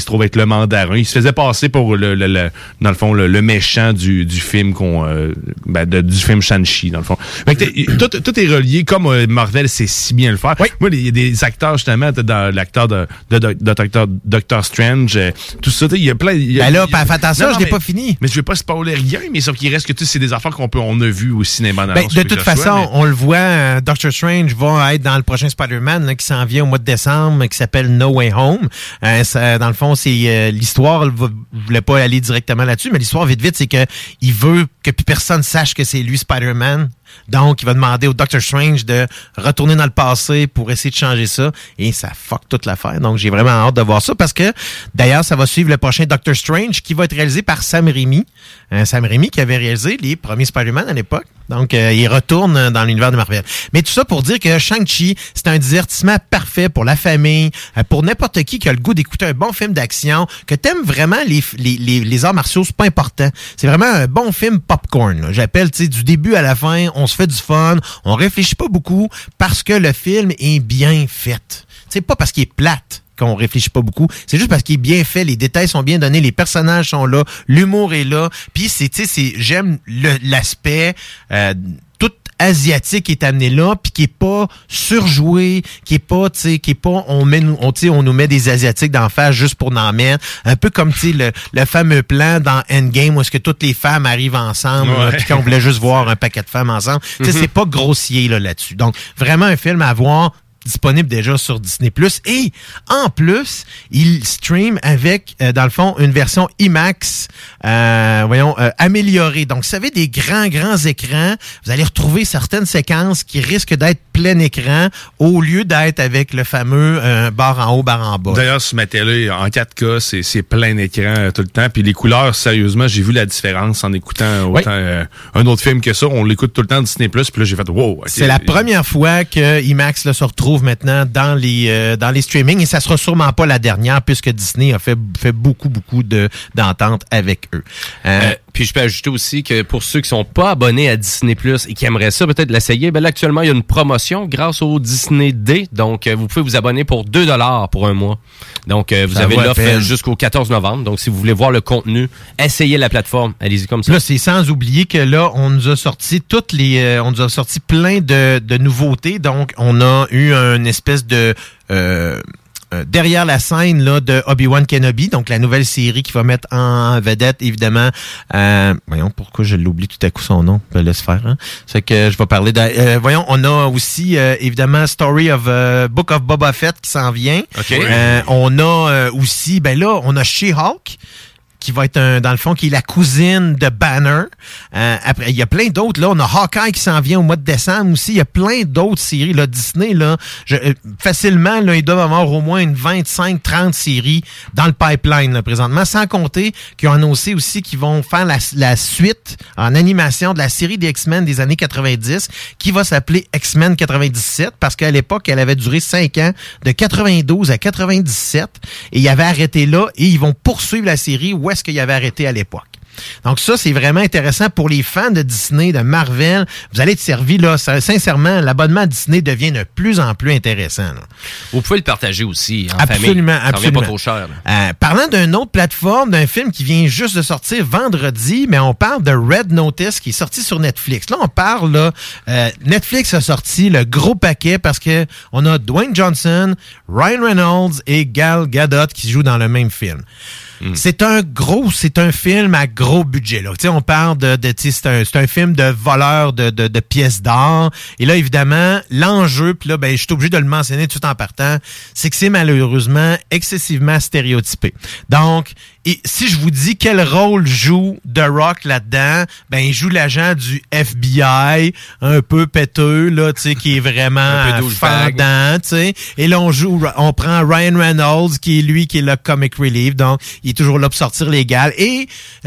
trouve être le mandarin. Il se faisait passer pour dans le fond, le méchant du film du film Shang-Chi, dans le fond. Fait que tout est relié, comme Marvel sait si bien le faire. Oui. Moi, il y a des acteurs, justement, dans l'acteur de Doctor Strange, tout ça, il y a plein... Ben là, fais attention, je l'ai pas fini. Mais je vais pas spoiler rien, mais sauf qu'il reste que c'est des affaires on a vues au cinéma. De toute façon, on le voit, Doctor Strange va être dans le prochain Spider-Man là, qui s'en vient au mois de décembre, qui s'appelle No Way Home. Dans le fond, c'est l'histoire, je voulais pas aller directement là-dessus, mais l'histoire, vite, c'est que il veut que plus personne sache que c'est lui Spider-Man. Donc, il va demander au Doctor Strange de retourner dans le passé pour essayer de changer ça. Et ça fuck toute l'affaire. Donc, j'ai vraiment hâte de voir ça parce que, d'ailleurs, ça va suivre le prochain Doctor Strange qui va être réalisé par Sam Raimi. Sam Raimi qui avait réalisé les premiers Spider-Man à l'époque. Donc, il retourne dans l'univers de Marvel. Mais tout ça pour dire que Shang-Chi, c'est un divertissement parfait pour la famille, pour n'importe qui a le goût d'écouter un bon film d'action, que t'aimes vraiment les arts martiaux, c'est pas important. C'est vraiment un bon film popcorn. Là. J'appelle, tu sais, du début à la fin, on se fait du fun, on réfléchit pas beaucoup parce que le film est bien fait. C'est pas parce qu'il est plate qu'on réfléchit pas beaucoup, c'est juste parce qu'il est bien fait, les détails sont bien donnés, les personnages sont là, l'humour est là, puis j'aime l'aspect tout asiatique qui est amené là, puis qui est pas surjoué, qui est pas on nous met des asiatiques d'en face juste pour en mettre, un peu comme le fameux plan dans Endgame où est-ce que toutes les femmes arrivent ensemble, puis qu'on voulait juste voir un paquet de femmes ensemble, c'est pas grossier là-dessus. Donc vraiment un film à voir, disponible déjà sur Disney+. Et en plus, il stream avec, dans le fond, une version IMAX, améliorée. Donc, si vous avez des grands écrans, vous allez retrouver certaines séquences qui risquent d'être plein écran au lieu d'être avec le fameux barre en haut, barre en bas. D'ailleurs, sur ma télé, en 4K, c'est plein écran tout le temps. Puis les couleurs, sérieusement, j'ai vu la différence en écoutant autant un autre film que ça. On l'écoute tout le temps Disney+. Puis là, j'ai fait wow. Okay. C'est la première fois que IMAX là, se retrouve maintenant dans les streamings et ça sera sûrement pas la dernière puisque Disney a fait beaucoup d'ententes avec eux. Puis je peux ajouter aussi que pour ceux qui sont pas abonnés à Disney+ et qui aimeraient ça peut-être l'essayer, ben là actuellement il y a une promotion grâce au Disney Day. Donc vous pouvez vous abonner pour 2$ pour un mois. Donc vous avez l'offre jusqu'au 14 novembre. Donc si vous voulez voir le contenu, essayez la plateforme. Allez-y comme ça. Là, c'est sans oublier que là, on nous a sorti plein de nouveautés. Donc on a eu une espèce de derrière la scène là de Obi-Wan Kenobi, donc la nouvelle série qui va mettre en vedette évidemment voyons pourquoi je l'oublie tout à coup son nom, je laisse faire hein. C'est que je vais parler voyons, on a aussi évidemment Story of Book of Boba Fett qui s'en vient. Okay. On a aussi on a She-Hulk qui va être dans le fond, qui est la cousine de Banner. Après, il y a plein d'autres. Là, on a Hawkeye qui s'en vient au mois de décembre aussi. Il y a plein d'autres séries. Là, Disney, là, facilement, là, ils doivent avoir au moins une 25-30 séries dans le pipeline là, présentement, sans compter qu'ils ont annoncé aussi qu'ils vont faire la suite en animation de la série des X-Men des années 90, qui va s'appeler X-Men 97, parce qu'à l'époque, elle avait duré 5 ans, de 92 à 97, et ils avaient arrêté là, et ils vont poursuivre la série où est-ce qu'il avait arrêté à l'époque. Donc ça, c'est vraiment intéressant pour les fans de Disney, de Marvel. Vous allez être servis, là. Sincèrement, l'abonnement à Disney devient de plus en plus intéressant. Là. Vous pouvez le partager aussi en absolument, famille. Ça revient pas trop cher. Parlant d'une autre plateforme, d'un film qui vient juste de sortir vendredi, mais on parle de Red Notice qui est sorti sur Netflix. Là, on parle, là, Netflix a sorti le gros paquet parce que on a Dwayne Johnson, Ryan Reynolds et Gal Gadot qui jouent dans le même film. C'est un film à gros budget, là. Tu sais, on parle c'est un film de voleur de pièces d'art. Et là, évidemment, l'enjeu, puis là, je suis obligé de le mentionner tout en partant, c'est que c'est malheureusement excessivement stéréotypé. Donc, et si je vous dis quel rôle joue The Rock là-dedans, il joue l'agent du FBI, un peu péteux, là, tu sais, qui est vraiment fendant, tu sais. Et là, on prend Ryan Reynolds, qui est le comic relief, donc il est toujours là pour sortir les gags. Et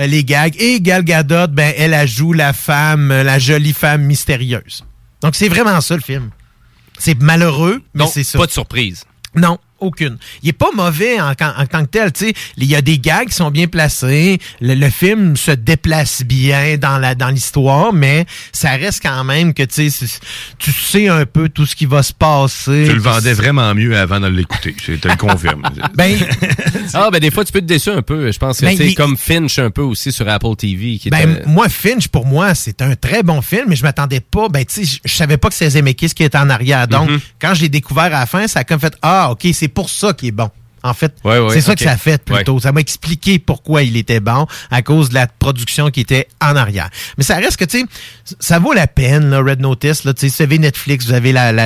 Gal Gadot, elle joue la jolie femme mystérieuse. Donc, c'est vraiment ça, le film. C'est malheureux, mais c'est ça. Pas de surprise. Non. Aucune. Il est pas mauvais en tant que tel. Tu sais, il y a des gags qui sont bien placés. Le film se déplace bien dans l'histoire, mais ça reste quand même que tu sais un peu tout ce qui va se passer. Tu le vendais vraiment mieux avant de l'écouter. Je te le confirme. Des fois, tu peux te déçu un peu. Je pense que c'est comme Finch un peu aussi sur Apple TV. Moi, Finch, pour moi, c'est un très bon film, mais je m'attendais pas. Je savais pas que c'est Zemeckis qui était en arrière. Donc, quand je l'ai découvert à la fin, ça a comme fait, OK, c'est pour ça qu'il est bon. En fait, c'est ça que ça a fait plutôt. Ça m'a expliqué pourquoi il était bon à cause de la production qui était en arrière. Mais ça reste que, tu sais, ça vaut la peine, là, Red Notice. Là, tu sais, si vous avez Netflix, vous avez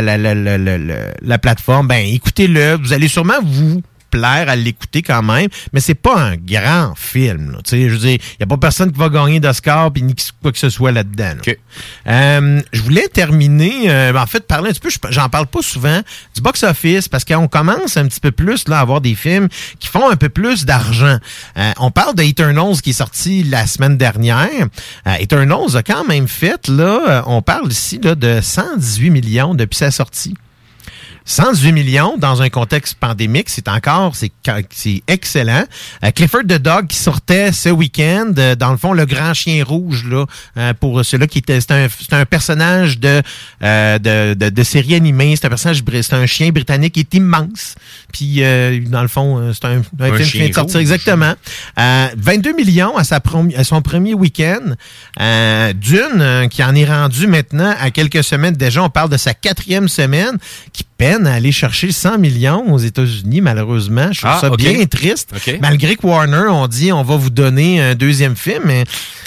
la plateforme, écoutez-le. Vous allez sûrement vous plaire à l'écouter quand même, mais c'est pas un grand film. Là. Tu sais, je veux dire, il n'y a pas personne qui va gagner d'Oscar puis ni quoi que ce soit là-dedans. Là. Okay. Je voulais terminer, en fait, parler un petit peu, j'en parle pas souvent, du box-office, parce qu'on commence un petit peu plus là, à avoir des films qui font un peu plus d'argent. On parle de Eternals qui est sorti la semaine dernière. Eternals a quand même fait, là, on parle ici là, de 118 millions depuis sa sortie. 118 millions dans un contexte pandémique, c'est excellent. Clifford the Dog qui sortait ce week-end, dans le fond, le grand chien rouge, là, pour ceux-là qui étaient, c'est un personnage de série animée, c'est un chien britannique qui est immense. Puis, dans le fond, c'est un film qui vient de sortir, exactement. 22 millions à son premier week-end. Dune, qui en est rendu maintenant à quelques semaines déjà, on parle de sa 4e semaine, qui peine à aller chercher 100 millions aux États-Unis, malheureusement. Je trouve ça bien triste. Okay. Malgré que Warner, on dit, on va vous donner un deuxième film, mais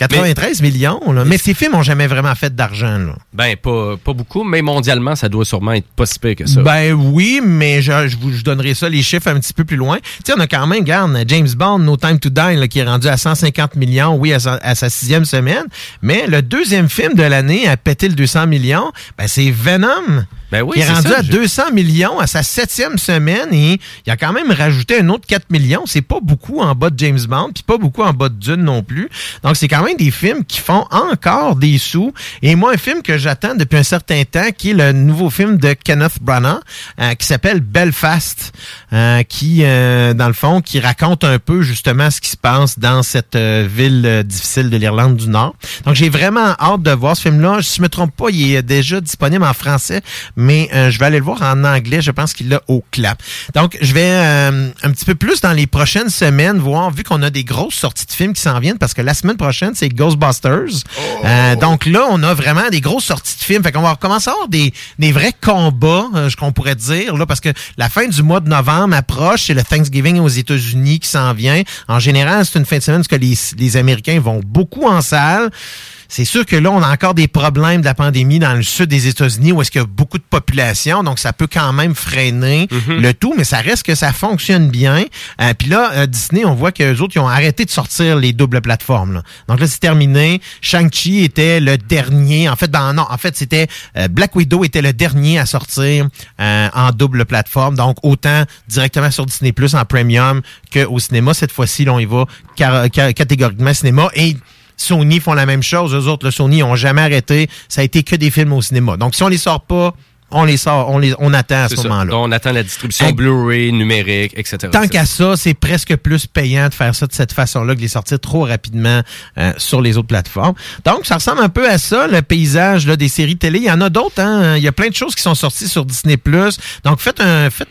93 millions. Là. Mais ces films n'ont jamais vraiment fait d'argent. Là. Pas beaucoup, mais mondialement, ça doit sûrement être pas si pire que ça. Oui, mais je vous donnerai ça, les chiffres un petit peu plus loin. Tu sais, on a quand même, regarde, James Bond, No Time to Die, là, qui est rendu à 150 millions, oui, à sa 6e semaine. Mais le deuxième film de l'année a pété le 200 millions. C'est Venom. Qui est rendu à 200 millions à sa 7e semaine et il a quand même rajouté un autre 4 millions. C'est pas beaucoup en bas de James Bond, puis pas beaucoup en bas de Dune non plus. Donc, c'est quand même des films qui font encore des sous. Et moi, un film que j'attends depuis un certain temps, qui est le nouveau film de Kenneth Branagh, qui s'appelle Belfast, qui, dans le fond, qui raconte un peu justement ce qui se passe dans cette ville difficile de l'Irlande du Nord. Donc, j'ai vraiment hâte de voir ce film-là. Si je me trompe pas, il est déjà disponible en français, mais je vais aller le voir en anglais. Je pense qu'il l'a au clap. Donc, je vais un petit peu plus dans les prochaines semaines voir, vu qu'on a des grosses sorties de films qui s'en viennent, parce que la semaine prochaine, c'est Ghostbusters. Donc là, on a vraiment des grosses sorties de films. Fait qu'on va commencer à avoir des vrais combats, qu'on pourrait dire, là, parce que la fin du mois de novembre approche. C'est le Thanksgiving aux États-Unis qui s'en vient. En général, c'est une fin de semaine parce que les Américains vont beaucoup en salle. C'est sûr que là, on a encore des problèmes de la pandémie dans le sud des États-Unis où est-ce qu'il y a beaucoup de population, donc ça peut quand même freiner le tout, mais ça reste que ça fonctionne bien. Puis là, Disney, on voit qu'eux autres, ils ont arrêté de sortir les doubles plateformes. Là. Donc là, c'est terminé. Shang-Chi était le dernier. En fait, c'était Black Widow était le dernier à sortir en double plateforme. Donc, autant directement sur Disney+, en premium, qu'au cinéma. Cette fois-ci, là, on y va catégoriquement cinéma. Et Sony font la même chose. Eux autres, le Sony, n'ont jamais arrêté. Ça a été que des films au cinéma. Donc, si on les sort pas, on les sort, on attend à ce moment-là. On attend la distribution Blu-ray, numérique, etc. Tant qu'à ça, c'est presque plus payant de faire ça de cette façon-là que de les sortir trop rapidement sur les autres plateformes. Donc, ça ressemble un peu à ça, le paysage là, des séries télé. Il y en a d'autres, hein. Il y a plein de choses qui sont sorties sur Disney+. Donc, faites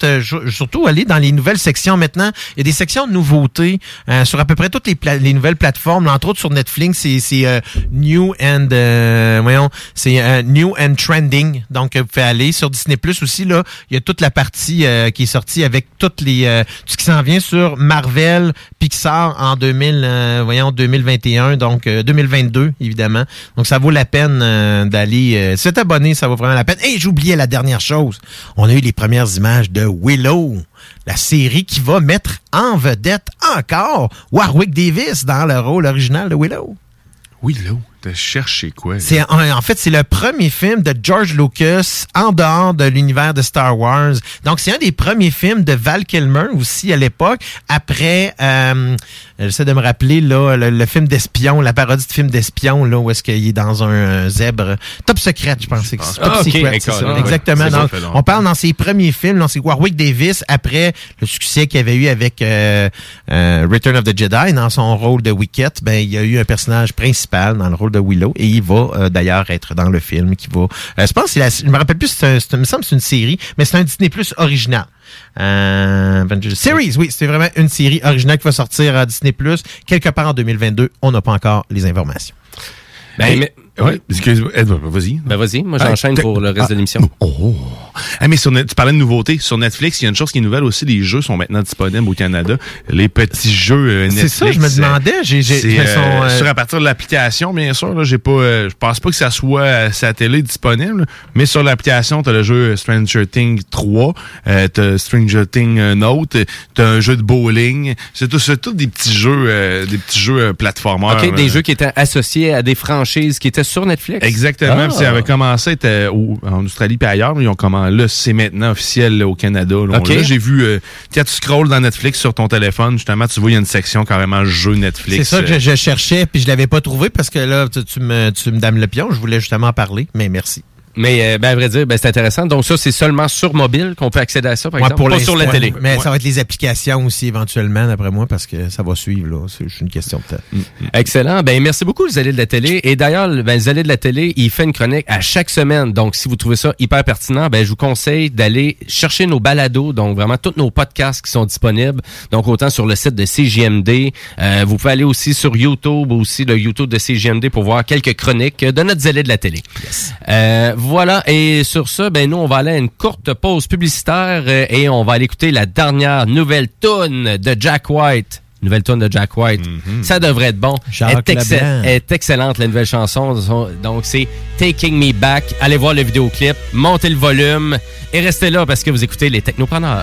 surtout aller dans les nouvelles sections maintenant. Il y a des sections de nouveautés sur à peu près toutes les nouvelles plateformes. Là, entre autres, sur Netflix, c'est New and New and Trending. Donc, vous pouvez aller sur Disney+ aussi, là, il y a toute la partie qui est sortie avec toutes les tout ce qui s'en vient sur Marvel, Pixar en 2021, donc 2022, évidemment. Donc, ça vaut la peine d'aller s'abonner, ça vaut vraiment la peine. Et j'oubliais la dernière chose. On a eu les premières images de Willow, la série qui va mettre en vedette encore Warwick Davis dans le rôle original de Willow. Willow. T'as cherché quoi? En fait, c'est le premier film de George Lucas en dehors de l'univers de Star Wars. Donc, c'est un des premiers films de Val Kilmer aussi à l'époque. Après, j'essaie de me rappeler là, le film d'espion, la parodie de film d'espion, là, où est-ce qu'il est dans un zèbre. Top Secret, je pense. Top Secret, c'est ça. Exactement. Ouais, Donc, on parle dans ses premiers films. Donc, c'est Warwick Davis, après le succès qu'il avait eu avec Return of the Jedi, dans son rôle de Wicket, ben, il y a eu un personnage principal dans le rôle de Willow, et il va d'ailleurs être dans le film qui va... je pense que je me rappelle plus, il me semble que c'est une série, mais c'est un Disney Plus original. Series, oui, c'est vraiment une série originale qui va sortir à Disney Plus quelque part en 2022. On n'a pas encore les informations. Oui, excuse-moi. Vas-y. Ben vas-y, moi j'enchaîne pour le reste de l'émission. Mais tu parlais de nouveautés. Sur Netflix, il y a une chose qui est nouvelle aussi, les jeux sont maintenant disponibles au Canada. Les petits jeux Netflix. C'est ça, je me demandais. Sur à partir de l'application, bien sûr. Là, je pense pas que ça soit à sa télé disponible, mais sur l'application, t'as le jeu Stranger Things 3, t'as Stranger Things Note, t'as un jeu de bowling. C'est tout des petits jeux plateformeurs. OK, des jeux qui étaient associés à des franchises qui étaient sur Netflix. Exactement. Ça avait commencé en Australie et ailleurs. Ils ont commencé. Là, c'est maintenant officiel là, au Canada. Là, okay. Là, j'ai vu, quand tu scrolls dans Netflix sur ton téléphone, justement, tu vois, il y a une section carrément jeux Netflix. C'est ça que je cherchais, puis je l'avais pas trouvé parce que là, tu me dames le pion. Je voulais justement en parler, mais merci. Mais à vrai dire, c'est intéressant. Donc ça, c'est seulement sur mobile qu'on peut accéder à ça, par exemple, pas sur la télé. Mais ça va être les applications aussi éventuellement, d'après moi, parce que ça va suivre. Là. C'est juste une question de temps. Excellent. Merci beaucoup, les allées de la télé. Et d'ailleurs, les allées de la télé, il fait une chronique à chaque semaine. Donc, si vous trouvez ça hyper pertinent, je vous conseille d'aller chercher nos balados, donc vraiment tous nos podcasts qui sont disponibles. Donc, autant sur le site de CJMD. Vous pouvez aller aussi sur YouTube, aussi le YouTube de CJMD pour voir quelques chroniques de notre allées de la télé. Yes. Voilà, et sur ça, nous, on va aller à une courte pause publicitaire et on va aller écouter la dernière nouvelle toune de Jack White. Nouvelle toune de Jack White. Mm-hmm. Ça devrait être bon. Elle est excellente, la nouvelle chanson. Donc, c'est Taking Me Back. Allez voir le vidéoclip, montez le volume et restez là parce que vous écoutez les Technopreneurs.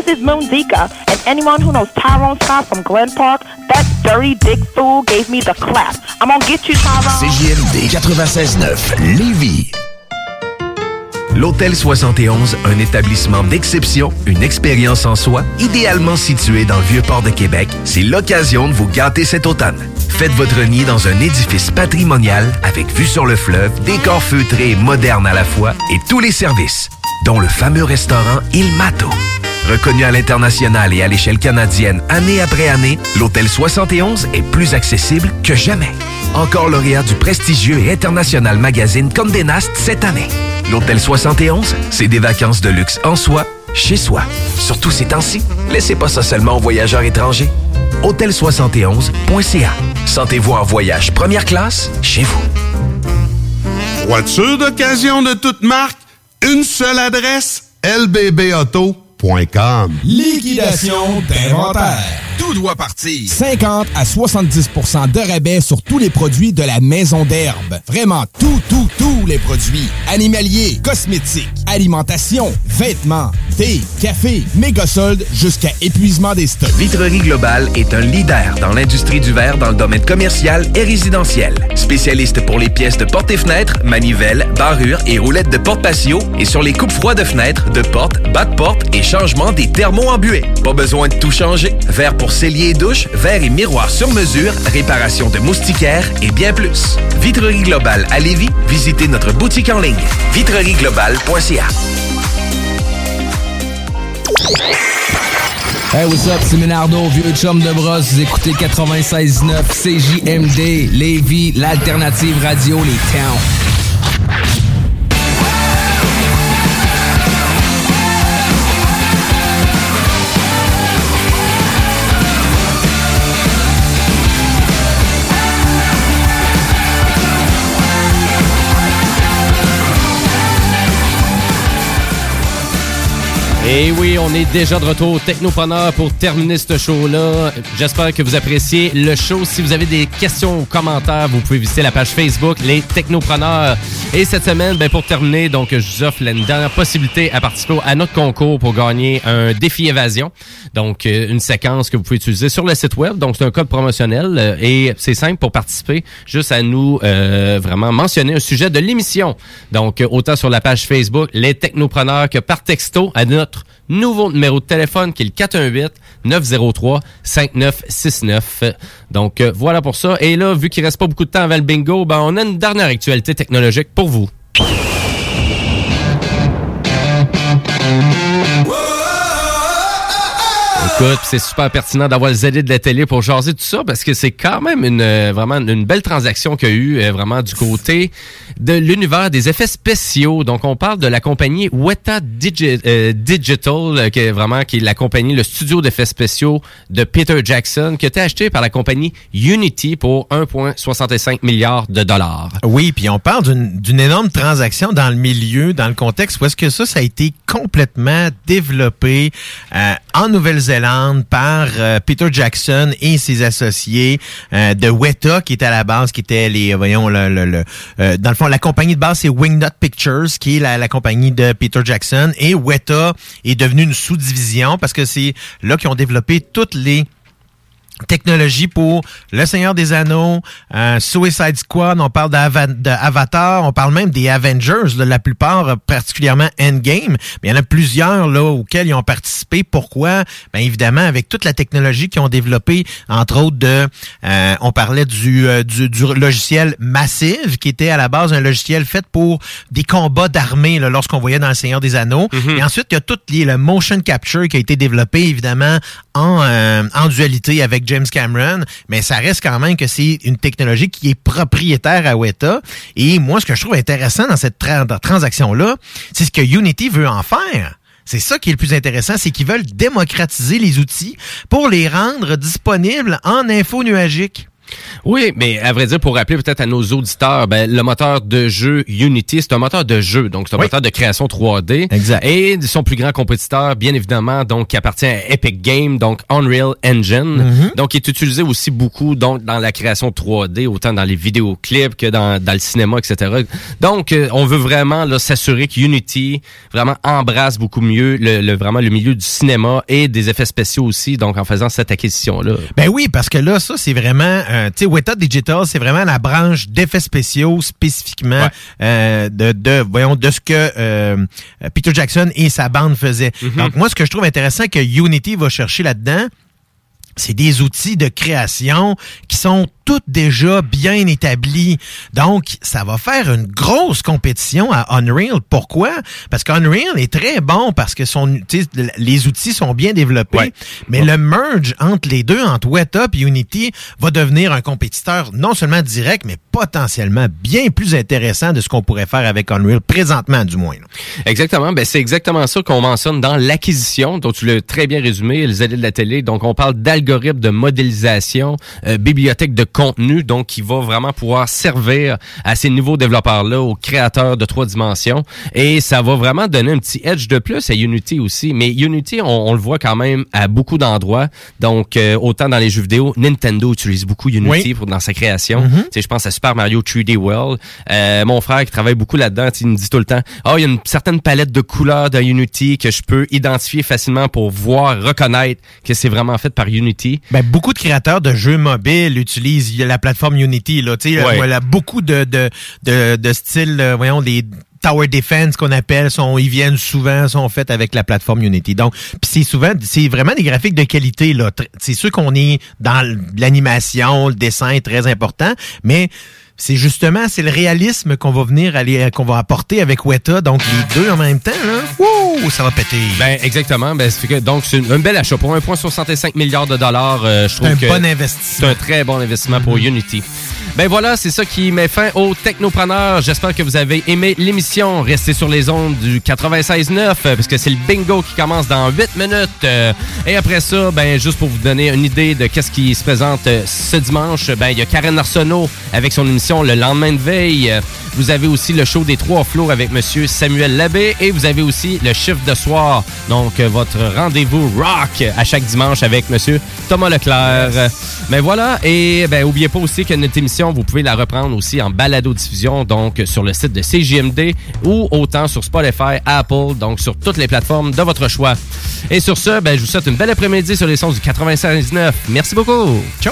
is Moon Zika, and anyone who knows Tyrone Scott from Glen Park, that dirty dick fool gave me the clap. I'm gonna get you, Tyrone. CJMD 96.9, Lévis. L'Hôtel 71, un établissement d'exception, une expérience en soi, idéalement situé dans le Vieux-Port de Québec, c'est l'occasion de vous gâter cet automne. Faites votre nid dans un édifice patrimonial avec vue sur le fleuve, décor feutré et moderne à la fois et tous les services, dont le fameux restaurant Il Mato. Reconnu à l'international et à l'échelle canadienne année après année, l'Hôtel 71 est plus accessible que jamais. Encore lauréat du prestigieux et international magazine Condé Nast cette année. L'Hôtel 71, c'est des vacances de luxe en soi, chez soi. Surtout ces temps-ci, laissez pas ça seulement aux voyageurs étrangers. Hôtel71.ca. Sentez-vous en voyage première classe chez vous. Voiture d'occasion de toute marque, une seule adresse, lbbauto.com. Liquidation d'inventaire. Tout doit partir. 50 à 70% de rabais sur tous les produits de la Maison d'Herbe. Vraiment tous les produits. Animaliers, cosmétiques, alimentation, vêtements, thé, café, méga soldes jusqu'à épuisement des stocks. Vitrerie Globale est un leader dans l'industrie du verre dans le domaine commercial et résidentiel. Spécialiste pour les pièces de portes et fenêtres, manivelles, barrures et roulettes de porte patio et sur les coupes froides de fenêtres, de portes, bas de porte et changement des thermos embués. Pas besoin de tout changer. Verre pour cellier et douche, verre et miroir sur mesure, réparation de moustiquaires et bien plus. Vitrerie Globale à Lévis, visitez notre boutique en ligne. vitrerieglobale.ca. Hey, what's up, c'est Ménardo, vieux chum de brosse. Vous écoutez 96.9 CJMD, Lévis, l'alternative radio, les towns. Et oui, on est déjà de retour au Technopreneur pour terminer ce show-là. J'espère que vous appréciez le show. Si vous avez des questions ou commentaires, vous pouvez visiter la page Facebook, les Technopreneurs. Et cette semaine, pour terminer, donc je vous offre une dernière possibilité à participer à notre concours pour gagner un défi évasion. Donc, une séquence que vous pouvez utiliser sur le site web. Donc, c'est un code promotionnel et c'est simple pour participer. Juste à nous vraiment mentionner un sujet de l'émission. Donc, autant sur la page Facebook, les Technopreneurs, que par texto à notre nouveau numéro de téléphone qui est le 418-903-5969. Donc, voilà pour ça. Et là, vu qu'il reste pas beaucoup de temps avant le bingo, on a une dernière actualité technologique pour vous. Écoute, c'est super pertinent d'avoir le ZD de la télé pour jaser tout ça parce que c'est quand même vraiment une belle transaction qu'il y a eu vraiment du côté de l'univers des effets spéciaux. Donc, on parle de la compagnie Weta Digital, qui est la compagnie, le studio d'effets spéciaux de Peter Jackson, qui a été acheté par la compagnie Unity pour 1,65 milliard de dollars. Oui, puis on parle d'une énorme transaction dans le milieu, dans le contexte où est-ce que ça a été complètement développé en Nouvelle-Zélande par Peter Jackson et ses associés de Weta, qui était à la base, qui était dans le fond, la compagnie de base, c'est Wingnut Pictures, qui est la compagnie de Peter Jackson, et Weta est devenue une sous-division parce que c'est là qu'ils ont développé toutes les technologie pour Le Seigneur des Anneaux, Suicide Squad, on parle d'Avatar, on parle même des Avengers, là, la plupart, particulièrement Endgame, mais il y en a plusieurs là auxquels ils ont participé. Pourquoi? Ben évidemment, avec toute la technologie qu'ils ont développée, entre autres on parlait du logiciel Massive, qui était à la base un logiciel fait pour des combats d'armée, là, lorsqu'on voyait dans Le Seigneur des Anneaux. Mm-hmm. Et ensuite, il y a tout le motion capture qui a été développé, évidemment, en dualité avec James Cameron, mais ça reste quand même que c'est une technologie qui est propriétaire à Weta. Et moi, ce que je trouve intéressant dans cette transaction-là, c'est ce que Unity veut en faire. C'est ça qui est le plus intéressant, c'est qu'ils veulent démocratiser les outils pour les rendre disponibles en info nuagique. Oui, mais à vrai dire, pour rappeler peut-être à nos auditeurs, le moteur de jeu Unity, c'est un moteur de jeu, donc c'est un moteur de création 3D. Exact. Et son plus grand compétiteur, bien évidemment, donc qui appartient à Epic Games, donc Unreal Engine, donc qui est utilisé aussi beaucoup donc dans la création 3D, autant dans les vidéoclips que dans le cinéma, etc. Donc, on veut vraiment là, s'assurer que Unity vraiment embrasse beaucoup mieux vraiment le milieu du cinéma et des effets spéciaux aussi, donc en faisant cette acquisition-là. Ben oui, parce que là, ça, c'est vraiment, tu sais, Weta Digital, c'est vraiment la branche d'effets spéciaux spécifiquement de ce que Peter Jackson et sa bande faisaient. Donc, moi, ce que je trouve intéressant que Unity va chercher là-dedans, c'est des outils de création qui sont toutes déjà bien établis. Donc, ça va faire une grosse compétition à Unreal. Pourquoi? Parce qu'Unreal est très bon parce que les outils sont bien développés. Mais le merge entre les deux, entre Weta et Unity, va devenir un compétiteur non seulement direct, mais potentiellement bien plus intéressant de ce qu'on pourrait faire avec Unreal, présentement du moins. Là. Exactement. Ben, c'est exactement ça qu'on mentionne dans l'acquisition, dont tu l'as très bien résumé, les allées de la télé. Donc, on parle d'algorithmes de modélisation, bibliothèque de contenu, donc qui va vraiment pouvoir servir à ces nouveaux développeurs-là, aux créateurs de 3 dimensions. Et ça va vraiment donner un petit edge de plus à Unity aussi. Mais Unity, on le voit quand même à beaucoup d'endroits. Donc, autant dans les jeux vidéo, Nintendo utilise beaucoup Unity dans sa création. Tu sais, je pense à Super Mario 3D World. Mon frère qui travaille beaucoup là-dedans, il me dit tout le temps, il y a une certaine palette de couleurs dans Unity que je peux identifier facilement pour voir, reconnaître que c'est vraiment fait par Unity. Ben, beaucoup de créateurs de jeux mobiles utilisent la plateforme Unity. Là, tu sais, voilà, beaucoup de styles, voyons, les Tower Defense qu'on appelle, ils viennent souvent, sont faits avec la plateforme Unity. Donc, puis c'est vraiment des graphiques de qualité, là. C'est sûr qu'on est dans l'animation, le dessin est très important, mais c'est le réalisme qu'on va apporter avec Weta. Donc, les deux en même temps, là, wouh, ça va péter. Ben, exactement. Ben, donc, c'est un bel achat. Pour 1,65 milliard de dollars, je trouve que bon investissement. C'est un très bon investissement pour Unity. Ben voilà, c'est ça qui met fin au Technopreneur. J'espère que vous avez aimé l'émission. Restez sur les ondes du 96.9 parce que c'est le bingo qui commence dans 8 minutes. Et après ça, ben juste pour vous donner une idée de qu'est-ce qui se présente ce dimanche, ben il y a Karen Arsenault avec son émission Le lendemain de veille. Vous avez aussi le show des 3 flots avec monsieur Samuel Labbé et vous avez aussi le chiffre de soir. Donc votre rendez-vous rock à chaque dimanche avec monsieur Thomas Leclerc. Ben voilà, et ben oubliez pas aussi que notre émission, vous pouvez la reprendre aussi en balado-diffusion, donc sur le site de CJMD ou autant sur Spotify, Apple, donc sur toutes les plateformes de votre choix. Et sur ce, ben, je vous souhaite une belle après-midi sur les sons du 96.9. Merci beaucoup. Ciao.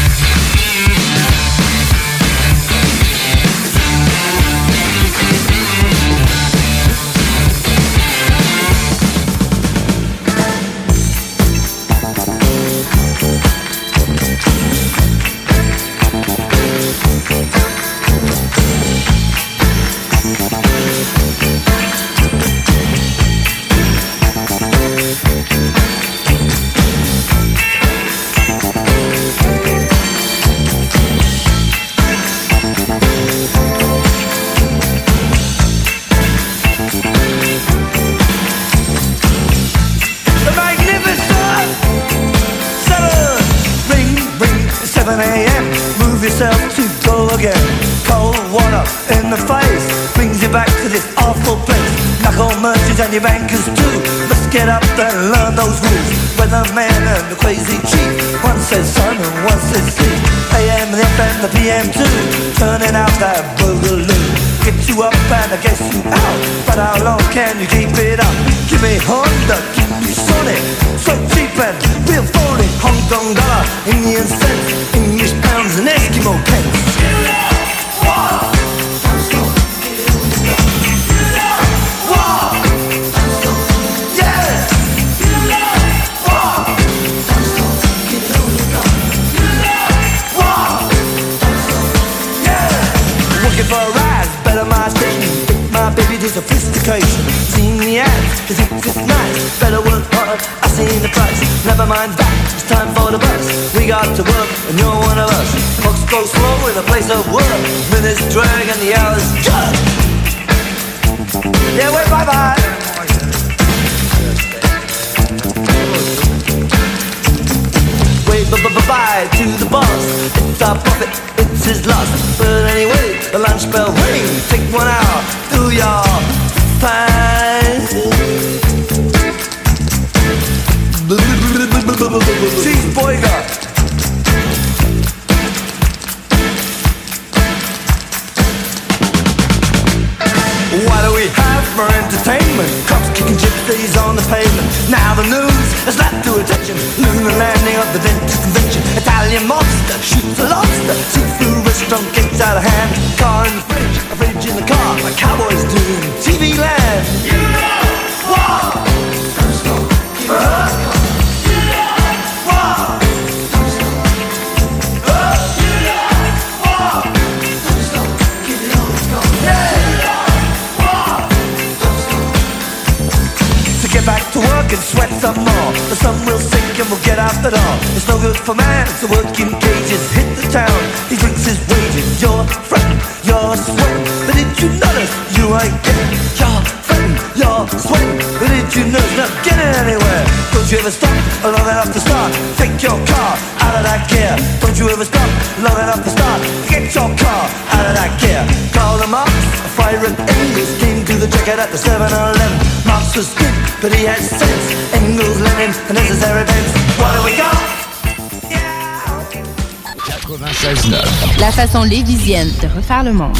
And your bankers too. Let's get up and learn those rules. Weatherman and the crazy chief. One says sun and one says sea. AM, the FM, the PM too. Turning out that boogaloo. Get you up and I guess you out. But how long can you keep it up? Give me Honda, give me Sonic. So cheap and real phony. Hong Kong dollar, Indian cents, English pounds and Eskimo pence. For a rise, better my thing. Think my baby to sophistication. Seen the ads, cause it's just nice. Better work hard, I seen the price. Never mind that, it's time for the bus. We got to work, and you're one of us. Folks go slow in a place of work. Minutes drag and the hours judge. Yeah, wait, bye-bye. Wait, bye-bye to the boss. It's our our profit, it's his loss. But anyway, the lunch bell rings. Take 1 hour, do your fine. Cheeseburger. What do we have for entertainment? Cops kicking gypsies on the pavement. Now the news has led to attention. Lunar landing of the dentist convention. Italian mobster shoots a lobster. Seafood restaurant gets out of hand. Car in the fridge, a fridge in the car. Like cowboys do in TV land. You know what? Get back to work and sweat some more. The sun will sink and we'll get out the door. It's no good for man to work in cages. Hit the town, he drinks his wages. You're fretting, you're sweating, but did you notice you ain't getting? You're fretting, you're sweating, but did you notice not getting anywhere? Don't you ever stop long enough to start? Take your car out of that gear. Don't you ever stop long enough to start? Get your car out of that gear. Call the Marx, a fire at Engels came to the checkout at the 7-Eleven. Marx was good, but he had sense. Engels, Lenin, the necessary events. What do we got? 96.9. La façon lévisienne de refaire le monde.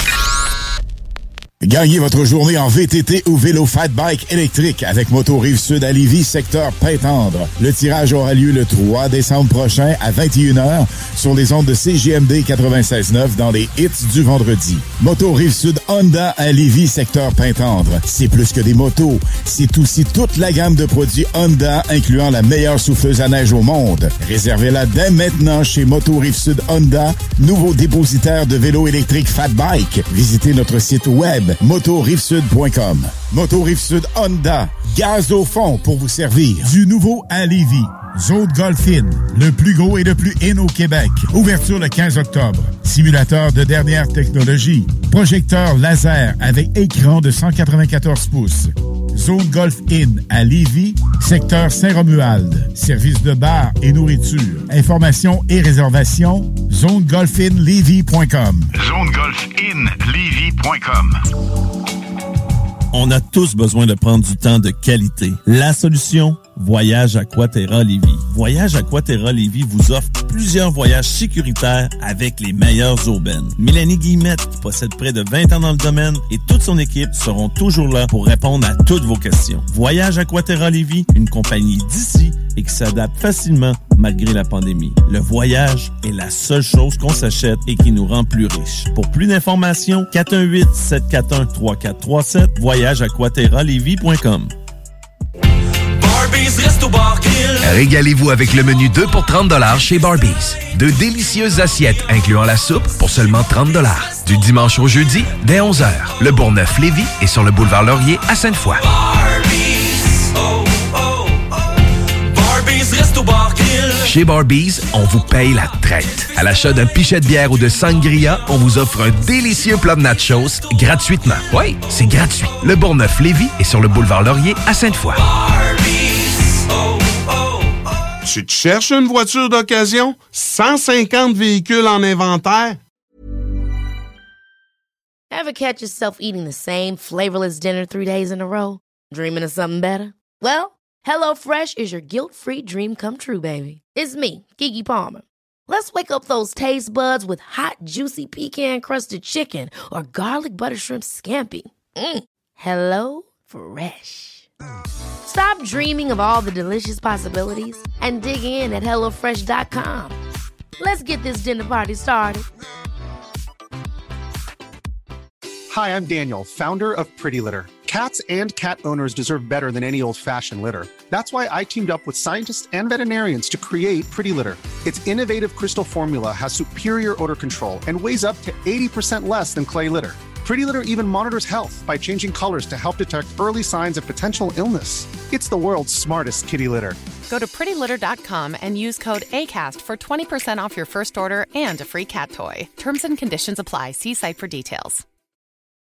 Gagnez votre journée en VTT ou vélo fat bike électrique avec Moto Rive-Sud à Lévis, secteur Pintendre. Le tirage aura lieu le 3 décembre prochain à 21h sur les ondes de CJMD 96.9 dans les hits du vendredi. Moto Rive-Sud Honda à Lévis, secteur Pintendre. C'est plus que des motos, c'est aussi toute la gamme de produits Honda incluant la meilleure souffleuse à neige au monde. Réservez-la dès maintenant chez Moto Rive-Sud Honda, nouveau dépositaire de vélos électriques fat bike. Visitez notre site web motorivesud.com. Moto Rive-Sud Honda, gaz au fond pour vous servir. Du nouveau à Lévis. Zone Golf In, le plus gros et le plus in au Québec. Ouverture le 15 octobre. Simulateur de dernière technologie. Projecteur laser avec écran de 194 pouces. Zone Golf In à Lévis, secteur Saint-Romuald. Service de bar et nourriture. Informations et réservations, zonegolfinlevy.com. zonegolfinlevy.com. On a tous besoin de prendre du temps de qualité. La solution, Voyage Aquaterra Lévis. Voyage Aquaterra Lévis vous offre plusieurs voyages sécuritaires avec les meilleures aubaines. Mélanie Guillemette, qui possède près de 20 ans dans le domaine, et toute son équipe seront toujours là pour répondre à toutes vos questions. Voyage Aquaterra Lévis, une compagnie d'ici et qui s'adapte facilement malgré la pandémie. Le voyage est la seule chose qu'on s'achète et qui nous rend plus riches. Pour plus d'informations, 418-741-3437, voyageaquaterralévis.com. Régalez-vous avec le menu 2 pour 30$ chez Barbies. De délicieuses assiettes incluant la soupe pour seulement 30$. Du dimanche au jeudi, dès 11h. Le Bourgneuf-Lévis est sur le boulevard Laurier à Sainte-Foy. Chez Barbies, on vous paye la traite. À l'achat d'un pichet de bière ou de sangria, on vous offre un délicieux plat de nachos gratuitement. Oui, c'est gratuit. Le Bourgneuf-Lévis est sur le boulevard Laurier à Sainte-Foy. Tu te cherches une voiture d'occasion? 150 véhicules en inventaire? Ever catch yourself eating the same flavorless dinner 3 days in a row? Dreaming of something better? Well, HelloFresh is your guilt-free dream come true, baby. It's me, Keke Palmer. Let's wake up those taste buds with hot, juicy pecan-crusted chicken or garlic butter shrimp scampi. Hello Fresh. Stop dreaming of all the delicious possibilities and dig in at HelloFresh.com. Let's get this dinner party started. Hi, I'm Daniel, founder of Pretty Litter. Cats and cat owners deserve better than any old-fashioned litter. That's why I teamed up with scientists and veterinarians to create Pretty Litter. Its innovative crystal formula has superior odor control and weighs up to 80% less than clay litter. Pretty Litter even monitors health by changing colors to help detect early signs of potential illness. It's the world's smartest kitty litter. Go to prettylitter.com and use code ACAST for 20% off your first order and a free cat toy. Terms and conditions apply. See site for details.